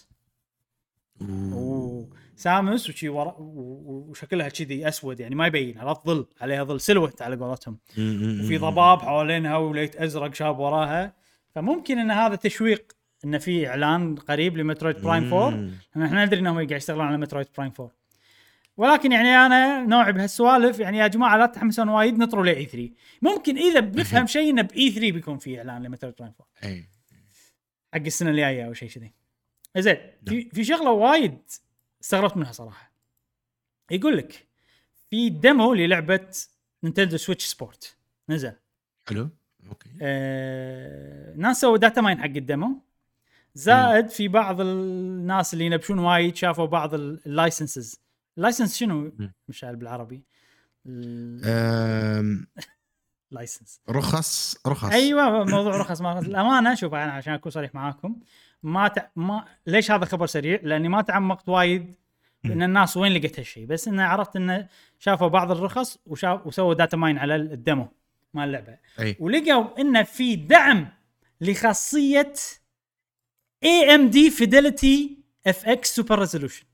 سامس وشي وشكلها كذي اسود يعني ما يبين، على الظل عليها ظل سلوت على قولتهم، وفي ضباب حوالينها وليت ازرق شاب وراها. فممكن ان هذا تشويق ان في اعلان قريب لمترويد برايم 4. احنا ندري انهم قاعد يشتغلون على مترويد برايم 4، ولكن يعني انا نوعي بهالسوالف يعني يا جماعه لا تحمسون وايد، نطروا لاي 3. ممكن اذا بنفهم شيء انه باي 3 بيكون في اعلان لمترويد برايم 4 حق السنه الجايه او شيء كذي. زين في شغله وايد استغربت منها صراحه. يقول لك في ديمو للعبه نينتندو سويتش سبورت نزل. حلو اوكي. ناس سووا داتا ماين حق الديمو، زائد في بعض الناس اللي ينبشون وايد شافوا بعض اللايسنسز. اللايسنس شنو مش عارف بالعربي. لايسنس رخص. ايوه موضوع رخص ما الامانه. شوف انا عشان اكون صريح معاكم ما ليش هذا خبر سريع، لاني ما تعمقت وايد ان الناس وين لقيت هالشيء، بس انه عرفت انه شافوا بعض الرخص وسووا داتا ماين على الديمو مال اللعبه، ولقوا انه في دعم لخاصيه AMD Fidelity FX Super Resolution.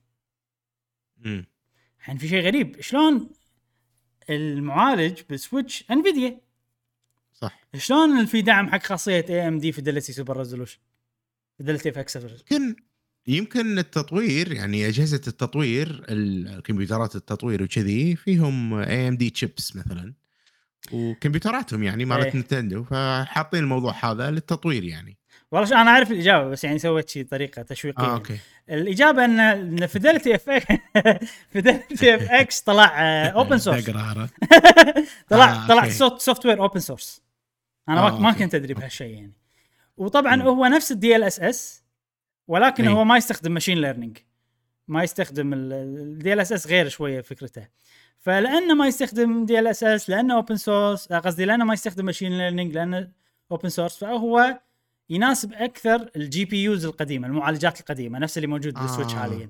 يعني في شيء غريب، شلون المعالج بالسويتش انفيديا صح، شلون في دعم حق خاصيه AMD Fidelity Super Resolution Fidelity FX يمكن التطوير يعني أجهزة التطوير الكمبيوترات التطوير وكذي فيهم AMD chips مثلا، وكمبيوتراتهم يعني مالت نينتندو، فحاطين الموضوع هذا للتطوير يعني. والله انا اعرف الاجابه بس يعني سويت شيء طريقه تشويقيه. أوكي. الاجابه ان فيدلتي اف اكس طلع اوبن سورس. طلع سوفت وير اوبن سورس. انا ما كنت ادري بهالشيء يعني. وطبعا هو نفس الدي ال اس اس، ولكن هو ما يستخدم ماشين ليرنينج، ما يستخدم الدي ال اس اس غير شويه فكرته. فلانه ما يستخدم دي ال اس اس لانه اوبن سورس، قصدي لانه ما يستخدم ماشين ليرنينج لانه اوبن سورس، فهو يناسب اكثر الجي بي يوز القديمه، المعالجات القديمه نفس اللي موجود بالسويتش حاليا.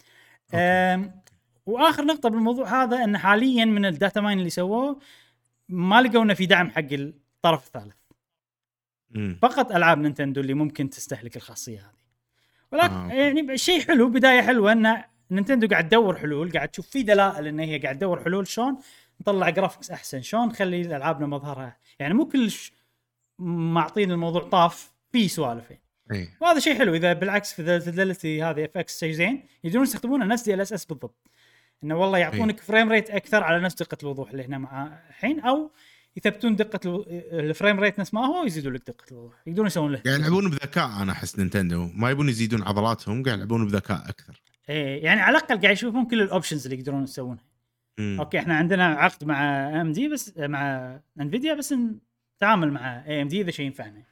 واخر نقطه بالموضوع هذا ان حاليا من الداتا ماين اللي سووه ما لقوا انه في دعم حق الطرف الثالث، فقط العاب نينتندو اللي ممكن تستهلك الخاصيه هذه. ولكن يعني شيء حلو، بدايه حلوه ان نينتندو قاعد تدور حلول، قاعد تشوف في دلائل ان هي قاعد تدور حلول شلون نطلع جرافيكس احسن، شلون نخلي الالعابنا مظهرها يعني مو كلش معطين الموضوع طاف في سوالف يعني. وهذا شيء حلو. اذا بالعكس في فيدلتي هذه اف اكس شيء زين، يقدرون يستخدمونه نفس دي ال اس اس بالضبط، انه والله يعطونك فريم ريت اكثر على نفس دقه الوضوح اللي هنا مع الحين، او يثبتون دقه الفريم ريت نفس ما هو ويزيدوا لك دقه الوضوح. يقدرون يسوون له يعني يلعبون بذكاء. انا احس نينتندو ما يبون يزيدون عضلاتهم، قاعد يلعبون بذكاء اكثر. يعني على الاقل قاعد يشوفون كل الاوبشنز اللي يقدرون يسوونها. اوكي احنا عندنا عقد مع ام دي بس مع انفيديا، بس نتعامل مع اي ام دي اذا شيء ينفعنا.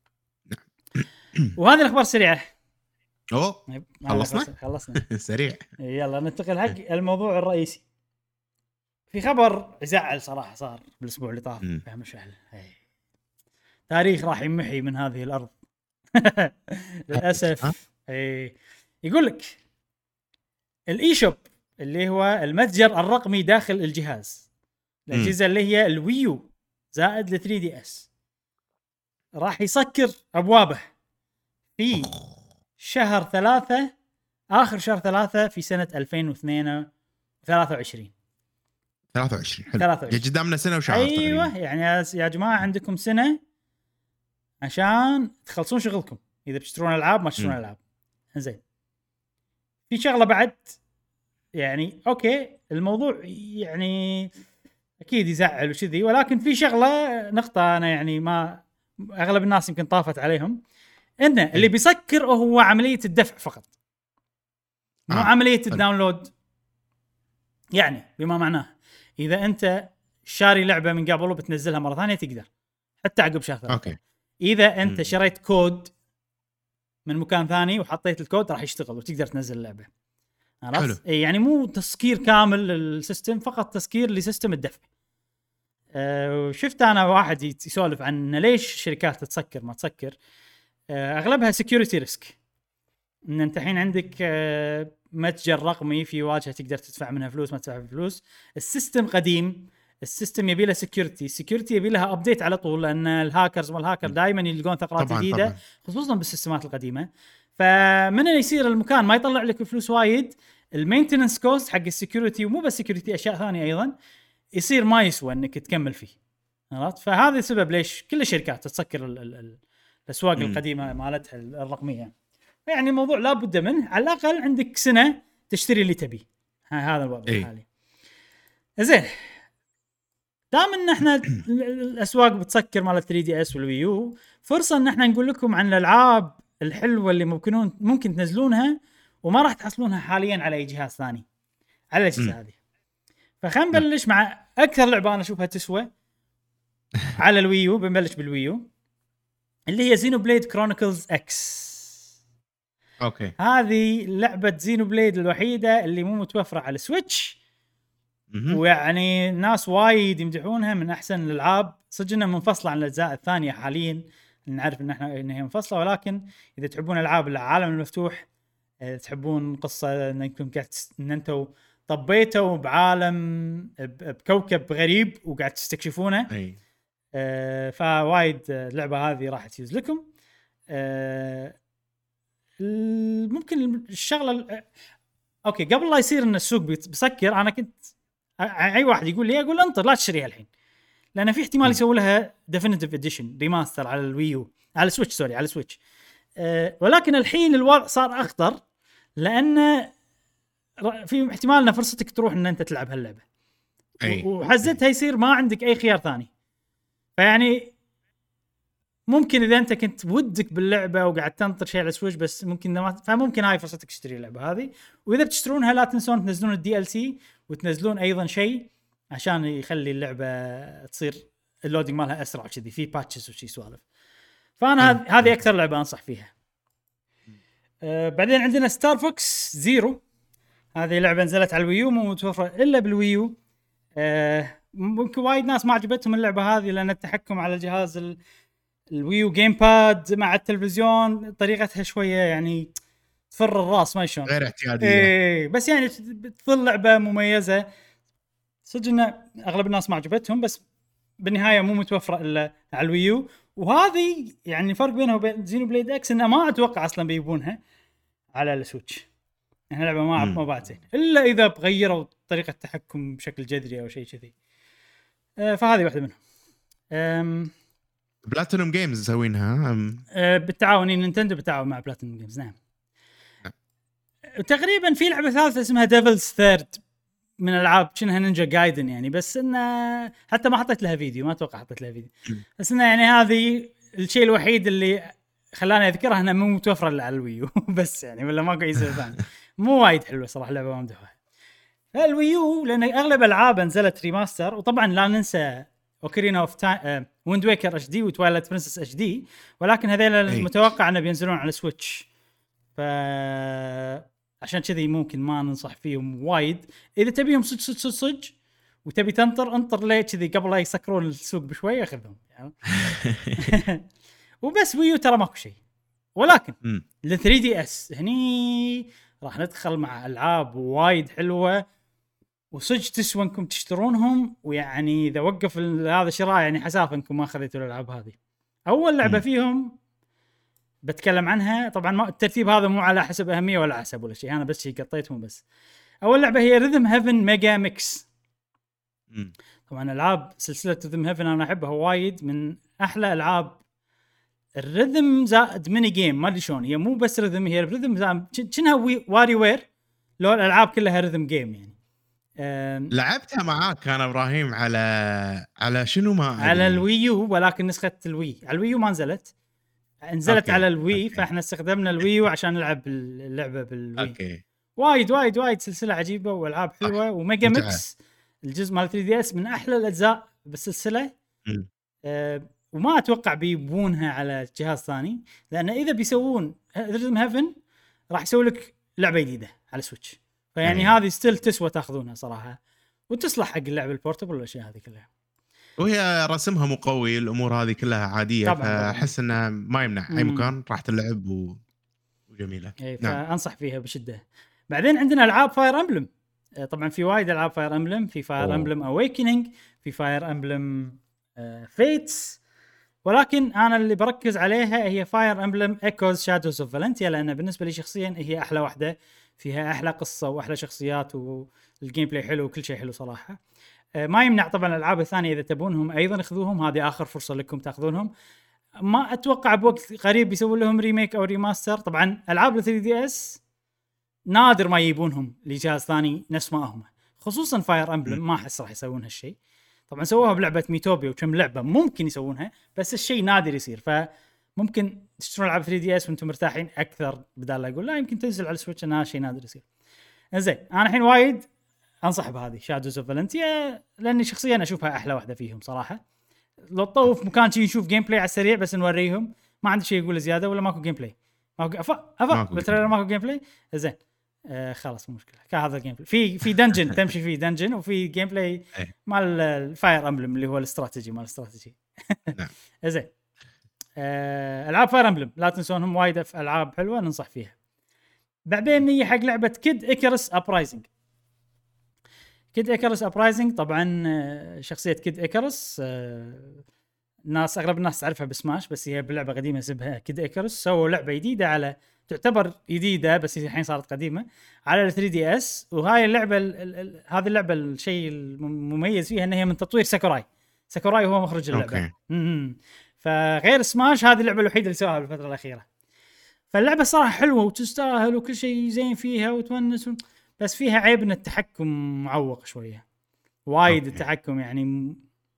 وهذه الاخبار السريعه. خلصنا سريع. يلا ننتقل حق الموضوع الرئيسي. في خبر زعل صراحه صار بالاسبوع اللي طاف، فاهم شو تاريخ راح يمحي من هذه الارض. للاسف. اي يقول لك الاي شوب اللي هو المتجر الرقمي داخل الجهاز، الاجهزه اللي هي الويو زائد ال 3 دي اس، راح يسكر ابوابه في شهر 3 اخر شهر 3 في سنه 2023. 23 حلو. 23 قدامنا سنه وشهر ايوه تقريبا. يعني يا جماعه عندكم سنه عشان تخلصون شغلكم اذا بتشترون العاب ما تشترون العاب. زين في شغله بعد يعني اوكي الموضوع يعني اكيد يزعل وكذي، ولكن في شغله نقطه انا يعني ما اغلب الناس يمكن طافت عليهم، انه اللي بيسكر هو عمليه الدفع فقط مو عمليه الداونلود. يعني بما معناه اذا انت شاري لعبه من قبل وبتنزلها مره ثانيه تقدر حتى عقب شهر 3. اوكي. اذا انت شريت كود من مكان ثاني وحطيت الكود راح يشتغل وتقدر تنزل اللعبه. عرفت؟ يعني مو تسكير كامل للسيستم، فقط تسكير لسيستم الدفع. شفت انا واحد يسولف عن ليش الشركات تسكر ما تسكر. اغلبها سكيورتي ريسك، ان انت الحين عندك متجر رقمي في واجهه تقدر تدفع منها فلوس ما تدفع فلوس، السيستم قديم، السيستم يبي له سكيورتي يبي لها ابديت على طول، لان الهاكرز والهاكر دائما يلقون ثغرات جديده خصوصا بالسيستمات القديمه. فمن يصير المكان ما يطلع لك فلوس وايد، المينتننس كوست حق السكيورتي ومو بس سكيورتي اشياء ثانيه ايضا يصير ما يسوى انك تكمل فيه. عرفت؟ فهذا السبب ليش كل الشركات تسكر الاسواق القديمه مالتها الرقميه. يعني الموضوع لا بد منه، على الاقل عندك سنه تشتري اللي تبي. هذا الوضع الحالي. زين دام ان احنا الاسواق بتسكر مال 3 دي اس والويو، فرصه ان احنا نقول لكم عن الالعاب الحلوه اللي ممكن تنزلونها وما راح تحصلونها حاليا على اي جهاز ثاني على الاجهزه هذه. فخلينا نبلش مع اكثر لعبه انا اشوفها تسوى على الويو. بنبلش بالويو اللي هي زينو بليد كرونيكلز اكس. اوكي هذه لعبه زينو بليد الوحيده اللي مو متوفره على السويتش، ويعني الناس وايد يمدحونها من احسن الالعاب. صدق انها منفصله عن الاجزاء الثانيه حاليا، نعرف ان هي منفصله، ولكن اذا تحبون العاب العالم المفتوح، تحبون قصه انكم ان انتم طبيتوا بعالم بكوكب غريب وقاعد تستكشفونه، فوايد اللعبه هذه راح تيوز لكم. ممكن الشغله اوكي قبل لا يصير ان السوق بيسكر، انا كنت اي واحد يقول لي اقول انطر لا تشتريها الحين، لان في احتمال يسوي لها ديفينيتيف اديشن ريماستر على الويو على السويتش سوري على السويتش. ولكن الحين الوضع صار اخطر، لان في احتمال ان فرصتك تروح ان انت تلعب هاللعبه وحزتها يصير ما عندك اي خيار ثاني. فيعني ممكن اذا انت كنت ودك باللعبه وقاعد تنطر شيء على السويتش بس ممكن فممكن هاي فرصتك تشتري اللعبه هذه. واذا بتشترونها لا تنسون تنزلون الدي ال سي وتنزلون ايضا شيء عشان يخلي اللعبه تصير اللودينج مالها اسرع كذي، في باتشز وشي سوالف. فانا هذه اكثر لعبه انصح فيها. بعدين عندنا ستار فوكس زيرو. هذه لعبه نزلت على الويو مو متوفره الا بالويو. ممكن وايد ناس ما عجبتهم اللعبه هذه لان التحكم على الجهاز الويو جيم باد مع التلفزيون طريقتها شويه يعني تفر الراس ما شلون غير اعتياديه. بس يعني تظل لعبه مميزه. صدق ان اغلب الناس ما عجبتهم، بس بالنهايه مو متوفره الا على الويو. وهذه يعني فرق بينها وبين زينو بليد اكس انه ما اتوقع اصلا بيجيبونها على السويتش. يعني لعبه ما بعد زين الا اذا بغيروا طريقه التحكم بشكل جذري او شيء كذي. فهذه واحده منهم. بلاتينوم جيمز مسوينها بالتعاون نينتندو بالتعاون مع بلاتينوم جيمز. نعم. تقريبا في لعبه ثالثه اسمها ديفلز ثيرد من العاب شنها نينجا جايدن يعني، بس انه حتى ما حطيت لها فيديو، ما اتوقع حطيت لها فيديو، بس انه يعني هذه الشيء الوحيد اللي خلاني اذكرها انها مو متوفره الا على الويو بس يعني ولا ماكو اي شيء ثاني. مو وايد حلوه صراحه اللعبه ما مدحوها. الويو لان اغلب العاب نزلت ريماستر، وطبعا لا ننسى اوكرينا اوف ويند ويكر اتش دي وتوايلايت برنسس اتش دي، ولكن هذول المتوقع انه بينزلون على سويتش، ف عشان كذي ممكن ما ننصح فيهم وايد. اذا تبيهم صج وتبي انطر ليه كذي قبل لا يسكرون السوق بشويه خذهم يعني. وبس ويو ترى ماكو شيء ولكن مم. ل 3DS هني راح ندخل مع العاب وايد حلوه وصدق تسوى انكم تشترونهم. ويعني اذا وقف هذا شراء يعني حسافه انكم ما خذيتوا الالعاب هذه. اول لعبه مم. فيهم بتكلم عنها طبعا، ما الترتيب هذا مو على حسب اهميه ولا حسب ولا شيء، انا بس شيء قطيتهم بس. اول لعبه هي ريذم هيفن ميجا ميكس. مم. طبعا العاب سلسله ريذم هيفن انا احبها وايد، من احلى العاب الريذم زائد ميني جيم. ما ادري شلون هي مو بس ريذم، هي ريذم زائد كأنها واري وير، لو الالعاب كلها ريذم جيم يعني. لعبتها معاك انا ابراهيم على شنو ما أدري. على الويو، ولكن نسخه الوي على الويو ما نزلت أوكي. على الوي. أوكي. فاحنا استخدمنا الويو عشان نلعب اللعبه بالوي. اوكي. وايد وايد وايد سلسله عجيبه والعاب حلوه. وميجا متعة. ميكس الجزء مال 3DS من احلى الاجزاء بالسلسله. مم. وما اتوقع بيبونها على جهاز ثاني، لان اذا بيسوون ريزم هيفن راح يسوي لك لعبه جديده على سويتش. فيعني هذه ستيل تسوى تاخذونها صراحه، وتصلح حق اللعب البورتبل والاشياء هذه كلها. وهي رسمها مو قوي، الامور هذه كلها عاديه، طبعاً. فاحس انه ما يمنع اي مكان راح تلعب وجميله. اي نعم. فانصح فيها بشده. بعدين عندنا العاب فاير امبلم. طبعا في وايد العاب فاير امبلم، في فاير امبلم اويكننج، في فاير امبلم فيتس، ولكن انا اللي بركز عليها هي فاير امبلم ايكوز شادوز اوف فالنتيا، لان بالنسبه لي شخصيا هي احلى واحده، فيها احلى قصه واحلى شخصيات والجيم بلاي حلو وكل شيء حلو صراحه. ما يمنع طبعا الالعاب الثانيه اذا تبونهم ايضا اخذوهم، هذه اخر فرصه لكم تاخذونهم. ما اتوقع بوقت قريب يسوون لهم ريميك او ريماستر. طبعا العاب ال 3DS نادر ما يجيبونهم لجهاز ثاني نفس ما هم، خصوصا فاير امبلم ما احس راح يسوون هالشيء. طبعا سووها بلعبه ميتوبيا وكم لعبه ممكن يسوونها، بس الشيء نادر يصير. فممكن تشترون العاب 3DS وانتم مرتاحين اكثر، بدال لا اقول لا يمكن تنزل على السويتش، انها شيء نادر يصير. زين انا الحين وايد انصح بهذه شادوز اوف فالنتيا، لاني شخصيا اشوفها احلى واحده فيهم صراحه. لو طوف مكان شي نشوف جيم بلاي على السريع بس نوريهم، ما عندي شيء يقول زياده ولا ماكو جيم بلاي. ماكو بالتريلر ماكو جيم بلاي. زين خلاص مو مشكله، هذا الجيم بلاي في دنجن تمشي فيه دنجن، وفي جيم بلاي مال الفاير امبلم اللي هو الاستراتيجي مال الاستراتيجي. نعم. زين العاب فاير امبلم لا تنسونهم، وايد العاب حلوه ننصح فيها. بعدين نيجي حق لعبه كيد إيكارس ابرايزنج. كيد إيكارس ابرايزنج طبعا شخصيه كيد إيكارس الناس اغلب الناس تعرفها بسماش، بس هي بلعبه قديمه اسمها كيد إيكارس. سووا لعبه جديده على تعتبر جديده بس هي الحين صارت قديمه على ال 3DS. وهاي اللعبه هذه اللعبه الشيء المميز فيها ان هي من تطوير ساكوراي هو مخرج اللعبه. فغير سماش هذه اللعبه الوحيده اللي سواها بالفتره الاخيره. فاللعبه صراحه حلوه وتستاهل وكل شيء زين فيها وتونس، بس فيها عيب ان التحكم معوق شويه وايد. التحكم يعني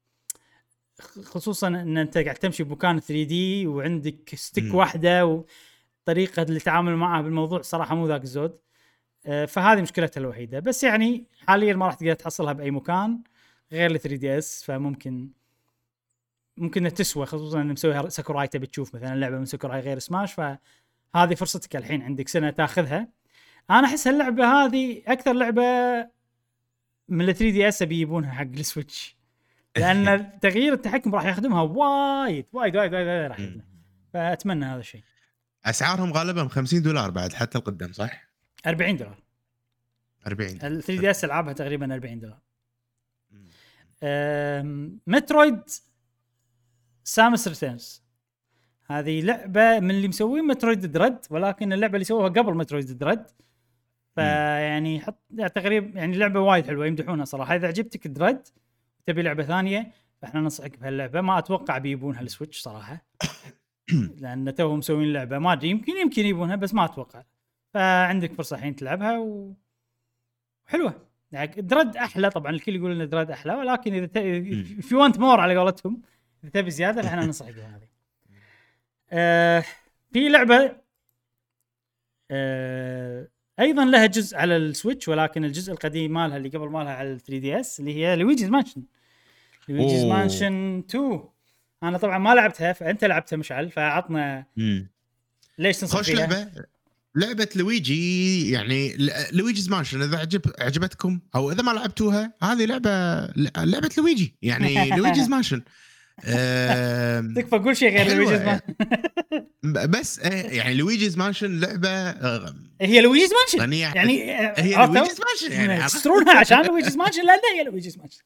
خصوصا ان انت قاعد تمشي بمكان 3D وعندك ستيك واحده، وطريقه التعامل معها بالموضوع صراحه مو ذاك الزود. فهذه مشكلتها الوحيده، بس يعني حاليا ما راح تقدر تحصلها باي مكان غير ال 3DS. فممكن تسوى، خصوصا ان مسويها ساكوراي، تبي تشوف مثلا لعبه من ساكوراي غير سماش، فهذه فرصتك الحين، عندك سنه تاخذها. انا احس هاللعبه هذه اكثر لعبه من ال 3DS بيجيبونها حق السويتش، لان تغيير التحكم راح يخدمها وايد وايد وايد وايد راح يخدمها. فاتمنى هذا الشيء. اسعارهم غالبا $50 بعد حتى القدام صح؟ $40. 40 ال 3DS العابها تقريبا $40. مترويد سامس ريتيرنز هذه لعبه من اللي مسوين مترويد دريد، ولكن اللعبه اللي سووها قبل مترويد دريد. فيعني حط تقريبا يعني لعبه وايد حلوه يمدحونها صراحه. اذا عجبتك دريد تبي لعبه ثانيه فاحنا ننصحك بهاللعبه. ما اتوقع بيبونها السويتش صراحه لان توهم مسوين لعبه، ما ادري يمكن يبونها بس ما اتوقع. فعندك فرصه الحين تلعبها وحلوه. يعني دريد احلى طبعا، الكل يقول ان دريد احلى، ولكن اذا if you want more على قولتهم، اذا تبي زياده فاحنا ننصحك بهذه. في لعبه ايضا لها جزء على السويتش، ولكن الجزء القديم مالها اللي قبل مالها على 3DS اللي هي لويجيز مانشن. لويجيز مانشن 2 انا طبعا ما لعبتها، فانت لعبتها مشعل، فعطنا ليش تنصح فيها؟ لعبه لويجي يعني لويجيز مانشن اذا عجبتكم او اذا ما لعبتوها، هذه لعبه لويجي يعني لويجيز مانشن تكفى قول شيء غير حلوة. لويجيز مانشن. بس يعني لويجيز مانشن لعبه هي لويجيز مانشن غنية يعني هي عرفتوا؟ لويجيز مانشن يعني تشترونها عشان لويجيز مانشن لا هي لويجيز مانشن.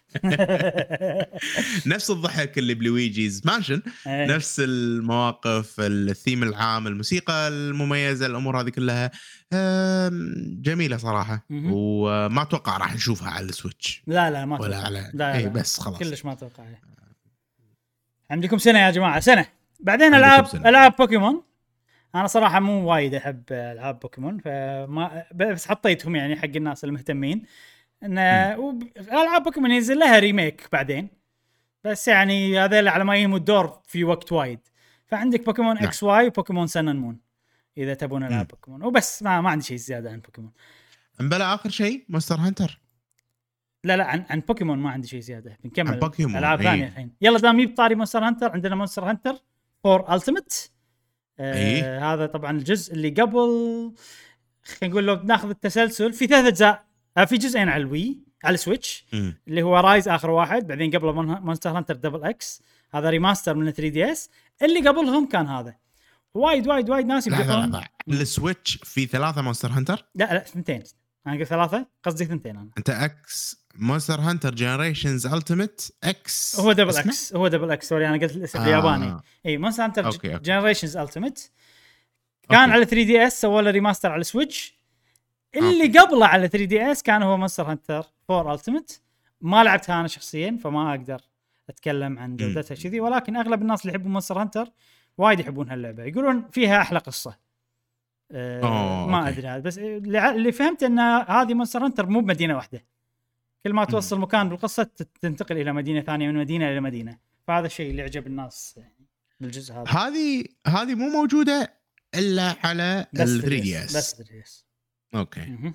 نفس الضحك اللي بلويجيز مانشن، نفس المواقف، الثيم العام، الموسيقى المميزه، الامور هذه كلها جميله صراحه. وما اتوقع راح نشوفها على السويتش. لا ما ولا اتوقع على لا. بس خلاص كلش ما اتوقع. عندكم سنه يا جماعه، سنه. بعدين سنة. العاب بوكيمون. انا صراحه مو وايد احب العاب بوكيمون، فما بس حطيتهم يعني حق الناس المهتمين ان العاب بوكيمون ينزل لها ريميك بعدين، بس يعني هذا على ما يهم الدور في وقت وايد. فعندك بوكيمون اكس واي وبوكيمون سن اند مون اذا تبون العاب بوكيمون، وبس ما عندي شيء زياده عن بوكيمون. بلا اخر شيء مونستر هانتر. لا عن بوكيمون ما عندي شيء زياده. بنكمل بوكيمون العاب ثانيه الحين. يلا دام يجيب طاري مونستر هانتر، عندنا مونستر هانتر فور التيمت. هذا طبعا الجزء اللي قبل، خلينا نقول لو ناخذ التسلسل في 3 اجزاء، في جزئين على الوي على السويتش اللي هو رايز اخر واحد، بعدين قبله مونستر هانتر دبل اكس، هذا ريماستر من 3 دي اس. اللي قبلهم كان هذا. وايد ناس يبيعون. السويتش في 3 مونستر هانتر؟ لا 2. انا قلت 3 قصدي 2 انا. انت اكس مونستر هانتر جنريشنز التيمت اكس هو دبل اكس، هو دبل اكس. سوري انا قلت الاسم الياباني. اي مونستر هانتر جنريشنز التيمت كان على 3 دي اس، سووا له ريماستر على السويتش. اللي قبله على 3 دي اس كان هو مونستر هانتر 4 التيمت. ما لعبتها انا شخصيا فما اقدر اتكلم عن جودتها كذي، ولكن اغلب الناس اللي يحبون مونستر هانتر وايد يحبون هاللعبه، يقولون فيها احلى قصه. ما ادري هذا، بس اللي فهمت ان هذه مونستر هانتر مو بمدينه واحده، كل ما توصل مكان بالقصه تنتقل الى مدينه ثانيه، من مدينه الى مدينه. فهذا الشيء اللي عجب الناس يعني بالجزء هذا. هذه مو موجوده الا على ال 3 دي اس بس 3 دي اس. اوكي.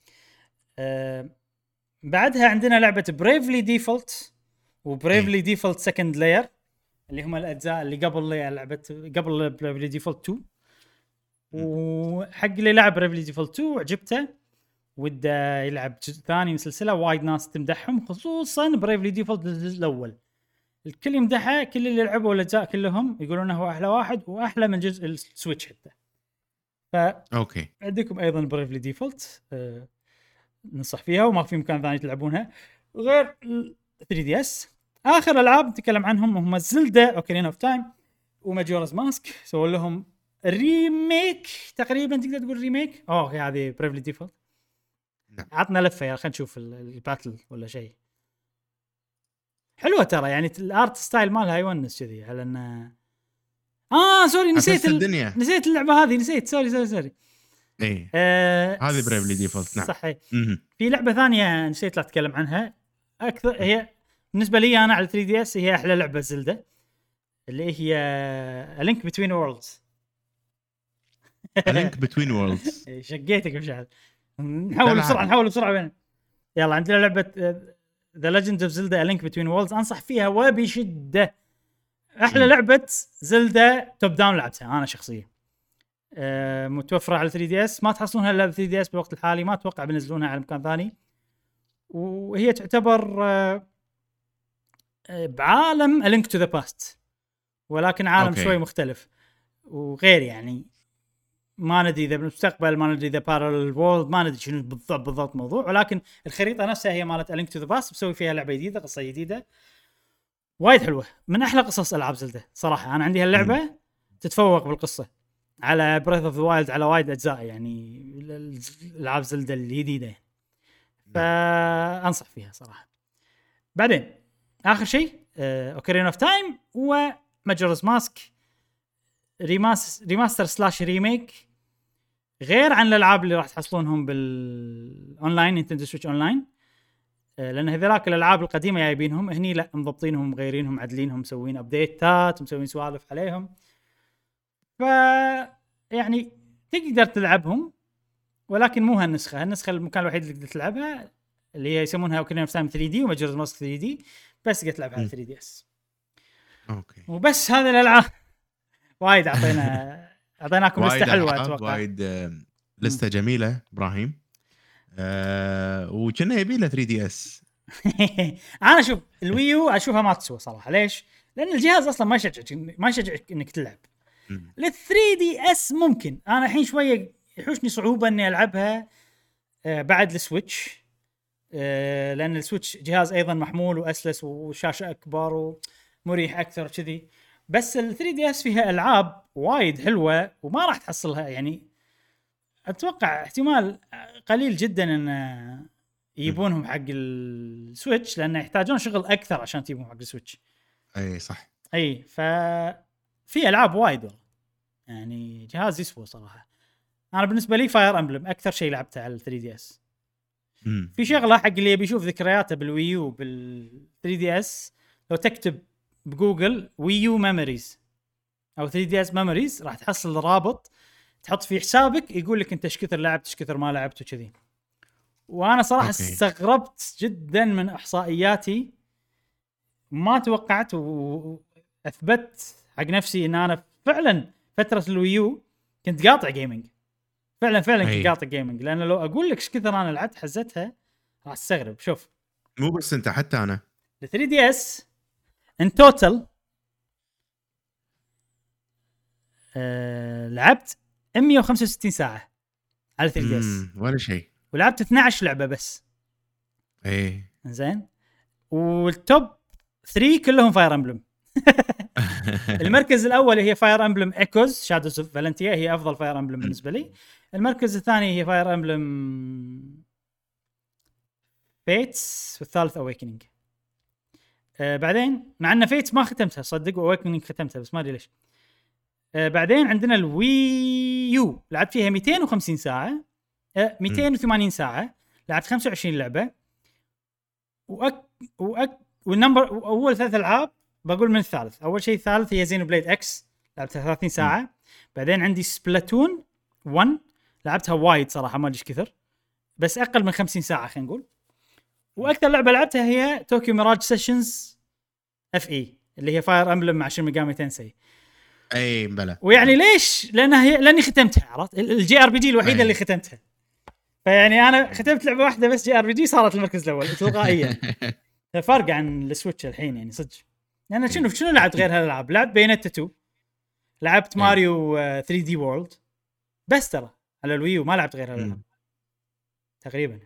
بعدها عندنا لعبه بريفلي ديفولت وبريفلي ديفولت سكند لاير، اللي هم الاجزاء اللي قبل لعبه قبل بريفلي ديفولت 2. وحق اللي لعب بريفلي ديفولت 2 عجبته وده يلعب جزء ثاني من سلسله، وايد ناس تمدحهم، خصوصا بريفلي ديفولت الجزء الاول. الكل يمدحه، كل اللي لعبوا الاجزاء كلهم يقولون انه هو احلى واحد واحلى من جزء السويتش حتى. اوكي عندكم ايضا بريفلي ديفولت ننصح فيها، وما في مكان ثاني تلعبونها غير 3 دي اس. اخر العاب نتكلم عنهم هم زلدا اوكارين اوف تايم وماجورز ماسك. سووا لهم ريميك تقريبا، تقدر تقول ريميك. هذه بريفلي ديفولت. عطنا لفه يا خلينا نشوف الباتل ولا شيء. حلوه ترى يعني الارت ستايل مالها يونس كذي، على ان سوري نسيت نسيت اللعبه هذه، نسيت سوري ايه هذه بريفلي ديفولت. نعم صحيح. في لعبه ثانيه نسيت لا اتكلم عنها اكثر، هي بالنسبه لي انا على 3 دي اس هي احلى لعبه زلدا، اللي هي A Link Between Worlds. A Link Between Worlds. شقيتك مشعل. نحاول بسرعه بين. يلا عندنا لعبه The Legend of Zelda A Link Between Worlds، انصح فيها وبشده. احلى لعبه زلدا توب داون لعبتها انا شخصيا. متوفره على 3 دي اس، ما تحصلونها الا ب 3 دي اس بالوقت الحالي، ما اتوقع بينزلونها على مكان ثاني. وهي تعتبر بعالم A Link to the Past، ولكن عالم شوي مختلف وغير، يعني ما ندري اذا بالمستقبل، ما ندري اذا بارالل وورلد، ما ندري شنو بالضبط موضوع، ولكن الخريطه نفسها هي مالت A Link to the Past، بسوي فيها لعبه جديده، قصه جديده وايد حلوه، من احلى قصص العاب زلدا صراحه. انا عندي هاللعبه تتفوق بالقصه على بريث اوف ذا وايلد، على وايد اجزاء يعني العاب زلدا الجديده، فانصح فيها صراحه. بعدين اخر شيء اوكارين اوف تايم وماجورز ماسك ريماستر سلاش ريميك، غير عن الالعاب اللي راح تحصلونهم بالاونلاين نينتندو سويتش اونلاين، لان هذولاك الالعاب القديمه جايبينهم هني، لا مضبطينهم مغيرينهم عدلينهم، مسوين ابديتات ومسوين سوالف عليهم، ف يعني تقدر تلعبهم، ولكن مو هالنسخه. المكان الوحيد اللي تقدر تلعبها اللي هي يسمونها اوكارين اوف تايم 3 دي وماجورز ماسك 3 دي، بس تقدر تلعبها على 3 دي اس. اوكي وبس هذه الالعاب وايد اعطيناكم لسته حلوه اتوقع. وايد لسته جميله ابراهيم. وكنا يبي له 3 دي اس. انا اشوف الويو اشوفها ما تسوى صراحه. ليش؟ لان الجهاز اصلا ما يشجعك انك تلعب. لل 3 دي اس ممكن انا الحين شويه يحوشني صعوبه اني العبها بعد السويتش، لان السويتش جهاز ايضا محمول واسلس وشاشه اكبر ومريح اكثر كذي. بس ال 3 دي اس فيها العاب وايد حلوه وما راح تحصلها، يعني اتوقع احتمال قليل جدا ان يجيبونهم حق السويتش، لان يحتاجون شغل اكثر عشان تجيبهم حق السويتش. اي صح. اي في العاب وايد والله، يعني جهاز يسوى صراحه. انا بالنسبه لي فاير امبلم اكثر شيء لعبته على 3 دي اس. في شغله حق اللي يبي يشوف ذكرياته بالويو بال 3 دي اس، لو تكتب بجوجل ويو ميموريز او 3 دي اس ميموريز راح تحصل رابط تحط فيه حسابك يقول لك انت ايش كثر لعبت ايش كثر ما لعبت وكذي. وانا صراحه استغربت جدا من احصائياتي، ما توقعت واثبت حق نفسي ان انا فعلا فتره الويو كنت قاطع جيمنج، فعلا كنت قاطع جيمنج. لان لو اقول لك ايش كثر انا لعبت حزتها راح تستغرب. شوف مو بس انت حتى انا ال 3 دي اس ان توتال لعبت 165 ساعه على 3 دي اس ولا شيء، ولعبت 12 لعبه بس. ايه زين. والتوب 3 كلهم فاير امبلم. المركز الاول هي فاير امبلم ايكوز شادوز اوف فالنتيا، هي افضل فاير امبلم بالنسبه لي. المركز الثاني هي فاير امبلم فيتس، والثالث اويكنينج. بعدين مع ان فيتس ما ختمتها صدق، واويكنينج ختمتها بس ما ادري ليش. بعدين عندنا الويو لعبت فيها 250 ساعه، 280 ساعه، لعبت 25 لعبه. والنمبر اول ثلاث العاب بقول من الثالث. اول شيء الثالث هي زينو بليد اكس لعبتها 30 ساعه. بعدين عندي سبلاتون 1 لعبتها وايد صراحه ما ادري ايش كثر، بس اقل من 50 ساعه خلينا نقول. واكثر لعبه لعبتها هي توكيو ميراج سيشنز اف اي اللي هي فاير امبلم مع شين ميجامي تنسي. اي بلا. ويعني ليش؟ لاني ختمتها، عرفت الجي ار بي جي الوحيده اللي ختمتها. فيعني انا ختمت لعبه واحده بس جي ار بي جي صارت المركز الاول تلقائيا. فرق عن السويتش الحين يعني صدق. يعني شنو لعبت غير هالالعاب؟ لعبت بينتا 2، لعبت ماريو 3 دي وورلد بس ترى على الويو ما لعبت غير هالالعاب تقريبا.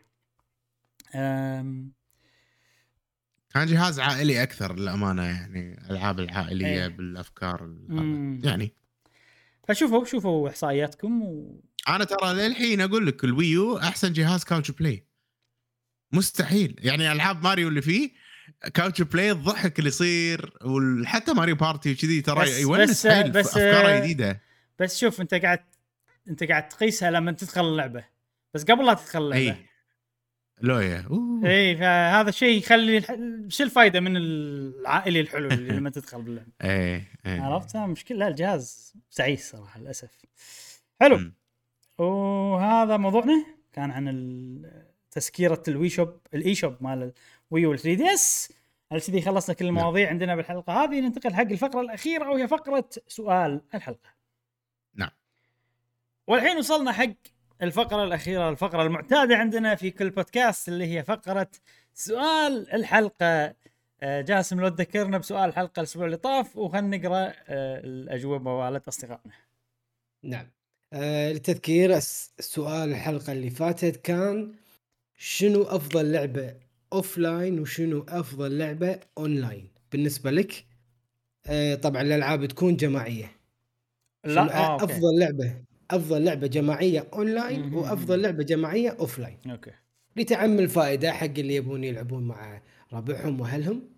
كان جهاز عائلي اكثر للامانه، يعني العاب العائليه بالافكار يعني. فشوفوا احصائياتكم انا ترى للحين اقول لك الويو احسن جهاز كاوتش بلاي مستحيل. يعني العاب ماريو اللي فيه كاوتش بلاي الضحك اللي يصير، وحتى ماريو بارتي وكذي ترى يونس حيل افكاره جديده. بس شوف انت قاعد تقيسها لما تدخل اللعبه، بس قبل لا تدخل اللعبه لويا اي فهذا الشيء يخلي شو الفائده من العائلي الحلو اللي لما تدخل باللعبه. عرفت مشكله. لا الجهاز سعيس صراحه للاسف. حلو. وهذا موضوعنا كان عن تسكيره الوي شوب الاي شوب مال الوي وال 3 دي اس. على كذي خلصنا كل المواضيع عندنا بالحلقه هذه. ننتقل حق الفقره الاخيره وهي فقره سؤال الحلقه. نعم. والحين وصلنا حق الفقرة الأخيرة، الفقرة المعتادة عندنا في كل بودكاست اللي هي فقرة سؤال الحلقة. جاسم لو تذكرنا بسؤال الحلقة الأسبوع اللي طاف وخلنا نقرأ الأجوبة والت أصدقائنا. نعم. للتذكير السؤال الحلقة اللي فاتت كان شنو أفضل لعبة أوفلاين وشنو أفضل لعبة أونلاين بالنسبة لك؟ طبعا الألعاب تكون جماعية. لا أفضل لعبة جماعية أونلاين وأفضل لعبة جماعية أوفلاين. أوكي. لتعمل فائدة حق اللي يبون يلعبون مع ربعهم وأهلهم.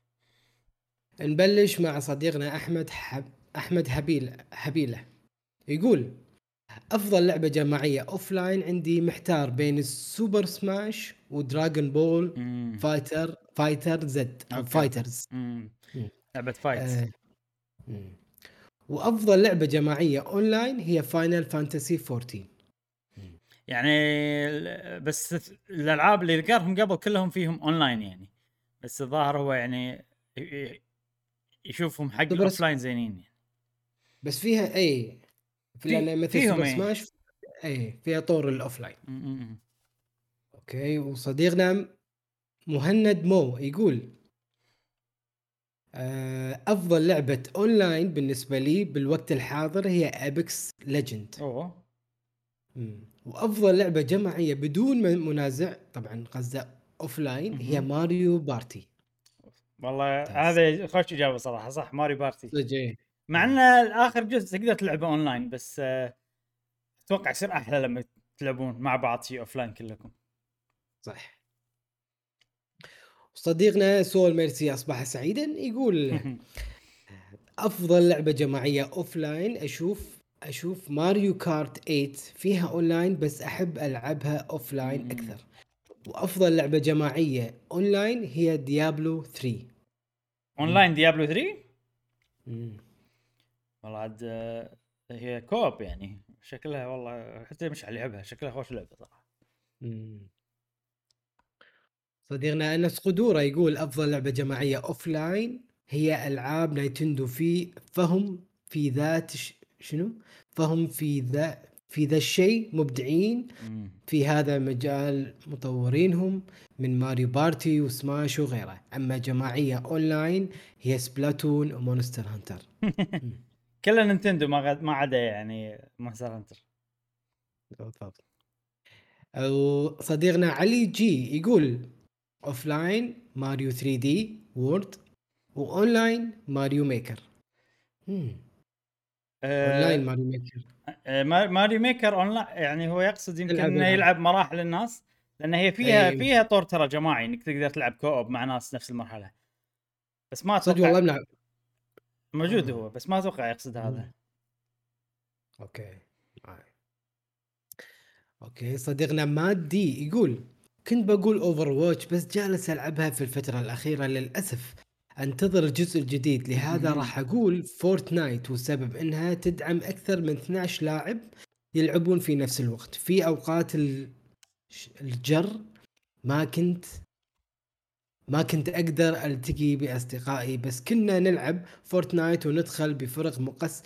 نبلش مع صديقنا أحمد هبيلة. يقول أفضل لعبة جماعية أوفلاين عندي محتار بين السوبر سماش ودراغون بول فايتر زد أو فايترز. لعبة فايت. وأفضل لعبة جماعية أونلاين هي فاينل فانتسي 14. يعني بس الألعاب اللي ذكرهم قبل كلهم فيهم أونلاين يعني، بس الظاهر هو يعني يشوفهم حق الأوفلاين زينين يعني. بس فيها لأن مثل سوبر سماش فيها طور الأوفلاين. أوكي. وصديقنا مهند مو يقول افضل لعبه اونلاين بالنسبه لي بالوقت الحاضر هي ابيكس ليجند. اوه وافضل لعبه جماعيه بدون منازع طبعا قصده اوفلاين هي ماريو بارتي. والله هذا خوش اجابه صراحه، صح ماري بارتي. صدق مع ان اخر جزء تقدر تلعبه اونلاين، بس اتوقع يصير احلى لما تلعبون مع بعض شيء اوفلاين كلكم. صح. صديقنا سول ميرسي اصبح سعيدا يقول افضل لعبه جماعيه اوفلاين اشوف ماريو كارت 8 فيها اونلاين بس احب العبها اوفلاين اكثر. وافضل لعبه جماعيه اونلاين هي ديابلو 3. اونلاين ديابلو 3 والله عاد هي كوب يعني شكلها، والله حتى مش على لعبها شكلها خوش لعبه صراحه. صديقنا انس قدوره يقول افضل لعبه جماعيه اوفلاين هي العاب نايتندو فهم في ذات شنو فهم في ذا الشيء مبدعين في هذا المجال مطورينهم من ماريو بارتي وسماش وغيره. اما جماعيه اونلاين هي سبلاتون ومونستر هانتر. كلها نينتندو ما عدا يعني مونستر هانتر. بالضبط. او صديقنا علي جي يقول اوفلاين ماريو 3 دي وورد واونلاين ماريو ميكر. اونلاين ماريو ميكر. ماريو ميكر اونلاين يعني هو يقصد يمكن تلعب انه ألعاب. يلعب مراحل الناس، لان هي فيها طور ترى جماعي انك تقدر تلعب كوب مع ناس نفس المرحله، بس ما صدق والله اتوقع بنلعب. موجود هو، بس ما اتوقع يقصد هذا. اوكي صديقنا مادي يقول كنت بقول اوفر واتش بس جالس العبها في الفتره الاخيره للاسف انتظر الجزء الجديد، لهذا راح اقول فورتنايت، والسبب انها تدعم اكثر من 12 لاعب يلعبون في نفس الوقت. في اوقات الجر ما كنت اقدر التقي باصدقائي، بس كنا نلعب فورتنايت وندخل بفرق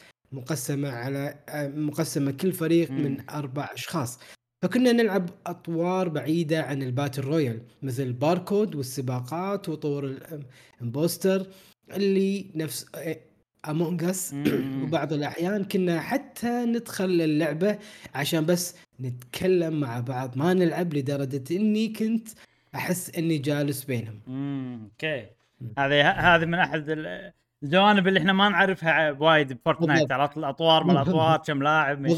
مقسمه كل فريق من 4 اشخاص، فكنا نلعب اطوار بعيده عن الباتل رويال مثل باركود والسباقات وطور الامبوستر اللي نفس امونج اس. وبعض الاحيان كنا حتى ندخل اللعبه عشان بس نتكلم مع بعض، ما نلعب، لدرجه اني كنت احس اني جالس بينهم. اوكي هذه من احد الجوانب اللي احنا ما نعرفها وايد بفورتنايت، عرفت الاطوار ما الاطوار كم لاعب مش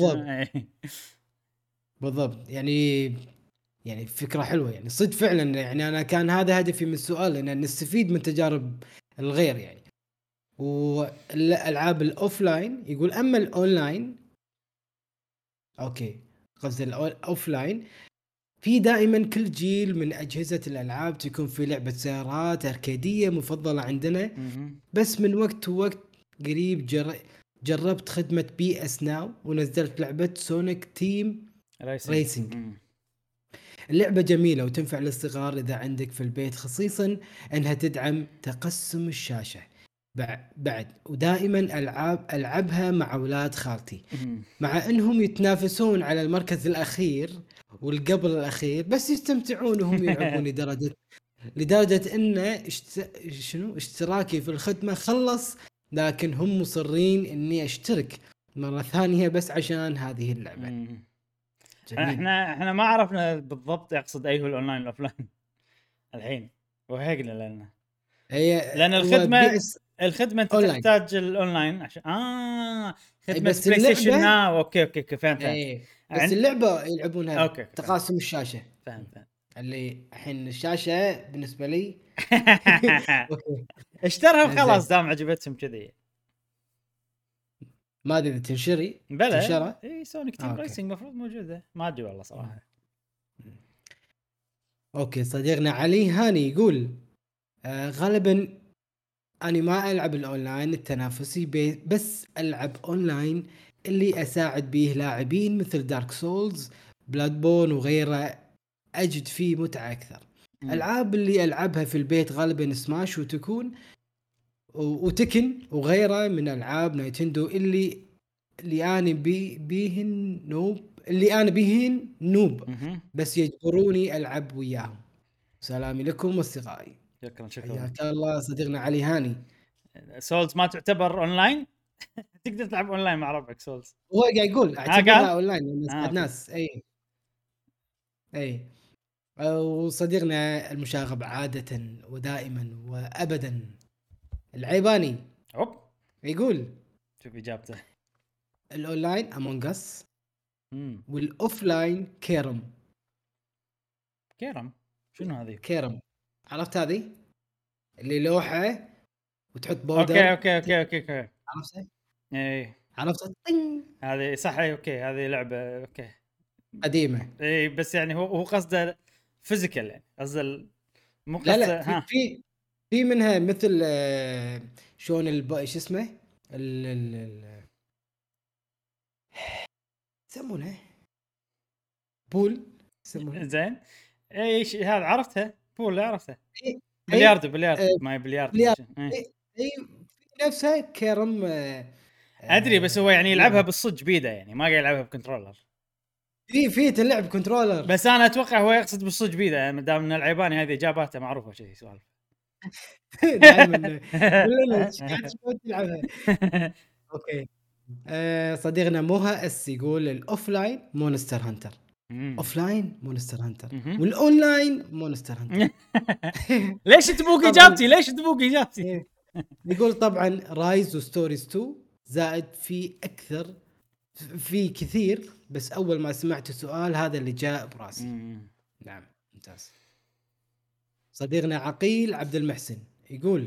بالضبط. يعني فكره حلوه يعني صدق فعلا. يعني انا كان هذا هدفي من السؤال، ان نستفيد من تجارب الغير يعني. والالعاب الاوفلاين يقول اما الاونلاين اوكي قصد الاوفلاين في دائما كل جيل من اجهزه الالعاب تكون في لعبه سيارات اركاديه مفضله عندنا. بس من وقت ووقت قريب جربت خدمه بي اس ناو ونزلت لعبه سونيك تيم ريسنج. اللعبه جميله وتنفع للصغار اذا عندك في البيت، خصيصا انها تدعم تقسم الشاشه بعد. ودائما العبها مع اولاد خالتي مع انهم يتنافسون على المركز الاخير والقبل الاخير، بس يستمتعون وهم يلعبون لدرجه ان اشتراكي في الخدمه خلص، لكن هم مصرين اني اشترك مره ثانيه بس عشان هذه اللعبه. احنا ما عرفنا بالضبط يقصد ايه الاونلاين والاوفلاين الحين وهيقنا لان الخدمه انت تحتاج الاونلاين عشان خدمه بلاي ستيشن ناو. اوكي فهمت. بس اللعبه يلعبونها تقاسم الشاشه. فهمت اللي الحين الشاشه بالنسبه لي اشترها وخلاص دام عجبتهم كذي. ما ادري تنشري بلا اي سونيك تيم ريسنج المفروض موجوده، ما ادري والله صراحه. اوكي صديقنا علي هاني يقول غالبا أنا ما ألعب الأونلاين التنافسي بس ألعب أونلاين اللي أساعد به لاعبين مثل دارك سولز بلاد بون وغيره، أجد فيه متعة أكثر. ألعاب اللي ألعبها في البيت غالبا سماش وتكن وغيره من ألعاب نايتندو اللي أنا بيهن نوب بس يجبروني ألعب وياهم. سلامي لكم أصدقائي. شكرا حياك الله صديقنا علي هاني. سولز ما تعتبر اونلاين. تقدر تلعب اونلاين مع ربعك سولز. هو قاعد يقول قال؟ اعتبرها اونلاين الناس أوكي. ناس اي وصديقنا المشاغب عادة ودائما وابدا العيباني اوب يقول شوف اجابته. الاونلاين امونج اس امم والاوفلاين كيرم. كيرم شنو هذه؟ كيرم عرفت هذه اللي لوحة وتحط بودر. اوكي عرفتها اي عرفتها طين. هذه صح. اوكي هذه لعبه اوكي قديمة. اي بس يعني هو قصده فيزيكال يعني قصده مو لا قصده لا في منها مثل شلون شو اسمه يسمونه بول يسمونه. زين اي شيء هذا عرفتها بول عرفتها. إيه، بلياردو آه، ما هي بلياردو بلياردو. إيه. اي نفسها كرم. ادري بس هو يعني يلعبها بالصج بيده يعني ما قاعد يلعبها بكنترولر. في تلعب كنترولر. بس انا اتوقع هو يقصد بالصج بيده ما دام ان العيباني هذه اجاباته معروفه شيء سؤال. دائما كلنا شلون تلعبها. اوكي صديقنا موها اس يقول الاوفلاين مونستر هانتر. اوفلاين مونستر هانتر والاونلاين مونستر هانتر. ليش تبوق اجابتي؟ ليش تبوق اجابتي؟ يقول طبعا رايز وستوريز 2 زائد في اكثر في كثير بس اول ما سمعت السؤال هذا اللي جاء براسي. نعم ممتاز. صديقنا عقيل عبد المحسن يقول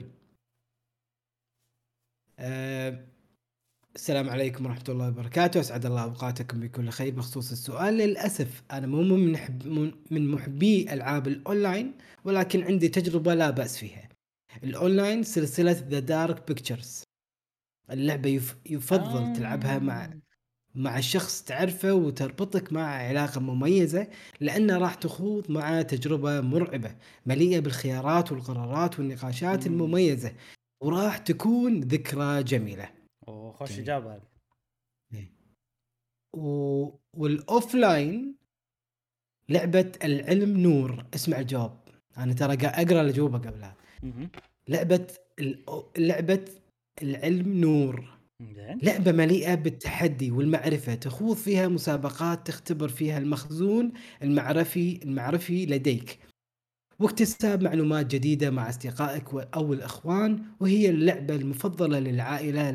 السلام عليكم ورحمة الله وبركاته. أسعد الله أوقاتكم بكل خير. بخصوص السؤال للأسف أنا مو من محبي ألعاب الأونلاين ولكن عندي تجربة لا بأس فيها. الأونلاين سلسلة The Dark Pictures. اللعبة يفضل تلعبها مع شخص تعرفه وتربطك مع علاقة مميزة لأنه راح تخوض مع تجربة مرعبة مليئة بالخيارات والقرارات والنقاشات المميزة وراح تكون ذكرى جميلة. خوش إجابة هذه. والأوفلاين لعبة العلم نور. اسمع الجواب أنا ترى أقرأ الجوابة قبلها. لعبة العلم نور لعبة مليئة بالتحدي والمعرفة تخوض فيها مسابقات تختبر فيها المخزون المعرفي لديك واكتساب معلومات جديدة مع أصدقائك أو الأخوان. وهي اللعبة المفضلة للعائلة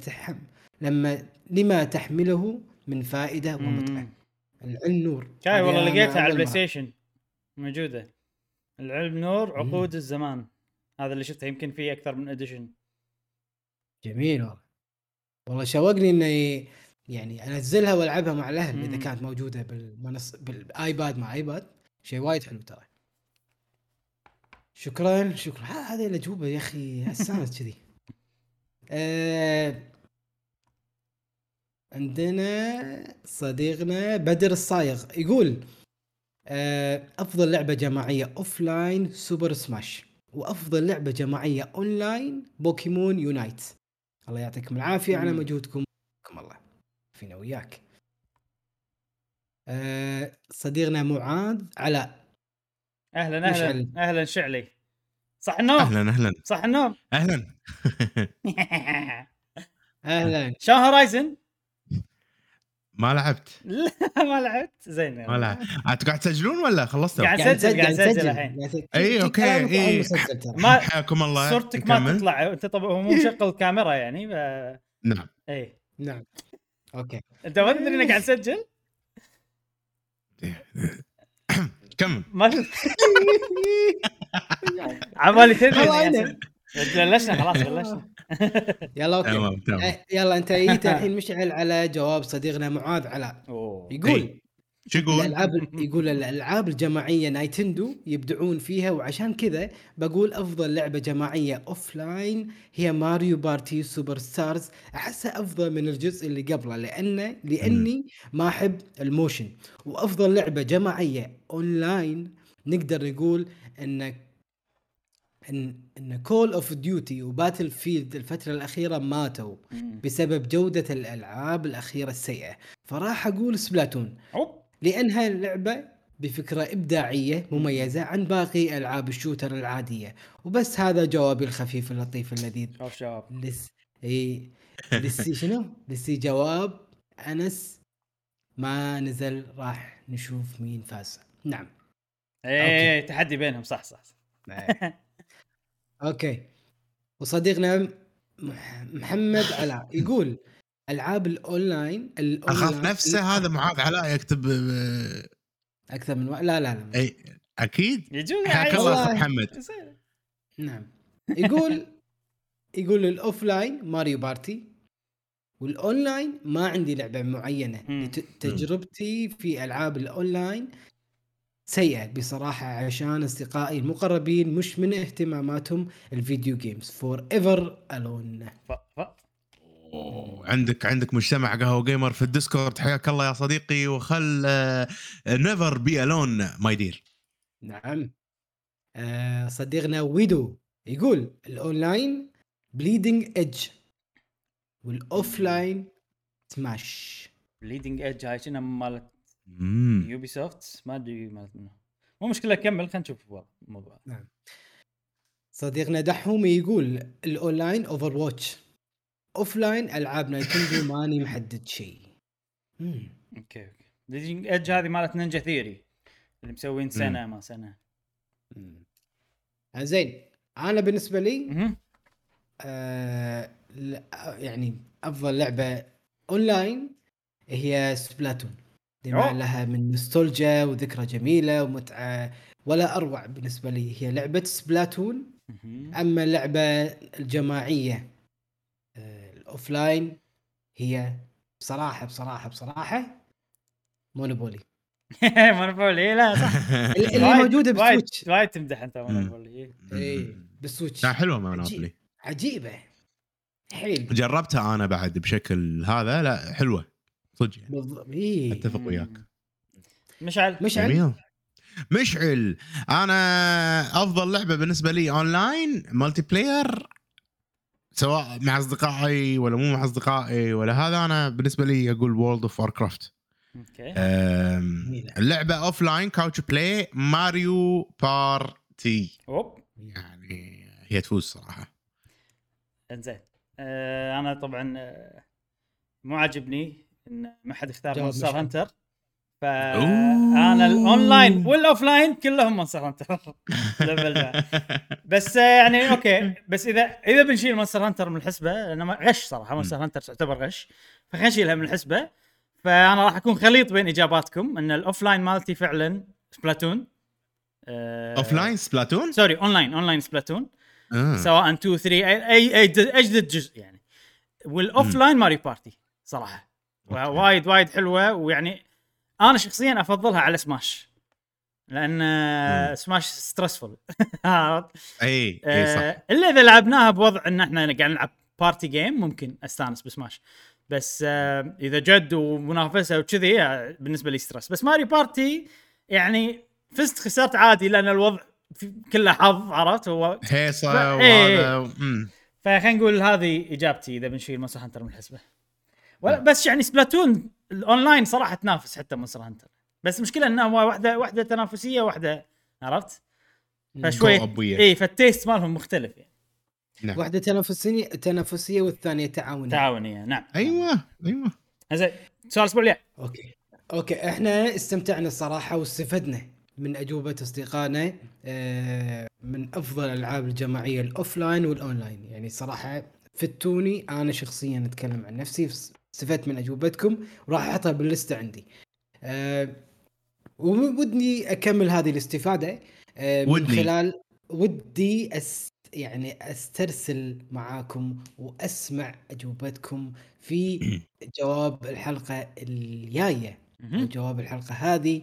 لما تحمله من فائدة ومتعة. العلم نور والله لقيتها على البلاي ستيشن موجودة. العلم نور عقود الزمان هذا اللي شفته يمكن فيه أكثر من اديشن. جميل والله شوقني اني يعني انزلها والعبها مع الاهل اذا كانت موجوده بالايباد مع ايباد. شيء وايد حلو ترى. شكرا هذه الاجوبه يا اخي استانس كذي. عندنا صديقنا بدر الصايغ يقول افضل لعبه جماعيه اوفلاين سوبر سماش وافضل لعبه جماعيه اونلاين بوكيمون يونايت. الله يعطيكم العافيه على مجهودكم. الله فينا وياك. صديقنا معاذ علاء اهلا شعلي صح النوم. اهلا صح النوم. اهلا شلون هورايزن؟ ما لعبت. لا ما لعبت. زين ما لعبت. انتوا قاعد تسجلون ولا خلصتوا؟ قاعد اسجل الحين. اي اوكي ما حياكم الله. صورتك ما تطلع انت طبعا هو مو مشغل الكاميرا يعني نعم اي نعم اوكي. انت ما تدري انك قاعد تسجل. كمل. عمالي تدري بلشنا خلاص بلشنا. يلا اوكي تمام. يلا انت جيت الحين مشعل على جواب صديقنا معاذ علاء. يقول شو يقول الالعاب الجماعيه نايتندو يبدعون فيها وعشان كذا بقول افضل لعبه جماعيه اوفلاين هي ماريو بارتي سوبر ستارز. احسها افضل من الجزء اللي قبله لاني ما احب الموشن. وافضل لعبه جماعيه اونلاين نقدر نقول ان كول اوف ديوتي وباتل فيلد الفتره الاخيره ماتوا بسبب جوده الالعاب الاخيره السيئه. فراح اقول سبلاتون لانها لعبه بفكرة إبداعية مميزة عن باقي ألعاب الشوتر العادية. وبس هذا جوابي الخفيف اللطيف اللذيذ. شوف شباب شنو؟ لسي جواب أنس ما نزل، راح نشوف مين فاز. نعم. ايه تحدي بينهم صح اوكي. وصديقنا محمد علاء يقول العاب الاونلاين اخاف نفسه هذا معاذ علاء يكتب اكثر من لا اي اكيد يجوز حياك الله اخو محمد. نعم. يقول الاوفلاين ماريو بارتي، والاونلاين ما عندي لعبه معينه. تجربتي في العاب الاونلاين سيئة بصراحة، عشان أصدقائي المقربين مش من اهتماماتهم الفيديو جيمز. فور ايفر ألون. عندك مجتمع قهوة جيمر في الديسكورد، حياك الله يا صديقي، وخل نيفر بي ألون ماي دير. نعم. صديقنا ويدو يقول الأونلاين بليدنج إيدج، والأوفلاين سماش. بليدنج إيدج هاي شنو مالت يوبي سوفت، ما ادري مالت منه، مو مشكله كمل خلينا نشوف الموضوع. نعم. صديقنا دحومي يقول الاونلاين اوفر واتش، اوفلاين العاب نايتندو ماني محدد شيء. اوكي بليدنج إيدج هذه مالت نينجا ثيوري اللي مسوين سنه ما سنه. زين انا بالنسبه لي يعني افضل لعبه اونلاين هي سبلاتون، لما لها من نوستالجيا وذكرى جميله ومتعه ولا اروع. بالنسبه لي هي لعبه سبلاتون. اما اللعبه الجماعيه الاوفلاين هي بصراحه مونوبولي. مونوبولي لا صح اللي موجوده بالسويتش. وايد تمدح انت مونوبولي. اي بالسويتش. لا حلوه مونوبولي، عجيبه حيل. جربتها انا بعد بشكل هذا، لا حلوه صدق يعني. بالضبط. اتفق وياك. مشعل انا افضل لعبه بالنسبه لي اونلاين مالتي بلاير، سواء مع اصدقائي ولا مو مع اصدقائي ولا هذا، انا بالنسبه لي اقول وورلد اوف واركرافت. اوكي. اللعبه اوفلاين كاوتش بلاي ماريو بارتي. يعني هي تفوز صراحه. انزين انا طبعا مو عاجبني ان ما حد اختار مونستر هانتر، فانا الاونلاين والاوفلاين كلهم مونستر هانتر بس يعني اوكي. بس اذا بنشيل مونستر هانتر من الحسبه، انا غش صراحه مونستر هانتر تعتبر غش، فخلينا نشيلها من الحسبه. فانا راح اكون خليط بين اجاباتكم، ان الاوفلاين مالتي فعلا سبلاتون. اوفلاين سبلاتون، سوري اونلاين سبلاتون. سواء 2 3 اي اجدد جزء يعني. والاوفلاين ماريو بارتي صراحه وايد حلوه، ويعني انا شخصيا افضلها على سماش، لان سماش ستريسفول. اي صح. الا اذا لعبناها بوضع ان احنا قاعد نلعب بارتي جيم ممكن استانس بسماش، بس اذا جد ومنافسه وكذي بالنسبه لي ستريس. بس ماريو بارتي يعني فزت خسرت عادي، لان الوضع كله حظ، عرفت؟ هو هيصه وهذا. فخلينا نقول هذه اجابتي اذا بنشيل مونستر هانتر من الحسبه. بس يعني سبلاتون الاونلاين صراحه تنافس حتى مونستر هانتر، بس المشكله انها واحده تنافسيه واحده، عرفت؟ فشوي فالتيست مالهم مختلف يعني. نعم. واحده تنافسيه والثانيه تعاونيه. نعم. ايوه زين سؤال الاسبوع الجاي. اوكي احنا استمتعنا الصراحه واستفدنا من اجوبه اصدقائنا من افضل الالعاب الجماعيه الاوفلاين والاونلاين. يعني صراحه فتوني، انا شخصيا اتكلم عن نفسي استفدت من اجوبتكم وراح احطها باللسته عندي. ودي اكمل هذه الاستفاده من خلال ودي يعني استرسل معاكم واسمع اجوبتكم في جواب الحلقه الجايه وجواب الحلقه هذه.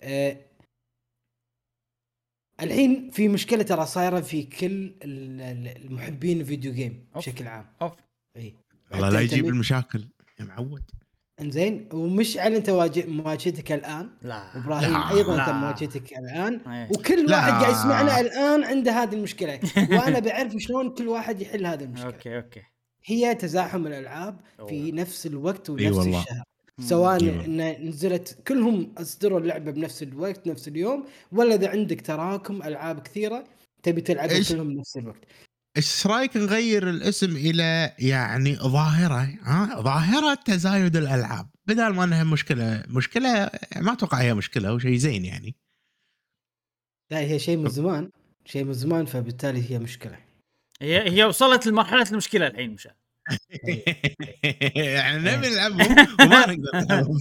الحين في مشكله ترى صايره في كل المحبين الفيديو جيم بشكل عام. اي والله لا يجيب المشاكل يا معود. انزين ومشعل انت مواجهتك الان. لا ابراهيم ايضا انت مواجهتك الان. وكل واحد قاعد يسمعنا الان عنده هذه المشكله وانا بعرف شلون كل واحد يحل هذه المشكله. اوكي هي تزاحم الالعاب في نفس الوقت ونفس الشهر. سواء أيوة. ان نزلت كلهم اصدروا اللعبه بنفس الوقت نفس اليوم، ولا اذا عندك تراكم العاب كثيره تبي تلعبهم كلهم بنفس الوقت. ايش رايك نغير الاسم الى يعني ظاهره، ظاهره تزايد الالعاب، بدل ما انها مشكله ما اتوقع هي مشكله وشيء زين يعني. لا هي شيء من زمان فبالتالي هي مشكله. هي وصلت لمرحله المشكله الحين مش يعني نبي نلعبهم وما نقدر نلعبهم.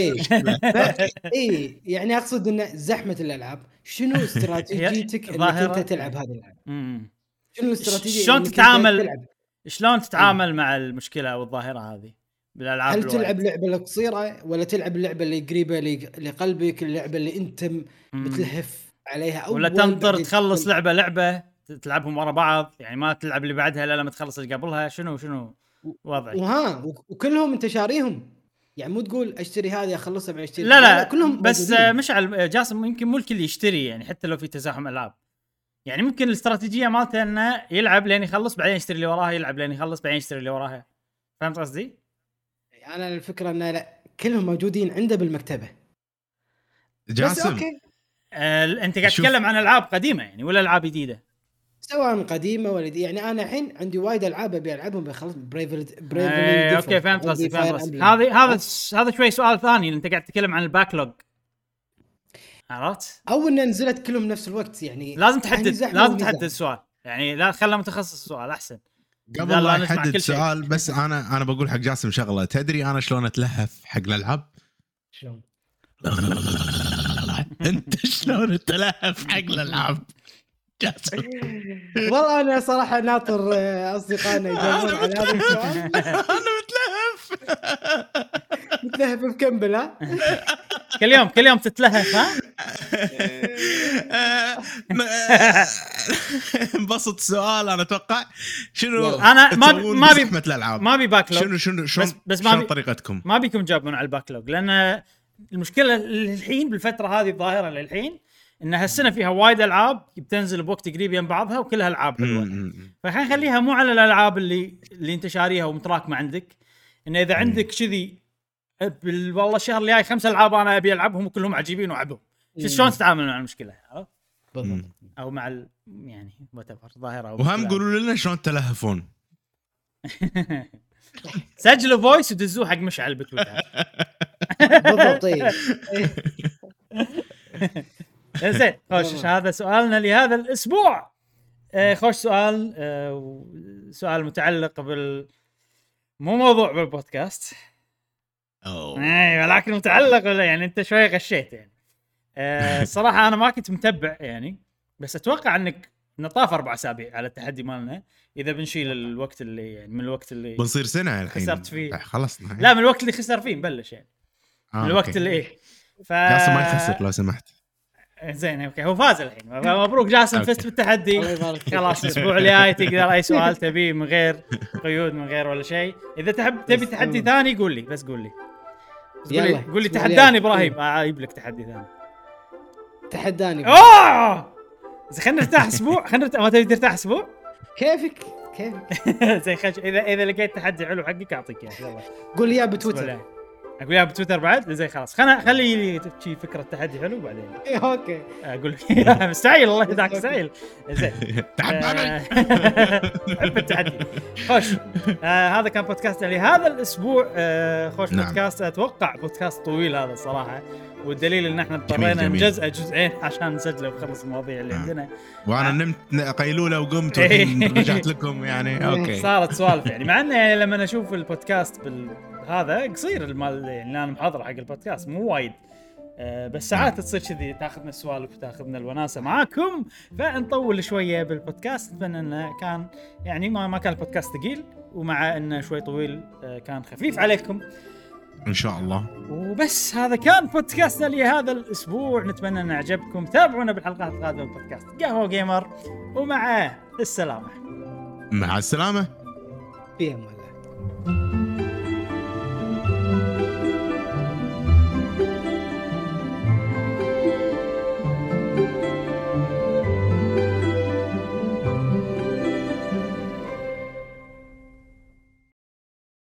اي يعني اقصد ان زحمه الالعاب، شنو استراتيجيتك انك انت تلعب هذه الالعاب؟ شنو الاستراتيجيه؟ شلون تتعامل مع المشكله او الظاهره هذه بالالعاب؟ هل تلعب لعبه القصيره ولا تلعب اللعبه اللي قريبه لقلبك، اللعبه اللي انت متلهف عليها، او ولا تنطر تخلص لعبه تلعبهم ورا بعض، يعني ما تلعب اللي بعدها الا لما تخلص اللي قبلها؟ شنو وضعك؟ وكلهم انت شاريهم، يعني مو تقول اشتري هذه اخلصها بعدين اشتري. لا كلهم بس مشعل جاسم يمكن مو الكل يشتري، يعني حتى لو في تزاحم العاب، يعني ممكن الاستراتيجيه مالته انه يلعب لين يخلص بعدين يشتري اللي وراها، يلعب لين يخلص بعدين يشتري اللي وراها. فهمت قصدي؟ انا الفكره ان لا كلهم موجودين عنده بالمكتبه. جاسم اوكي انت قاعد تتكلم عن العاب قديمه يعني ولا العاب جديده؟ سواء قديمه ولا يعني انا الحين عندي وايد العاب ابي العبهم بخلص بريفلي. اوكي فهمت قصدي. هذا شوي سؤال ثاني. انت قاعد تتكلم عن الباكلوج، عرفت؟ او ان نزلت كلهم نفس الوقت، يعني لازم تحدد السؤال، يعني لا خلى متخصص السؤال احسن قبل لا نحدد السؤال. بس انا بقول حق جاسم شغله، تدري انا شلون اتلهف حق الالعاب؟ شلون؟ انت شلون تتلهف حق الالعاب جاسم؟ والله انا صراحه ناطر اصدقائنا يجاوبون على هذا السؤال. انا متلهف بكمبل. كل يوم تتلهف ها؟ انبسط سؤال. انا اتوقع شنو انا ما بي باكلوج. شنو بس ما طريقتكم؟ ما بيكم تجاوبون على الباكلوج، لان المشكله الحين بالفتره هذه الظاهره للحين ان هالسنه فيها وايد العاب بتنزل بوقت قريب يم بعضها وكلها العاب حلوه. فخلينا نخليها مو على الالعاب اللي انت شاريها ومتراكمه عندك، ان اذا عندك كذي والله الشهر الجاي 5 العاب انا ابي العبهم وكلهم عجيبين وعبهم، شلون تتعامل مع المشكله؟ بالضبط. او مع يعني ظاهره. وهم قولوا لنا شلون تلهفون. سجلوا فويس ودزوه حق مشعل بتويتر. بالضبط. زين خوش، هذا سؤالنا لهذا الاسبوع. خوش سؤال متعلق مو موضوع بالبودكاست، ولكن متعلق يعني انت شوي غشيت يعني. صراحه انا ما كنت متبع يعني، بس اتوقع انك نطاف 4 أسابيع على التحدي مالنا اذا بنشيل الوقت اللي يعني من الوقت اللي بنصير سنه الحين خسرت فيه. خلصنا. لا من الوقت اللي خسر فيه نبلش يعني. من الوقت اللي جاسم ما يخسر لو سمحت. زين اوكي هو فاز الحين. مبروك جاسم، فزت بالتحدي. خلاص الاسبوع الجاي تقدر اي سؤال تبيه من غير قيود من غير ولا شيء. اذا تبي تحدي ثاني قول لي، بس قول لي تحداني ابراهيم اجيب لك تحدي ثاني. تحداني خلينا نرتاح اسبوع. ما تبي ترتاح اسبوع؟ كيفك زين خش. اذا لقيت تحدي حلو حقك اعطيك اياه. يلا قول لي اياه بتويتر. اقول يا بتويتر بعد. زين خلاص خلي شي فكره تحدي حلو بعدين. اوكي اقول مستعيل الله يهداك مستعيل. زين حب التحدي. خوش هذا كان بودكاست لهذا الاسبوع. خوش بودكاست. اتوقع بودكاست طويل هذا الصراحه، والدليل ان احنا اضطرينا نجزء جزئين عشان نسجله ونخلص المواضيع اللي عندنا. وانا نمت قيلوله وقمت ورجعت لكم يعني. اوكي صارت سوالف يعني. مع انه يعني لما اشوف البودكاست هذا قصير المال يعني، انا محاضره حق البودكاست مو وايد، بس ساعات تصير كذي تاخذنا السوالف وتاخذنا الوناسه معاكم، فنطول شويه بالبودكاست. اتمنى انه كان يعني ما كان البودكاست ثقيل، ومع انه شوي طويل كان خفيف عليكم ان شاء الله. وبس هذا كان بودكاستنا لهذا الاسبوع. نتمنى ان عجبكم. تابعونا بالحلقات القادمه من بودكاست قهوه جيمر، ومع السلامه. مع السلامه. في امان الله.